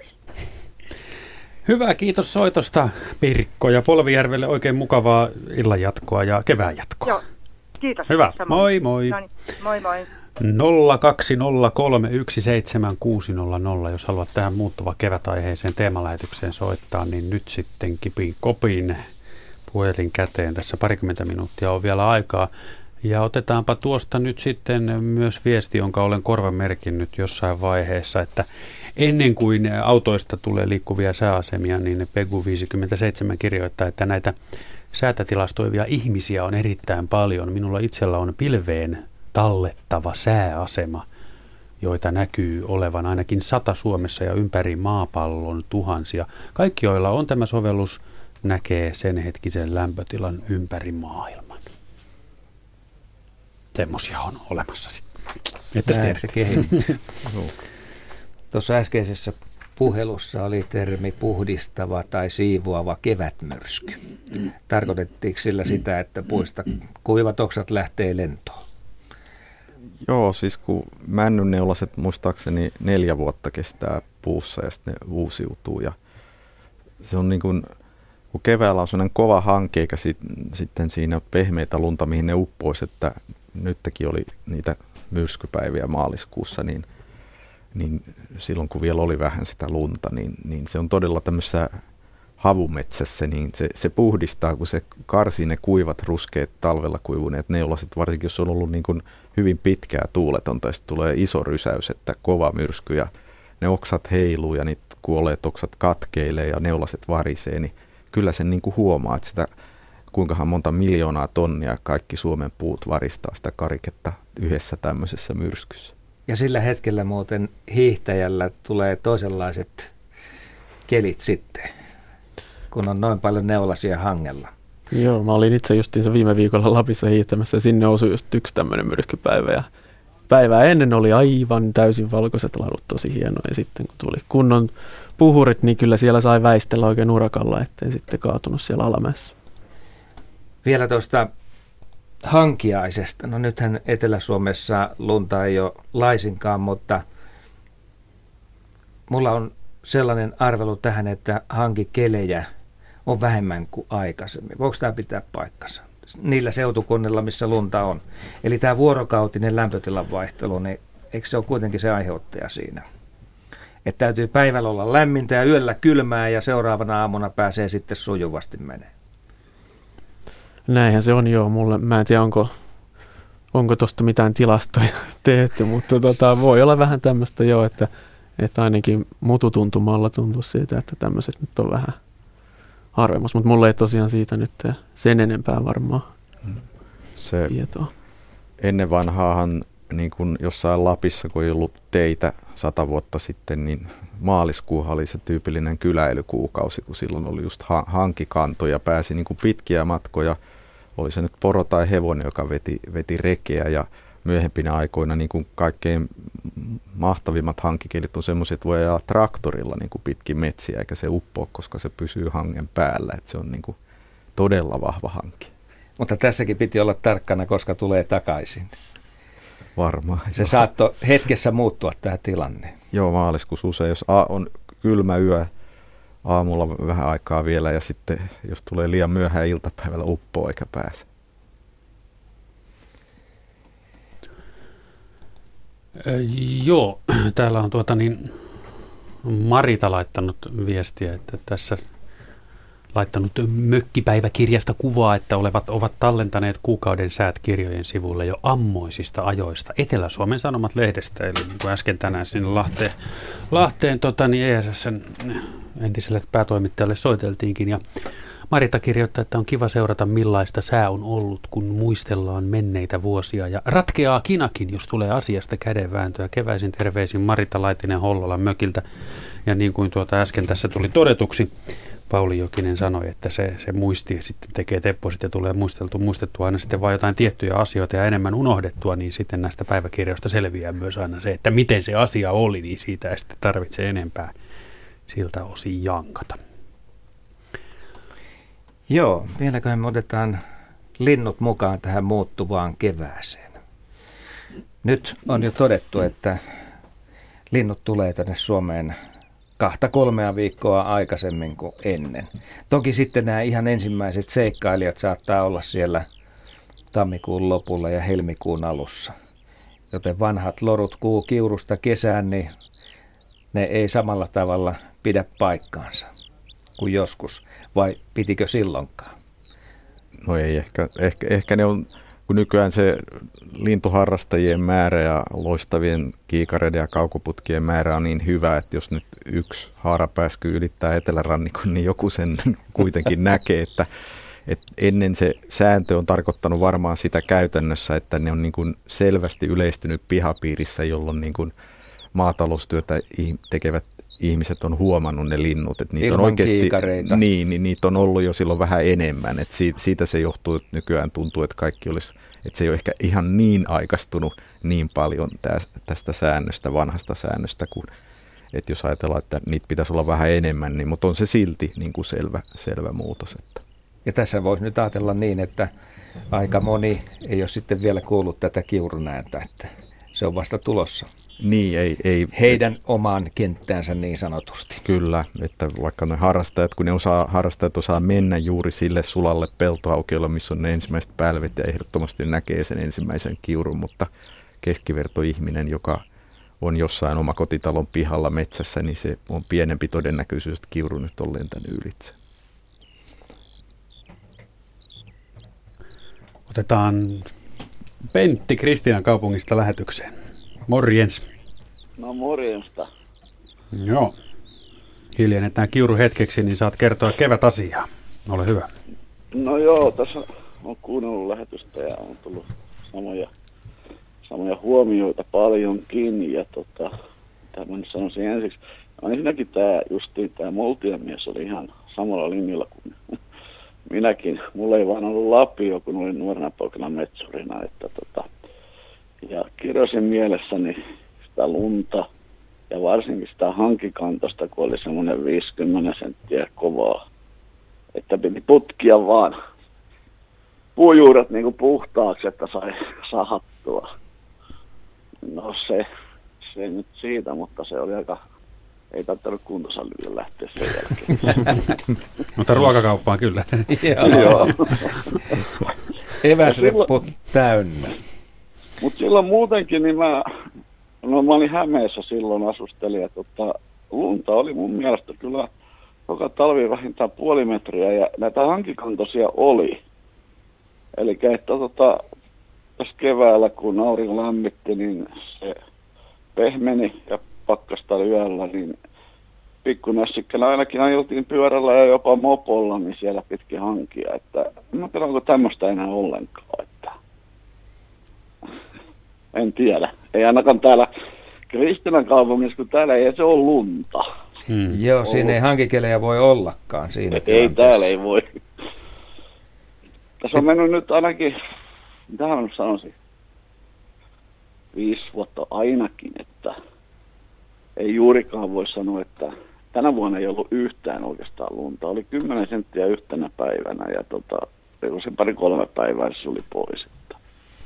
Hyvä, kiitos soitosta Pirkko ja Polvijärvelle oikein mukavaa illan jatkoa ja kevään jatkoa. Joo, kiitos. Hyvä, moi moi. Noniin, moi moi. nolla kaksi nolla kolme yksi seitsemän kuusi nolla nolla, jos haluat tähän muuttuva kevätaiheeseen teemalähetykseen soittaa, niin nyt sitten kipin kopin puhelin käteen. Tässä parikymmentä minuuttia on vielä aikaa. Ja otetaanpa tuosta nyt sitten myös viesti, jonka olen korvan merkinnyt jossain vaiheessa, että ennen kuin autoista tulee liikkuvia sääasemia, niin Pegu viisikymmentäseitsemän kirjoittaa, että näitä säätätilastoivia ihmisiä on erittäin paljon. Minulla itsellä on pilveen tallettava sääasema, joita näkyy olevan ainakin sata Suomessa ja ympäri maapallon tuhansia. Kaikki, joilla on tämä sovellus, näkee sen hetkisen lämpötilan ympäri maailman. Semmoisia on olemassa sitten. Että näin se kehittyy. Tuossa äskeisessä puhelussa oli termi puhdistava tai siivoava kevätmyrsky. Tarkoitettiinko sillä sitä, että puista kuivat oksat lähtee lentoon? Joo, siis kun männynneulaset muistaakseni neljä vuotta kestää puussa ja sitten ne uusiutuu. Ja se on niin kuin, kun keväällä on sellainen kova hanke, eikä sit, sitten siinä pehmeitä lunta, mihin ne uppoisi, että nytkin oli niitä myrskypäiviä maaliskuussa, niin, niin silloin kun vielä oli vähän sitä lunta, niin, niin se on todella tämmöisessä havumetsässä, niin se, se puhdistaa, kun se karsii ne kuivat, ruskeat, talvella kuivuneet neulaset, varsinkin jos on ollut niin kuin hyvin pitkää tuuletonta, ja sitten tulee iso rysäys, että kova myrsky, ja ne oksat heiluu, ja niitä kuolleet oksat katkeilee, ja neulaset varisee, niin kyllä sen niin kuin huomaa, että sitä kuinkahan monta miljoonaa tonnia kaikki Suomen puut varistaa sitä kariketta yhdessä tämmöisessä myrskyssä. Ja sillä hetkellä muuten hiihtäjällä tulee toisenlaiset kelit sitten, kun on noin paljon neulasia hangella. Joo, mä olin itse justiinsa viime viikolla Lapissa hiihtämässä ja sinne osui just yksi tämmöinen myrskypäivä. Ja päivää ennen oli aivan täysin valkoiset ladut, tosi hienoa. Ja sitten kun tuli kunnon puhurit, niin kyllä siellä sai väistellä oikein urakalla, ettei sitten kaatunut siellä alamäessä. Vielä tuosta hankiaisesta. No nythän Etelä-Suomessa lunta ei ole laisinkaan, mutta mulla on sellainen arvelu tähän, että hankikelejä on vähemmän kuin aikaisemmin. Voiko tämä pitää paikkansa niillä seutukunnilla, missä lunta on? Eli tämä vuorokautinen lämpötilan vaihtelu, niin eikö se ole kuitenkin se aiheuttaja siinä? Että täytyy päivällä olla lämmintä ja yöllä kylmää ja seuraavana aamuna pääsee sitten sujuvasti menemään. Näinhän se on, joo. Mulle, mä en tiedä, onko, onko tuosta mitään tilastoja tehty, mutta tota, voi olla vähän tämmöistä jo, että, että ainakin mututuntumalla tuntuu siitä, että tämmöiset nyt on vähän harvemmassa, mutta mulla ei tosiaan siitä nyt sen enempää varmaan se tietoa. Ennen vanhaahan niin kuin jossain Lapissa, kun ei ollut teitä sata vuotta sitten, niin maaliskuuhan oli se tyypillinen kyläilykuukausi, kun silloin oli just hankikanto ja pääsi niin kuin pitkiä matkoja. Oli se nyt poro tai hevonen, joka veti, veti rekeä, ja myöhempinä aikoina niin kuin kaikkein mahtavimmat hankikelit on semmoiset, että voi ajaa traktorilla niin kuin pitkin metsiä, eikä se uppoa, koska se pysyy hangen päällä. Että se on niin kuin todella vahva hanki. Mutta tässäkin piti olla tarkkana, koska tulee takaisin. Varmaan. Se saattoi hetkessä muuttua tämä tilanne. Joo, maaliskuussa usein, jos on kylmä yö, aamulla vähän aikaa vielä, ja sitten jos tulee liian myöhään iltapäivällä uppoa eikä pääse. Joo, täällä on tuota niin Marita laittanut viestiä, että tässä laittanut mökkipäiväkirjasta kuvaa, että olevat, ovat tallentaneet kuukauden säät kirjojen sivuille jo ammoisista ajoista. Etelä-Suomen Sanomat-lehdestä, eli niin kuin äsken tänään sinne Lahteen, Lahteen tota, niin E S S:n entiselle päätoimittajalle soiteltiinkin. Ja Marita kirjoittaa, että on kiva seurata millaista sää on ollut, kun muistellaan menneitä vuosia. Ja ratkeaa kinakin, jos tulee asiasta kädenvääntöä. Keväisin terveisin Marita Laitinen Hollolan mökiltä. Ja niin kuin tuota äsken tässä tuli todetuksi, Pauli Jokinen sanoi, että se, se muisti sitten tekee tepposit ja tulee muisteltu, muistettua aina sitten vain jotain tiettyjä asioita ja enemmän unohdettua, niin sitten näistä päiväkirjoista selviää myös aina se, että miten se asia oli, niin siitä ei sitten tarvitse enempää siltä osin jankata. Joo, vieläköhän me otetaan linnut mukaan tähän muuttuvaan kevääseen. Nyt on jo todettu, että linnut tulee tänne Suomeen kahta kolmea viikkoa aikaisemmin kuin ennen. Toki sitten nämä ihan ensimmäiset seikkailijat saattaa olla siellä tammikuun lopulla ja helmikuun alussa. Joten vanhat lorut kuukiurusta kesään, niin ne ei samalla tavalla pidä paikkaansa kuin joskus. Vai pitikö silloinkaan? No ei, ehkä, ehkä, ehkä ne on, kun nykyään se lintuharrastajien määrä ja loistavien kiikareiden ja kaukoputkien määrä on niin hyvä, että jos nyt yksi haarapääsky ylittää etelärannikon, niin joku sen kuitenkin näkee, että, että ennen se sääntö on tarkoittanut varmaan sitä käytännössä, että ne on niin kuin selvästi yleistynyt pihapiirissä, jolloin niin kuin maataloustyötä tekevät ihmiset on huomannut ne linnut, että niitä ilman on oikeasti niin, niin niitä on ollut jo silloin vähän enemmän, että siitä, siitä se johtuu, että nykyään tuntuu, että kaikki olisi, että se ei ole ehkä ihan niin aikaistunut niin paljon tästä säännöstä, vanhasta säännöstä, kuin että jos ajatellaan, että niitä pitäisi olla vähän enemmän, niin, mutta on se silti niin kuin selvä, selvä muutos. Että. Ja tässä voisi nyt ajatella niin, että aika moni ei ole sitten vielä kuullut tätä kiurun ääntä, että se on vasta tulossa. Niin, ei, ei, heidän omaan kenttäänsä niin sanotusti. Kyllä, että vaikka ne harrastajat, kun ne osaa, harrastajat osaa mennä juuri sille sulalle peltoaukiolla, missä on ne ensimmäiset pälvet ja ehdottomasti näkee sen ensimmäisen kiurun, mutta keskivertoihminen, joka on jossain omakotitalon pihalla metsässä, niin se on pienempi todennäköisyys, että kiuru nyt on lentänyt ylitse. Otetaan Pentti Kristiinan kaupungista lähetykseen. Morjens. No morjensta. Joo. Hiljennetään kiuru hetkeksi, niin saat kertoa kevätasiaa. Ole hyvä. No joo, tässä on kuunnellut lähetystä ja on tullut samoja, samoja huomioita paljonkin. Ja tota, mitä mä nyt sanoisin ensiksi. Ensinnäkin tämä justiin tämä Multian mies oli ihan samalla linjalla kuin minäkin. Mulla ei vaan ollut Lapio, kun olin nuorena poikana metsurina, että tota, ja kirjoisin mielessäni sitä lunta ja varsinkin sitä hankikantosta, kun oli semmoinen viisikymmentä senttiä kovaa, että piti putkia vaan puujuuret niin kuin puhtaaksi, että sai sahattua. No se, se nyt siitä, mutta se oli aika, ei tarvittanut kuntosalille lähteä sen jälkeen. Mutta ruokakauppaan kyllä. Joo. Eväsreppu täynnä. Mutta silloin muutenkin, niin mä, no mä olin Hämeessä silloin, asustelin, että tota, lunta oli mun mielestä kyllä joka talvi vähintään puoli metriä, ja näitä hankikantoisia oli. Eli että tota, tässä keväällä, kun aurinko lämmitti, niin se pehmeni ja pakkasta yöllä, niin pikkunässikkänä ainakin ajeltiin pyörällä ja jopa mopolla, niin siellä pitkin hankia, että en mä tiedä, onko tämmöistä enää ollenkaan, että en tiedä. Ei ainakaan täällä Kristiinan kaupungissa, kun täällä ei se ole lunta. Hmm. Joo, siinä ei hankikelejä voi ollakaan siinä ei, ei täällä ei voi. Tässä on mennyt nyt ainakin, mitä mä nyt sanoisin, viisi vuotta ainakin, että ei juurikaan voi sanoa, että tänä vuonna ei ollut yhtään oikeastaan lunta. Oli kymmenen senttiä yhtenä päivänä ja tota, se pari kolme päivää se oli pois. Että.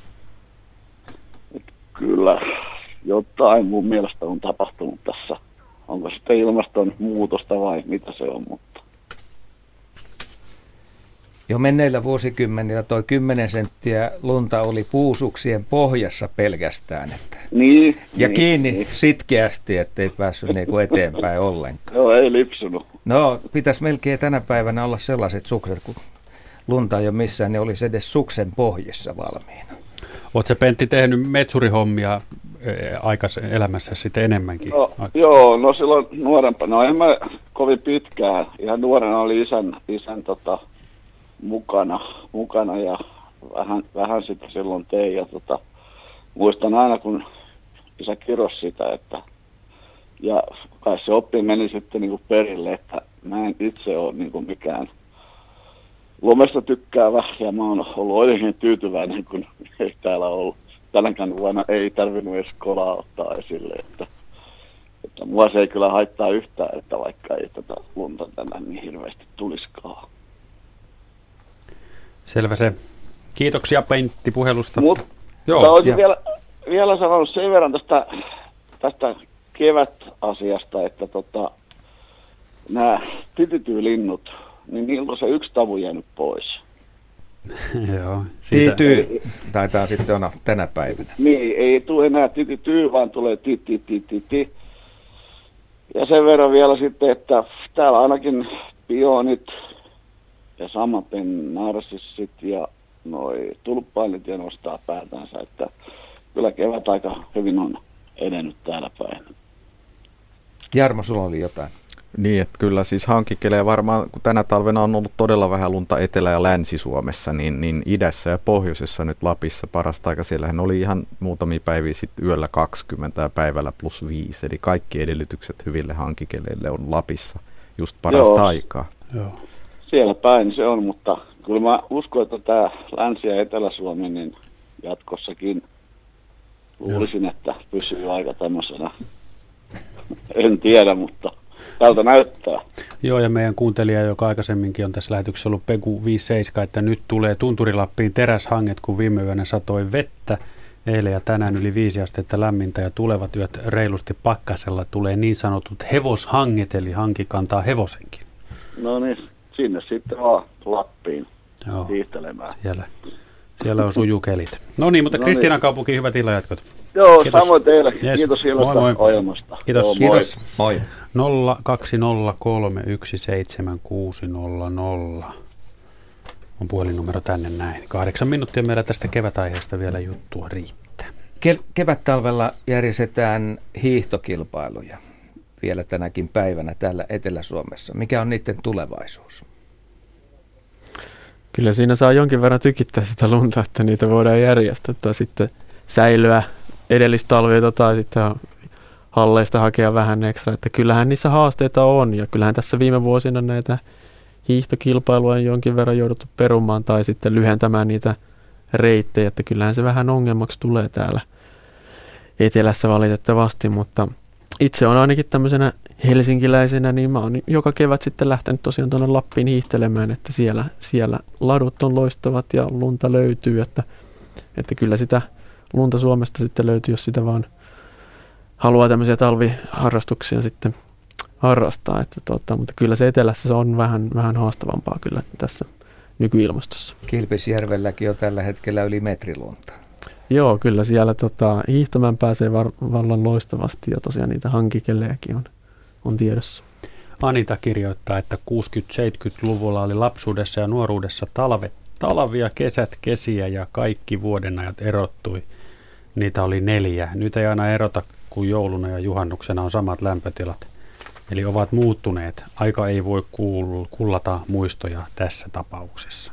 Et kyllä jotain mun mielestä on tapahtunut tässä. Onko sitten ilmastonmuutosta vai mitä se on, mutta. Jo menneillä vuosikymmenillä toi kymmenen senttiä lunta oli puusuksien pohjassa pelkästään, että Niin. Ja niin, kiinni niin. sitkeästi, ettei päässyt niinku eteenpäin ollenkaan. Joo, ei lipsunut. No, pitäisi melkein tänä päivänä olla sellaiset sukset, kun lunta ei ole missään, ne olisi edes suksen pohjissa valmiina. Oletko sä, Pentti, tehnyt metsurihommia aikas elämässä sitten enemmänkin? No, joo, no silloin nuorempana. No en mä kovin pitkään. Ihan nuorena oli isän, isän tota, mukana, mukana ja vähän, vähän sitä silloin tein. Ja tota, muistan aina, kun isä kirosi sitä, että ja kai se oppi meni sitten niin kuin perille, että mä en itse ole niin kuin mikään lumesta tykkäävä ja mä oon ollut oikein tyytyväinen, kun ei täällä ollut. Tänäkään vuonna ei tarvinnut edes kolaa ottaa esille, että, että mua se ei kyllä haittaa yhtään, että vaikka ei tätä lunta tänään niin hirveästi tulisikaan. Selvä se. Kiitoksia, Pentti, puhelusta. Mutta olisin vielä, vielä sanonut sen verran tästä, tästä kevätasiasta, että tota, nämä tytytylinnut, niin niiltä on se yksi tavu jäänyt pois. Joo. Tityy taitaa sitten olla tänä päivänä. Niin, ei tule enää titytyy, vaan tulee ti ti ti ti ti. Ja sen verran vielä sitten, että täällä ainakin pionit ja samaten narsissit ja noi tulppailit ja nostaa päätänsä, että kyllä kevät aika hyvin on edennyt täällä päin. Jarmo, sulla oli jotain. Niin, että kyllä siis hankikelee varmaan, kun tänä talvena on ollut todella vähän lunta Etelä- ja Länsi-Suomessa, niin, niin idässä ja pohjoisessa nyt Lapissa parasta aika. Siellähän oli ihan muutamia päiviä sitten yöllä kaksikymmentä ja päivällä plus viisi, eli kaikki edellytykset hyville hankikeleille on Lapissa just parasta Joo. aikaa. Joo. Siellä päin se on, mutta kyllä mä uskon, että tämä Länsi- ja Etelä-Suomi niin jatkossakin luulisin, että pysyy aika tämmöisenä. En tiedä, mutta tältä näyttää. Joo, ja meidän kuuntelija, joka aikaisemminkin on tässä lähetyksessä ollut Pegu viisikymmentäseitsemän, että nyt tulee Tunturilappiin teräshanget, kun viime yönä satoi vettä. Eilen ja tänään yli viisi astetta lämmintä ja tulevat yöt reilusti pakkasella tulee niin sanotut hevoshanget, eli hanki kantaa hevosenkin. No niin, sinne sitten vaan Lappiin Joo, hiihtelemään. Siellä, siellä on sujukelit. No niin, mutta no Kristiinan niin. kaupunki, hyvät illanjatkot. Joo, Kiitos. Samoin teille. Yes. Kiitos hienosta ohjelmasta. Kiitos. Joo, moi. Kiitos. Moi. nolla kaksi nolla kolme yksi seitsemän kuusi nolla nolla on puhelinnumero tänne näin. Kahdeksan minuuttia meillä tästä kevätaiheesta vielä juttua riittää. Ke- kevättalvella järjestetään hiihtokilpailuja vielä tänäkin päivänä täällä Etelä-Suomessa. Mikä on niiden tulevaisuus? Kyllä siinä saa jonkin verran tykittää sitä lunta, että niitä voidaan järjestää tai sitten säilyä edellistalvilta tai sitten halleista hakea vähän ekstra. Että kyllähän niissä haasteita on ja kyllähän tässä viime vuosina näitä hiihtokilpailuja on jonkin verran jouduttu perumaan tai sitten lyhentämään niitä reittejä, että kyllähän se vähän ongelmaksi tulee täällä etelässä valitettavasti, mutta itse on ainakin tämmöisenä helsinkiläisenä, niin mä oon joka kevät sitten lähtenyt tosiaan tuonne Lappiin hiihtelemään, että siellä, siellä ladut on loistavat ja lunta löytyy, että, että kyllä sitä lunta Suomesta sitten löytyy, jos sitä vaan haluaa tämmöisiä talviharrastuksia sitten harrastaa, että tota, mutta kyllä se etelässä se on vähän, vähän haastavampaa kyllä tässä nykyilmastossa. Kilpisjärvelläkin on tällä hetkellä yli metrilunta. Joo, kyllä siellä tota, hiihtämään pääsee var, vallan loistavasti ja tosiaan niitä hankikellejäkin on, on tiedossa. Anita kirjoittaa, että kuusikymmentä-seitsemänkymmentäluvulla oli lapsuudessa ja nuoruudessa talvet, talvia, kesät, kesiä ja kaikki vuodenajat erottui. Niitä oli neljä. Nyt ei aina erota, kun jouluna ja juhannuksena on samat lämpötilat. Eli ovat muuttuneet. Aika ei voi kuul- kullata muistoja tässä tapauksessa.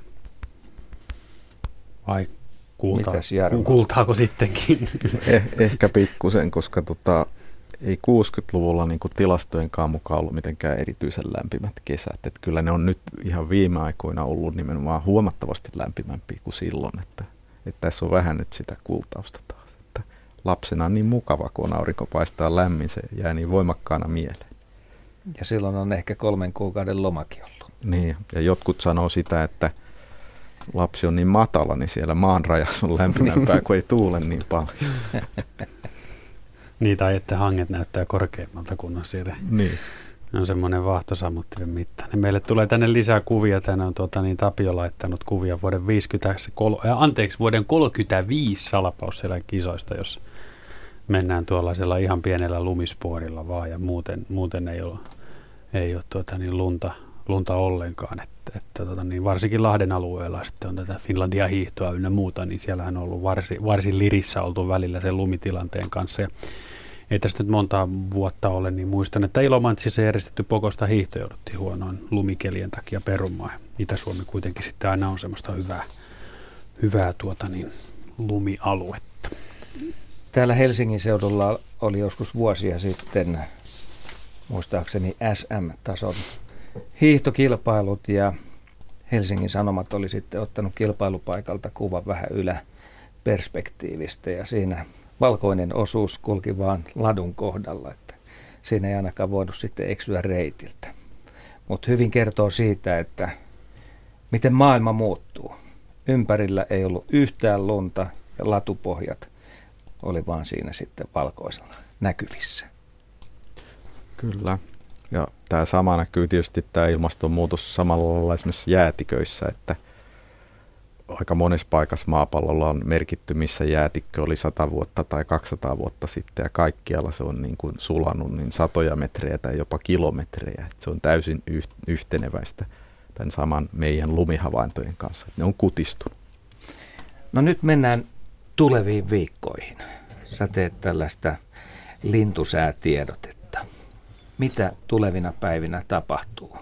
Vai kuulta- ku- kuultaako sittenkin? Eh, ehkä pikkusen, koska tota, ei kuusikymmentäluvulla niin kuin tilastojenkaan mukaan ollut mitenkään erityisen lämpimät kesät. Et kyllä ne on nyt ihan viime aikoina ollut nimenomaan huomattavasti lämpimämpiä kuin silloin. Että, että tässä on vähän nyt sitä kultausta taas. Että lapsena on niin mukava, kun aurinko paistaa lämmin, se jää niin voimakkaana mieleen. Ja silloin on ehkä kolmen kuukauden lomakin ollut. Niin, ja jotkut sanoo sitä, että lapsi on niin matala, niin siellä maan rajassa on lämpimämpää, kun ei tuule niin paljon. Niin, tai että hanget näyttää korkeammalta kuin on siellä. Niin. On semmoinen vaahtosammuttimen mittainen. Meille tulee tänne lisää kuvia. Tänne on tuota, niin Tapio laittanut kuvia vuoden viisikymmentä, äh, anteeksi, vuoden kolmekymmentäviisi Salpausselän kisoista, jos mennään tuollaisella ihan pienellä lumispuorilla vaan ja muuten, muuten ei ole, ei ole tuota, niin lunta, lunta ollenkaan. Että, että, tuota, niin varsinkin Lahden alueella sitten on tätä Finlandia hiihtoa ynnä muuta, niin siellähän on ollut varsin, varsin lirissä oltu välillä sen lumitilanteen kanssa. Ja ei tästä nyt montaa vuotta ole, niin muistan, että Ilomantsissa järjestetty Pokosta hiihto jouduttiin huonoin lumikelien takia perumaan. Itä-Suomi kuitenkin sitten aina on semmoista hyvää, hyvää tuota niin, lumialuetta. Täällä Helsingin seudulla oli joskus vuosia sitten, muistaakseni S M-tason hiihtokilpailut, ja Helsingin Sanomat oli sitten ottanut kilpailupaikalta kuvan vähän yläperspektiivistä, ja siinä valkoinen osuus kulki vaan ladun kohdalla, että siinä ei ainakaan voinut sitten eksyä reitiltä. Mutta hyvin kertoo siitä, että miten maailma muuttuu. Ympärillä ei ollut yhtään lunta ja latupohjat oli vaan siinä sitten valkoisella näkyvissä. Kyllä. Ja tämä sama näkyy tietysti tämä ilmastonmuutos samalla lailla esimerkiksi jäätiköissä, että aika monessa paikassa maapallolla on merkitty, missä jäätikkö oli sata vuotta tai kaksisataa vuotta sitten, ja kaikkialla se on niin kuin sulanut niin satoja metrejä tai jopa kilometrejä. Että se on täysin yhteneväistä tämän saman meidän lumihavaintojen kanssa. Ne on kutistunut. No nyt mennään tuleviin viikkoihin. Sä teet tällaista lintusäätiedotetta. Mitä tulevina päivinä tapahtuu?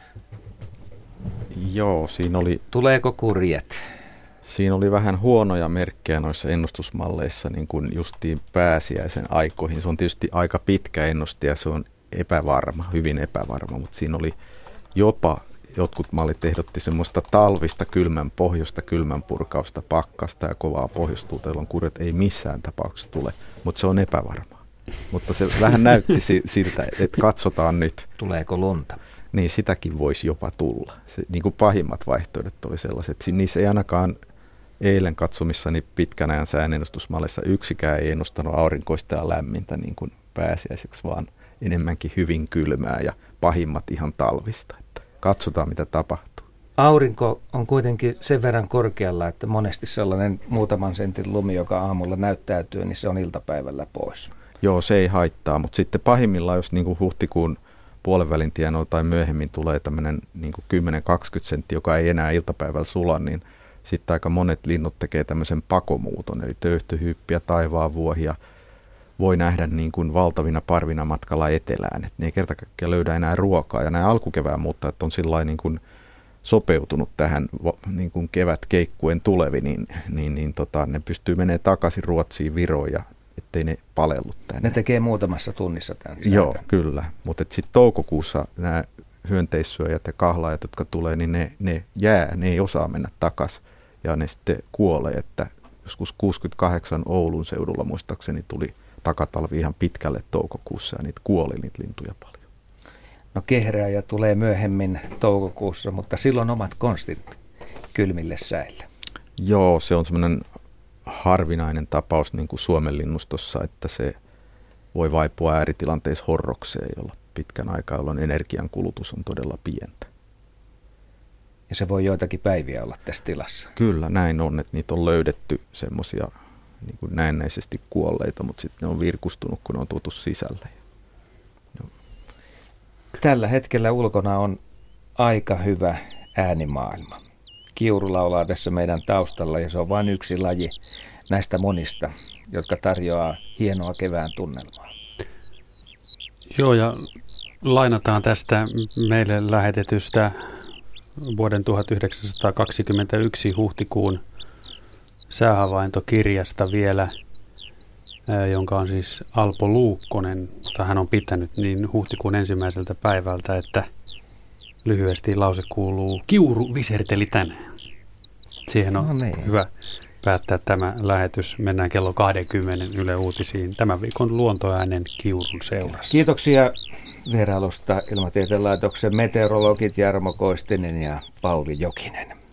Joo, siinä oli... Tuleeko kurjet? Siinä oli vähän huonoja merkkejä noissa ennustusmalleissa niin kuin justiin pääsiäisen aikoihin. Se on tietysti aika pitkä ennuste ja se on epävarma, hyvin epävarma, mutta siinä oli jopa, jotkut mallit ehdotti semmoista talvista kylmän pohjoista, kylmän purkausta, pakkasta ja kovaa pohjoistuulta, jolloin kurjet ei missään tapauksessa tule, mutta se on epävarmaa. Mutta se vähän näytti siltä, että katsotaan nyt. Tuleeko lunta? Niin sitäkin voisi jopa tulla. Se, niin kuin pahimmat vaihtoehdot oli sellaiset, että niissä ei ainakaan eilen katsomissani pitkän ajan säänennustusmallissa yksikään ei ennustanut aurinkoista ja lämmintä niin kuin pääsiäiseksi, vaan enemmänkin hyvin kylmää ja pahimmat ihan talvista. Että katsotaan, mitä tapahtuu. Aurinko on kuitenkin sen verran korkealla, että monesti sellainen muutaman sentin lumi, joka aamulla näyttäytyy, niin se on iltapäivällä pois. Joo, se ei haittaa, mutta sitten pahimmillaan, jos niin kuin huhtikuun puolenvälin tienoilla tai myöhemmin tulee tämmöinen niin kuin kymmenen kaksikymmentä senttiä, joka ei enää iltapäivällä sula, niin sitten aika monet linnut tekee tämmöisen pakomuuton, eli töyhtyhyyppiä, taivaanvuohia voi nähdä niin kuin valtavina parvina matkalla etelään, että ne ei kerta kaikkiaan löydä enää ruokaa, ja nämä alkukevään muuttajat on sillä niin kuin sopeutunut tähän niin kuin kevätkeikkuen tulevi, niin, niin, niin tota, ne pystyy menemään takaisin Ruotsiin, Viroon, ja ettei ne palellut tänne. Ne tekee muutamassa tunnissa tämän. Joo, kyllä, mutta sitten toukokuussa nämä hyönteissyöjät ja kahlaajat, jotka tulee, niin ne, ne jää, ne ei osaa mennä takaisin, ja ne sitten kuolee, että joskus kuusikymmentäkahdeksan Oulun seudulla muistaakseni tuli takatalvi ihan pitkälle toukokuussa, ja niitä kuoli niitä lintuja paljon. No kehrääjä tulee myöhemmin toukokuussa, mutta silloin omat konstit kylmille säille. Joo, se on semmoinen harvinainen tapaus niin kuin Suomen linnustossa, että se voi vaipua ääritilanteissa horrokseen, jolla pitkän aikaa, jolloin energian kulutus on todella pientä. Ja se voi joitakin päiviä olla tässä tilassa. Kyllä, näin on, että niitä on löydetty semmoisia niin kuin näennäisesti kuolleita, mutta sitten ne on virkustunut, kun ne on tuotu sisälle. No. Tällä hetkellä ulkona on aika hyvä äänimaailma. Kiuru laulaa tässä meidän taustalla, ja se on vain yksi laji näistä monista, jotka tarjoaa hienoa kevään tunnelmaa. Joo, ja lainataan tästä meille lähetetystä vuoden tuhatyhdeksänsataakaksikymmentäyksi huhtikuun säähavaintokirjasta vielä, jonka on siis Alpo Luukkonen, jota hän on pitänyt niin huhtikuun ensimmäiseltä päivältä, että lyhyesti lause kuuluu: Kiuru viserteli tänään. Siihen on no niin. Hyvä päättää tämä lähetys. Mennään kello kaksikymmentä Yle Uutisiin tämän viikon luontoäänen Kiurun seurassa. Kiitoksia vierailusta Ilmatieteen laitoksen meteorologit Jarmo Koistinen ja Pauli Jokinen.